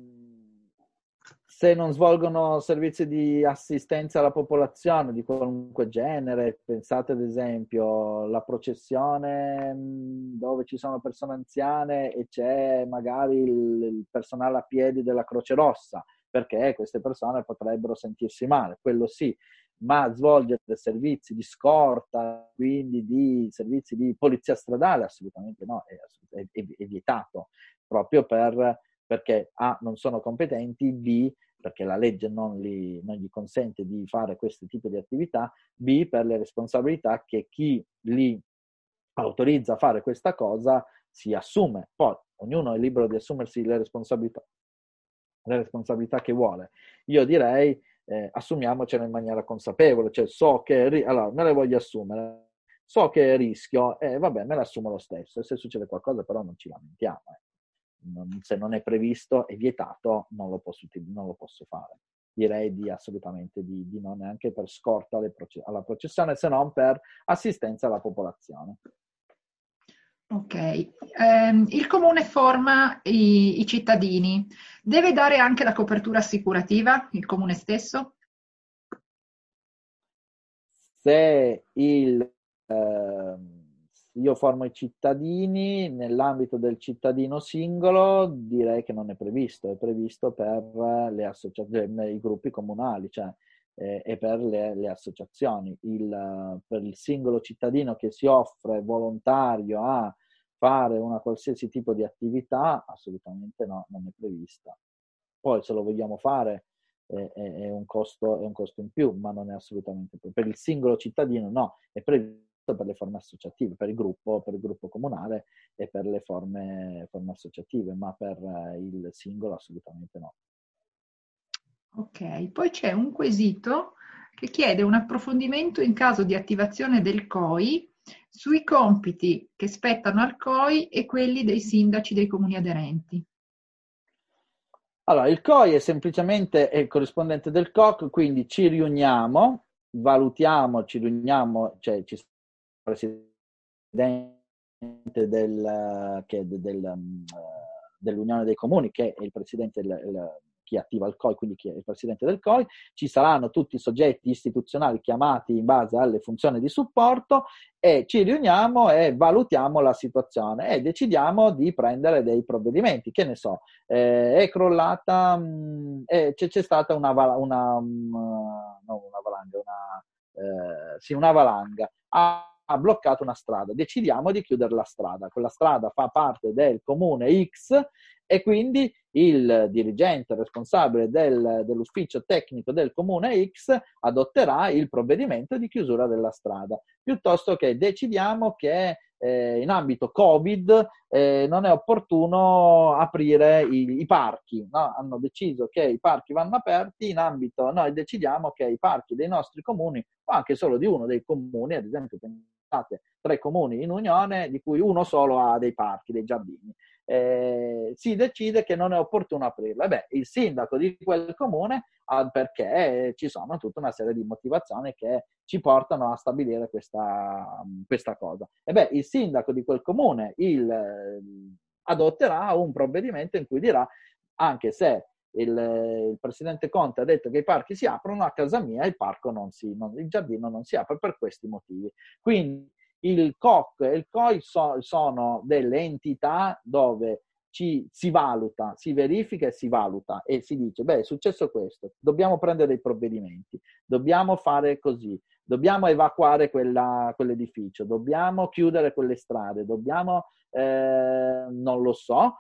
se non svolgono servizi di assistenza alla popolazione di qualunque genere, pensate ad esempio alla processione dove ci sono persone anziane e c'è magari il, il personale a piedi della Croce Rossa, perché queste persone potrebbero sentirsi male, quello sì, ma svolgere servizi di scorta, quindi di servizi di polizia stradale, assolutamente no, è, è, è vietato, proprio per, perché A, non sono competenti, B, perché la legge non, li, non gli consente di fare questo tipo di attività, B, per le responsabilità che chi li autorizza a fare questa cosa si assume. Poi ognuno è libero di assumersi le responsabilità, le responsabilità che vuole. Io direi eh, assumiamocene in maniera consapevole, cioè so che, allora me le voglio assumere, so che rischio e eh, vabbè me le assumo lo stesso e se succede qualcosa però non ci lamentiamo. Eh. Non, se non è previsto, è vietato, non lo posso, non lo posso fare. Direi di assolutamente di, di non neanche per scorta alle proce- alla processione, se non per assistenza alla popolazione. Ok, ehm, il comune forma i, i cittadini, deve dare anche la copertura assicurativa, il comune stesso? Se il, eh, io formo i cittadini, nell'ambito del cittadino singolo direi che non è previsto, è previsto per le associazioni, i gruppi comunali, cioè eh, e per le, le associazioni. Il, per il singolo cittadino che si offre volontario a fare una qualsiasi tipo di attività, assolutamente no, non è prevista. Poi se lo vogliamo fare è, è, un costo, è un costo in più, ma non è assolutamente previsto. Per il singolo cittadino no, è previsto per le forme associative, per il gruppo, per il gruppo comunale e per le forme, forme associative, ma per il singolo assolutamente no. Ok, poi c'è un quesito che chiede un approfondimento in caso di attivazione del C O I sui compiti che spettano al C O I e quelli dei sindaci dei comuni aderenti. Allora, il C O I è semplicemente è il corrispondente del C O C, quindi ci riuniamo, valutiamo, ci riuniamo, cioè ci sta il presidente del, che, del, dell'Unione dei Comuni, che è il presidente del, il, chi attiva il C O I, quindi chi è il presidente del C O I, ci saranno tutti i soggetti istituzionali chiamati in base alle funzioni di supporto e ci riuniamo e valutiamo la situazione e decidiamo di prendere dei provvedimenti, che ne so, eh, è crollata, mh, eh, c'è, c'è stata una, una, um, no, una valanga, una, eh, sì, una valanga, ha, ha bloccato una strada, decidiamo di chiudere la strada, quella strada fa parte del comune X e quindi il dirigente responsabile del, dell'ufficio tecnico del comune X adotterà il provvedimento di chiusura della strada, piuttosto che decidiamo che eh, in ambito Covid eh, non è opportuno aprire i, i parchi, no? Hanno deciso che i parchi vanno aperti in ambito, noi decidiamo che i parchi dei nostri comuni, o anche solo di uno dei comuni, ad esempio pensate tre comuni in unione, di cui uno solo ha dei parchi, dei giardini, eh, si decide che non è opportuno aprirlo. E beh, il sindaco di quel comune, ah, perché ci sono tutta una serie di motivazioni che ci portano a stabilire questa, questa cosa. E beh, il sindaco di quel comune il, adotterà un provvedimento in cui dirà, anche se il, il presidente Conte ha detto che i parchi si aprono, a casa mia il parco non si, non, il giardino non si apre per questi motivi. Quindi il C O C e il C O I so, sono delle entità dove ci, si valuta, si verifica e si valuta e si dice, beh, è successo questo, dobbiamo prendere dei provvedimenti, dobbiamo fare così, dobbiamo evacuare quella, quell'edificio, dobbiamo chiudere quelle strade, dobbiamo, eh, non lo so,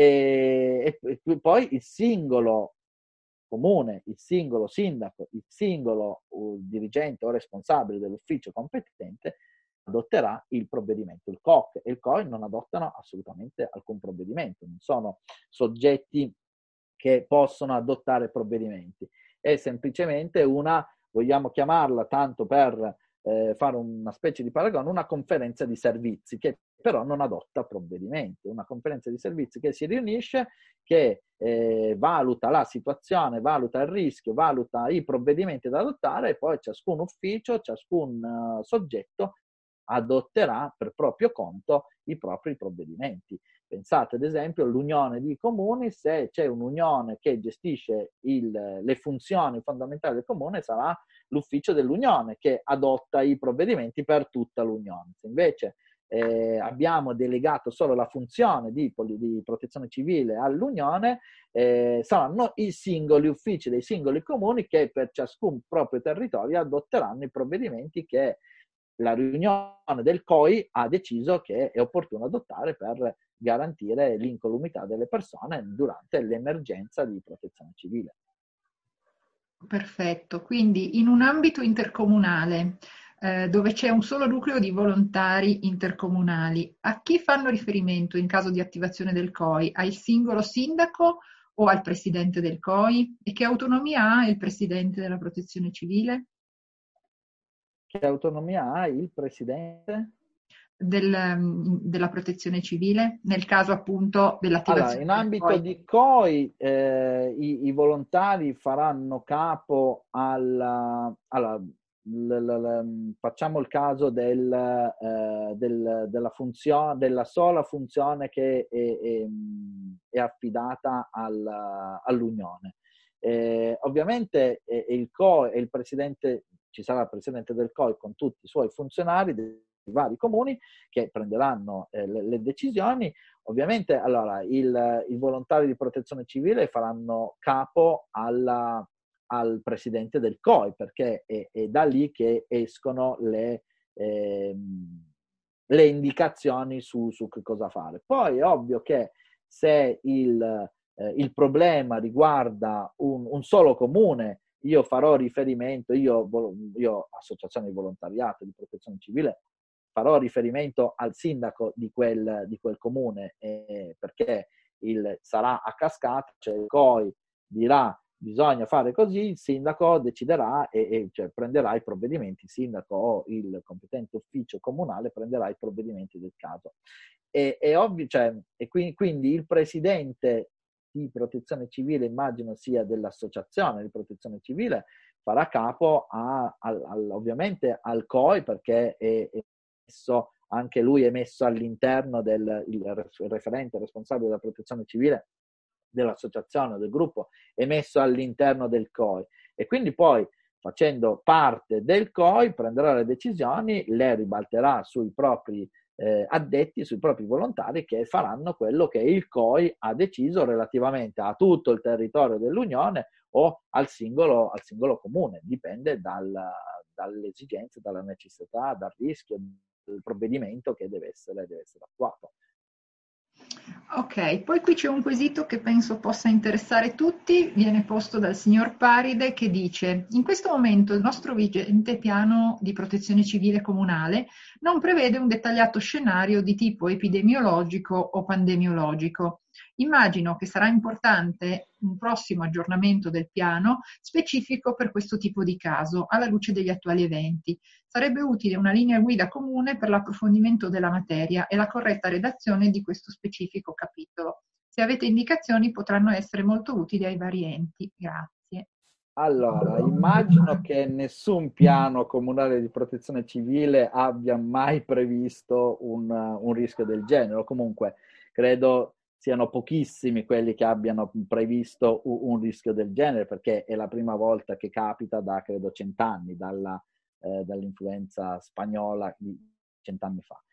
e, e poi il singolo comune, il singolo sindaco, il singolo uh, dirigente o responsabile dell'ufficio competente adotterà il provvedimento. Il C O C e il C O I non adottano assolutamente alcun provvedimento, non sono soggetti che possono adottare provvedimenti. È semplicemente una, vogliamo chiamarla tanto per eh, fare una specie di paragone, una conferenza di servizi che però non adotta provvedimenti, una conferenza di servizi che si riunisce, che eh, valuta la situazione, valuta il rischio, valuta i provvedimenti da adottare e poi ciascun ufficio, ciascun uh, soggetto adotterà per proprio conto i propri provvedimenti. Pensate ad esempio all'unione di comuni, se c'è un'unione che gestisce il, le funzioni fondamentali del comune sarà l'ufficio dell'unione che adotta i provvedimenti per tutta l'unione. Se invece eh, abbiamo delegato solo la funzione di, di protezione civile all'unione, eh, saranno i singoli uffici dei singoli comuni che per ciascun proprio territorio adotteranno i provvedimenti che la riunione del C O I ha deciso che è opportuno adottare per garantire l'incolumità delle persone durante l'emergenza di protezione civile. Perfetto, quindi in un ambito intercomunale eh, dove c'è un solo nucleo di volontari intercomunali, a chi fanno riferimento in caso di attivazione del C O I? Al singolo sindaco o al presidente del C O I? E che autonomia ha il presidente della protezione civile? Che autonomia ha il presidente? Del, della protezione civile nel caso appunto dell'attivazione allora, in ambito di C O I eh, i, i volontari faranno capo alla, alla l, l, l, facciamo il caso del, eh, del, della funzione, della sola funzione che è, è, è affidata al, all'unione. Eh, ovviamente eh, il C O I e il presidente, ci sarà il presidente del C O I con tutti i suoi funzionari dei vari comuni che prenderanno eh, le, le decisioni. Ovviamente allora il, il volontario di protezione civile faranno capo alla, al presidente del C O I perché è, è da lì che escono le, eh, le indicazioni su, su che cosa fare. Poi è ovvio che se il, eh, il problema riguarda un, un solo comune, io farò riferimento, io, io associazione di volontariato di protezione civile, farò riferimento al sindaco di quel, di quel comune eh, perché il, sarà a cascata, cioè il C O I dirà bisogna fare così, il sindaco deciderà e, e cioè, prenderà i provvedimenti, il sindaco o il competente ufficio comunale prenderà i provvedimenti del caso. E, è ovvio, cioè, e quindi, quindi il presidente di protezione civile, immagino sia dell'associazione di protezione civile, farà capo a, a, a, ovviamente al C O I perché è, è messo, anche lui è messo all'interno del il referente responsabile della protezione civile dell'associazione, del gruppo, è messo all'interno del C O I e quindi poi facendo parte del C O I prenderà le decisioni, le ribalterà sui propri eh, addetti, sui propri volontari che faranno quello che il C O I ha deciso relativamente a tutto il territorio dell'Unione o al singolo, al singolo comune, dipende dal, dalle esigenze, dalla necessità, dal rischio, del provvedimento che deve essere, deve essere attuato. Ok, poi qui c'è un quesito che penso possa interessare tutti, viene posto dal signor Paride che dice: in questo momento il nostro vigente piano di protezione civile comunale non prevede un dettagliato scenario di tipo epidemiologico o pandemiologico. Immagino che sarà importante un prossimo aggiornamento del piano specifico per questo tipo di caso, alla luce degli attuali eventi. Sarebbe utile una linea guida comune per l'approfondimento della materia e la corretta redazione di questo specifico capitolo. Se avete indicazioni potranno essere molto utili ai vari enti. Grazie. Allora, immagino che nessun piano comunale di protezione civile abbia mai previsto un, un rischio del genere, o comunque credo siano pochissimi quelli che abbiano previsto un, un rischio del genere, perché è la prima volta che capita da, credo, cent'anni, dalla, eh, dall'influenza spagnola di cent'anni fa.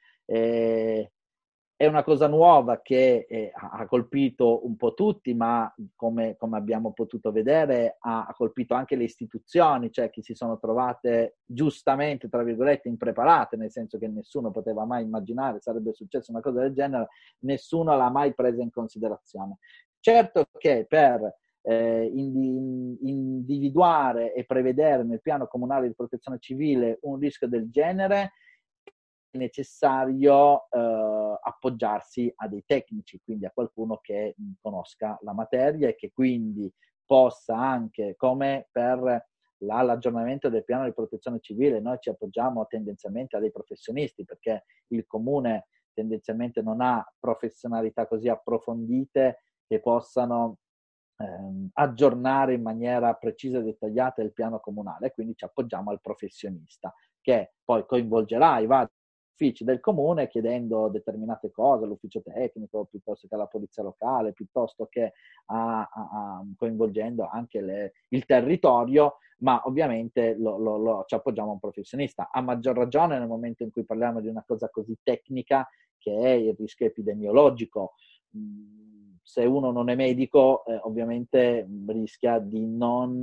E, è una cosa nuova che eh, ha colpito un po' tutti, ma come, come abbiamo potuto vedere ha, ha colpito anche le istituzioni, cioè che si sono trovate giustamente, tra virgolette, impreparate, nel senso che nessuno poteva mai immaginare sarebbe successa una cosa del genere, nessuno l'ha mai presa in considerazione. Certo che per eh, indi, individuare e prevedere nel piano comunale di protezione civile un rischio del genere è necessario eh, appoggiarsi a dei tecnici, quindi a qualcuno che mh, conosca la materia e che quindi possa anche, come per la, l'aggiornamento del piano di protezione civile, noi ci appoggiamo tendenzialmente a dei professionisti, perché il comune tendenzialmente non ha professionalità così approfondite che possano ehm, aggiornare in maniera precisa e dettagliata il piano comunale, quindi ci appoggiamo al professionista che poi coinvolgerà i vari uffici del comune chiedendo determinate cose all'ufficio tecnico piuttosto che alla polizia locale, piuttosto che a, a, a, coinvolgendo anche le, il territorio, ma ovviamente lo, lo, lo, ci appoggiamo a un professionista. A maggior ragione nel momento in cui parliamo di una cosa così tecnica che è il rischio epidemiologico. Se uno non è medico, eh, ovviamente rischia di non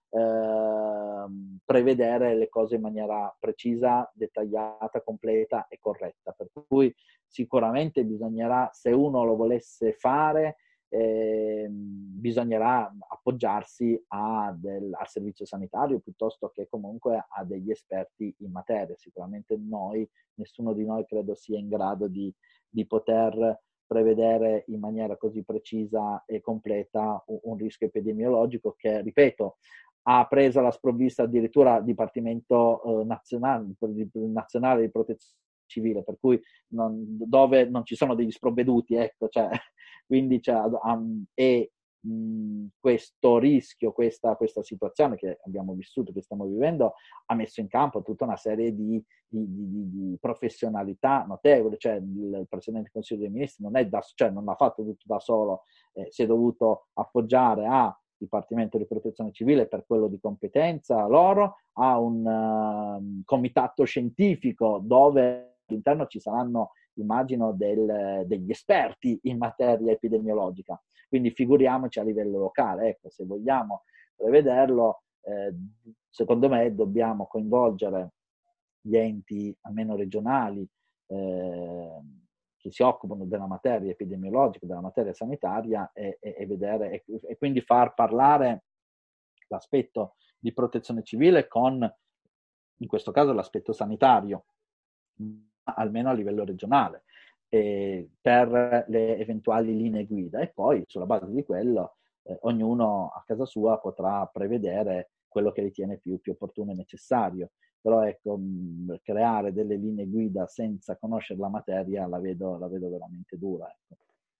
eh, prevedere le cose in maniera precisa, dettagliata, completa e corretta. Per cui sicuramente bisognerà, se uno lo volesse fare, eh, bisognerà appoggiarsi a del, al servizio sanitario piuttosto che comunque a degli esperti in materia. Sicuramente noi, nessuno di noi credo sia in grado di, di poter prevedere in maniera così precisa e completa un, un rischio epidemiologico che, ripeto, ha preso alla sprovvista addirittura il Dipartimento eh, nazionale, nazionale di protezione civile, per cui non, dove non ci sono degli sprovveduti, ecco, cioè, quindi cioè, um, e mh, questo rischio, questa, questa situazione che abbiamo vissuto, che stiamo vivendo, ha messo in campo tutta una serie di, di, di, di professionalità notevoli, cioè il Presidente del Consiglio dei Ministri non, è da, cioè, non l'ha fatto tutto da solo, eh, si è dovuto appoggiare a Dipartimento di Protezione Civile per quello di competenza loro, a un uh, comitato scientifico dove all'interno ci saranno, immagino, del, degli esperti in materia epidemiologica. Quindi figuriamoci a livello locale. Ecco, se vogliamo prevederlo, eh, secondo me dobbiamo coinvolgere gli enti, almeno regionali, eh, che si occupano della materia epidemiologica, della materia sanitaria e, e, e vedere e, e quindi far parlare l'aspetto di protezione civile con, in questo caso, l'aspetto sanitario, almeno a livello regionale, eh, per le eventuali linee guida e poi sulla base di quello eh, ognuno a casa sua potrà prevedere quello che ritiene più, più opportuno e necessario. Però ecco, mh, creare delle linee guida senza conoscere la materia la vedo, la vedo veramente dura. Ecco.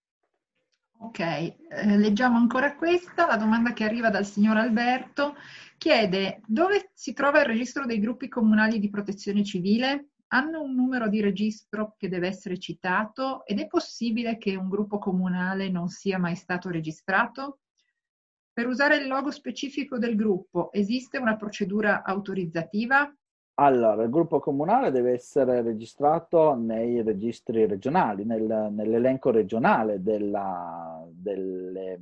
Ok, eh, leggiamo ancora questa, la domanda che arriva dal signor Alberto chiede: dove si trova il registro dei gruppi comunali di protezione civile? Hanno un numero di registro che deve essere citato ed è possibile che un gruppo comunale non sia mai stato registrato? Per usare il logo specifico del gruppo esiste una procedura autorizzativa? Allora, il gruppo comunale deve essere registrato nei registri regionali, nel, nell'elenco regionale della, delle,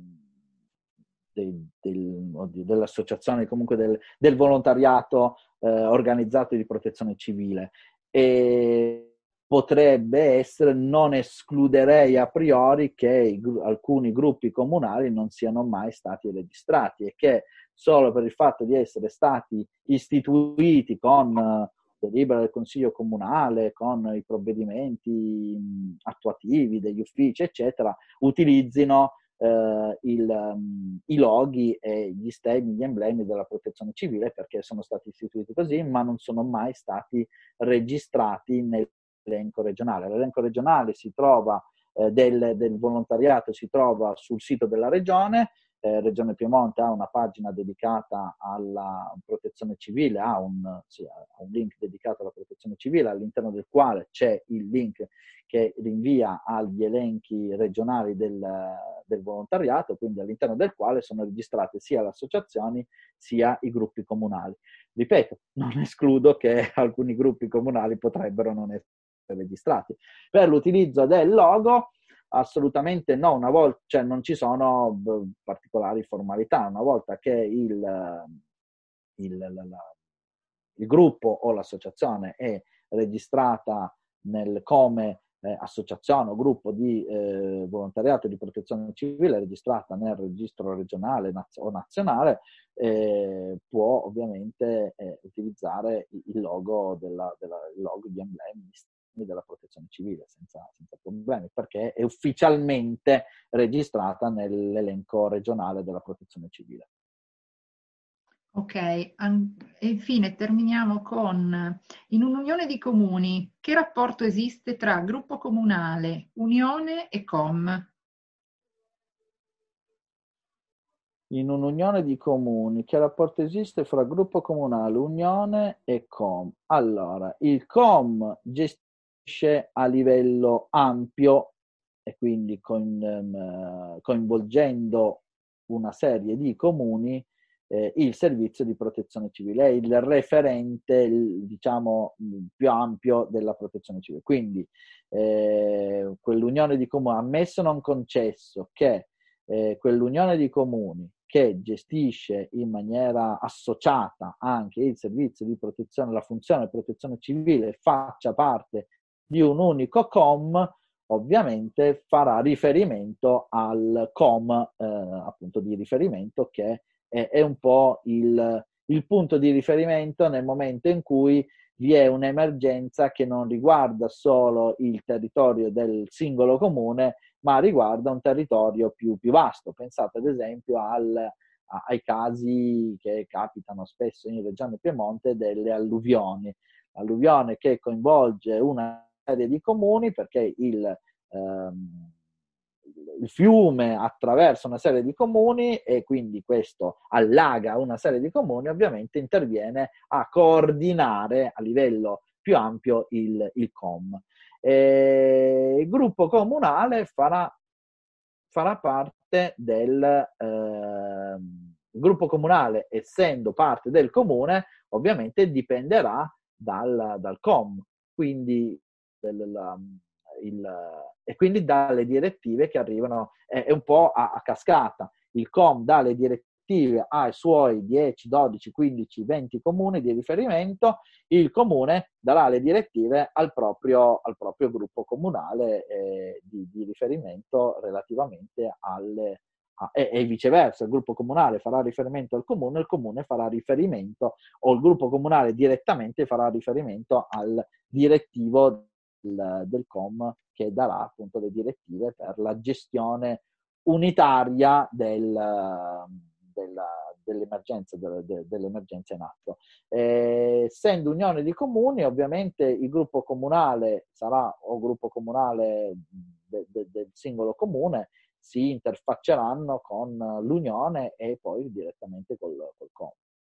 del, del, oddio, dell'associazione, comunque del, del volontariato eh, organizzato di protezione civile. E potrebbe essere, non escluderei a priori che i, alcuni gruppi comunali non siano mai stati registrati e che solo per il fatto di essere stati istituiti con uh, delibera del Consiglio Comunale, con i provvedimenti mh, attuativi degli uffici, eccetera, utilizzino Uh, il, um, i loghi e gli stemmi, gli emblemi della protezione civile, perché sono stati istituiti così, ma non sono mai stati registrati nell'elenco regionale. L'elenco regionale si trova, eh, del, del volontariato si trova sul sito della regione. Eh, Regione Piemonte ha una pagina dedicata alla protezione civile, ha un, sì, ha un link dedicato alla protezione civile, all'interno del quale c'è il link che rinvia agli elenchi regionali del, del volontariato, quindi all'interno del quale sono registrate sia le associazioni sia i gruppi comunali. Ripeto, non escludo che alcuni gruppi comunali potrebbero non essere registrati. Per l'utilizzo del logo, assolutamente no, una volta, cioè non ci sono b, particolari formalità, una volta che il, il, la, la, il gruppo o l'associazione è registrata nel, come eh, associazione o gruppo di eh, volontariato di protezione civile, registrata nel registro regionale naz- o nazionale, eh, può ovviamente eh, utilizzare il logo, della, della, il logo, gli emblemi della protezione civile senza, senza problemi, perché è ufficialmente registrata nell'elenco regionale della protezione civile. Ok, e infine terminiamo con, in un'unione di comuni, che rapporto esiste tra gruppo comunale, unione e com? In un'unione di comuni, che rapporto esiste fra gruppo comunale, unione e com? Allora, il com gestisce a livello ampio e quindi con, coinvolgendo una serie di comuni eh, il servizio di protezione civile, è il referente, il, diciamo, più ampio della protezione civile. Quindi eh, quell'unione di comuni, ammesso non concesso che eh, quell'unione di comuni che gestisce in maniera associata anche il servizio di protezione, la funzione di protezione civile, faccia parte di un unico com, ovviamente farà riferimento al com eh, appunto di riferimento, che è, è un po' il, il punto di riferimento nel momento in cui vi è un'emergenza che non riguarda solo il territorio del singolo comune, ma riguarda un territorio più, più vasto. Pensate ad esempio al, a, ai casi che capitano spesso in Regione Piemonte delle alluvioni. Alluvione che coinvolge una serie di comuni perché il, ehm, il fiume attraversa una serie di comuni e quindi questo allaga una serie di comuni, ovviamente interviene a coordinare a livello più ampio il, il com. E il gruppo comunale farà, farà parte del eh, il gruppo comunale, essendo parte del comune, ovviamente dipenderà dal, dal com, quindi del, la, il, e quindi dalle direttive che arrivano, è, è un po' a, a cascata. Il com dà le direttive ai suoi dieci, dodici, quindici, venti comuni di riferimento, il comune darà le direttive al proprio, al proprio gruppo comunale eh, di, di riferimento relativamente alle a, e, e viceversa, il gruppo comunale farà riferimento al comune, il comune farà riferimento, o il gruppo comunale direttamente farà riferimento al direttivo del, del com, che darà appunto le direttive per la gestione unitaria del, della, dell'emergenza, delle, dell'emergenza in atto. Eh, essendo unione di comuni, ovviamente il gruppo comunale sarà o gruppo comunale de, de, del singolo comune, si interfacceranno con l'unione e poi direttamente col, col com.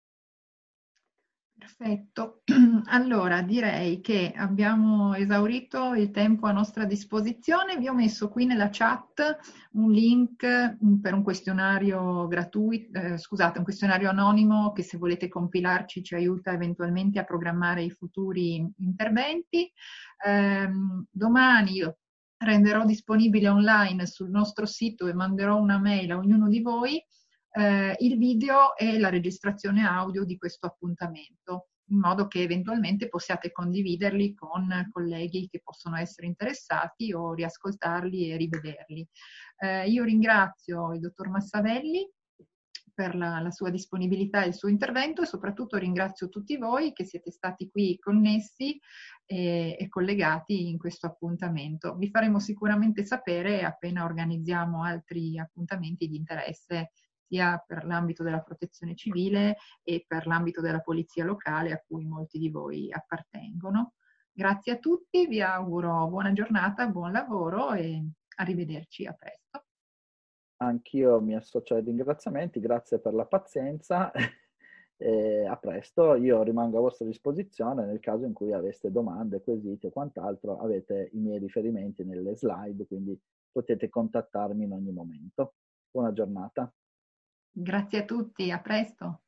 Perfetto, allora direi che abbiamo esaurito il tempo a nostra disposizione. Vi ho messo qui nella chat un link per un questionario gratuito, eh, scusate, un questionario anonimo che, se volete compilarci, ci aiuta eventualmente a programmare i futuri interventi. Eh, domani io renderò disponibile online sul nostro sito e manderò una mail a ognuno di voi Eh, il video e la registrazione audio di questo appuntamento. in modo che eventualmente possiate condividerli con colleghi che possono essere interessati o riascoltarli e rivederli. Eh, io ringrazio il dottor Massavelli per la, la sua disponibilità e il suo intervento, e soprattutto ringrazio tutti voi che siete stati qui connessi e, e collegati in questo appuntamento. Vi faremo sicuramente sapere appena organizziamo altri appuntamenti di interesse sia per l'ambito della protezione civile e per l'ambito della polizia locale a cui molti di voi appartengono. Grazie a tutti, vi auguro buona giornata, buon lavoro e arrivederci, a presto. Anch'io mi associo ai ringraziamenti, grazie per la pazienza e a presto. Io rimango a vostra disposizione nel caso in cui aveste domande, quesiti o quant'altro, avete i miei riferimenti nelle slide, quindi potete contattarmi in ogni momento. Buona giornata. Grazie a tutti, a presto.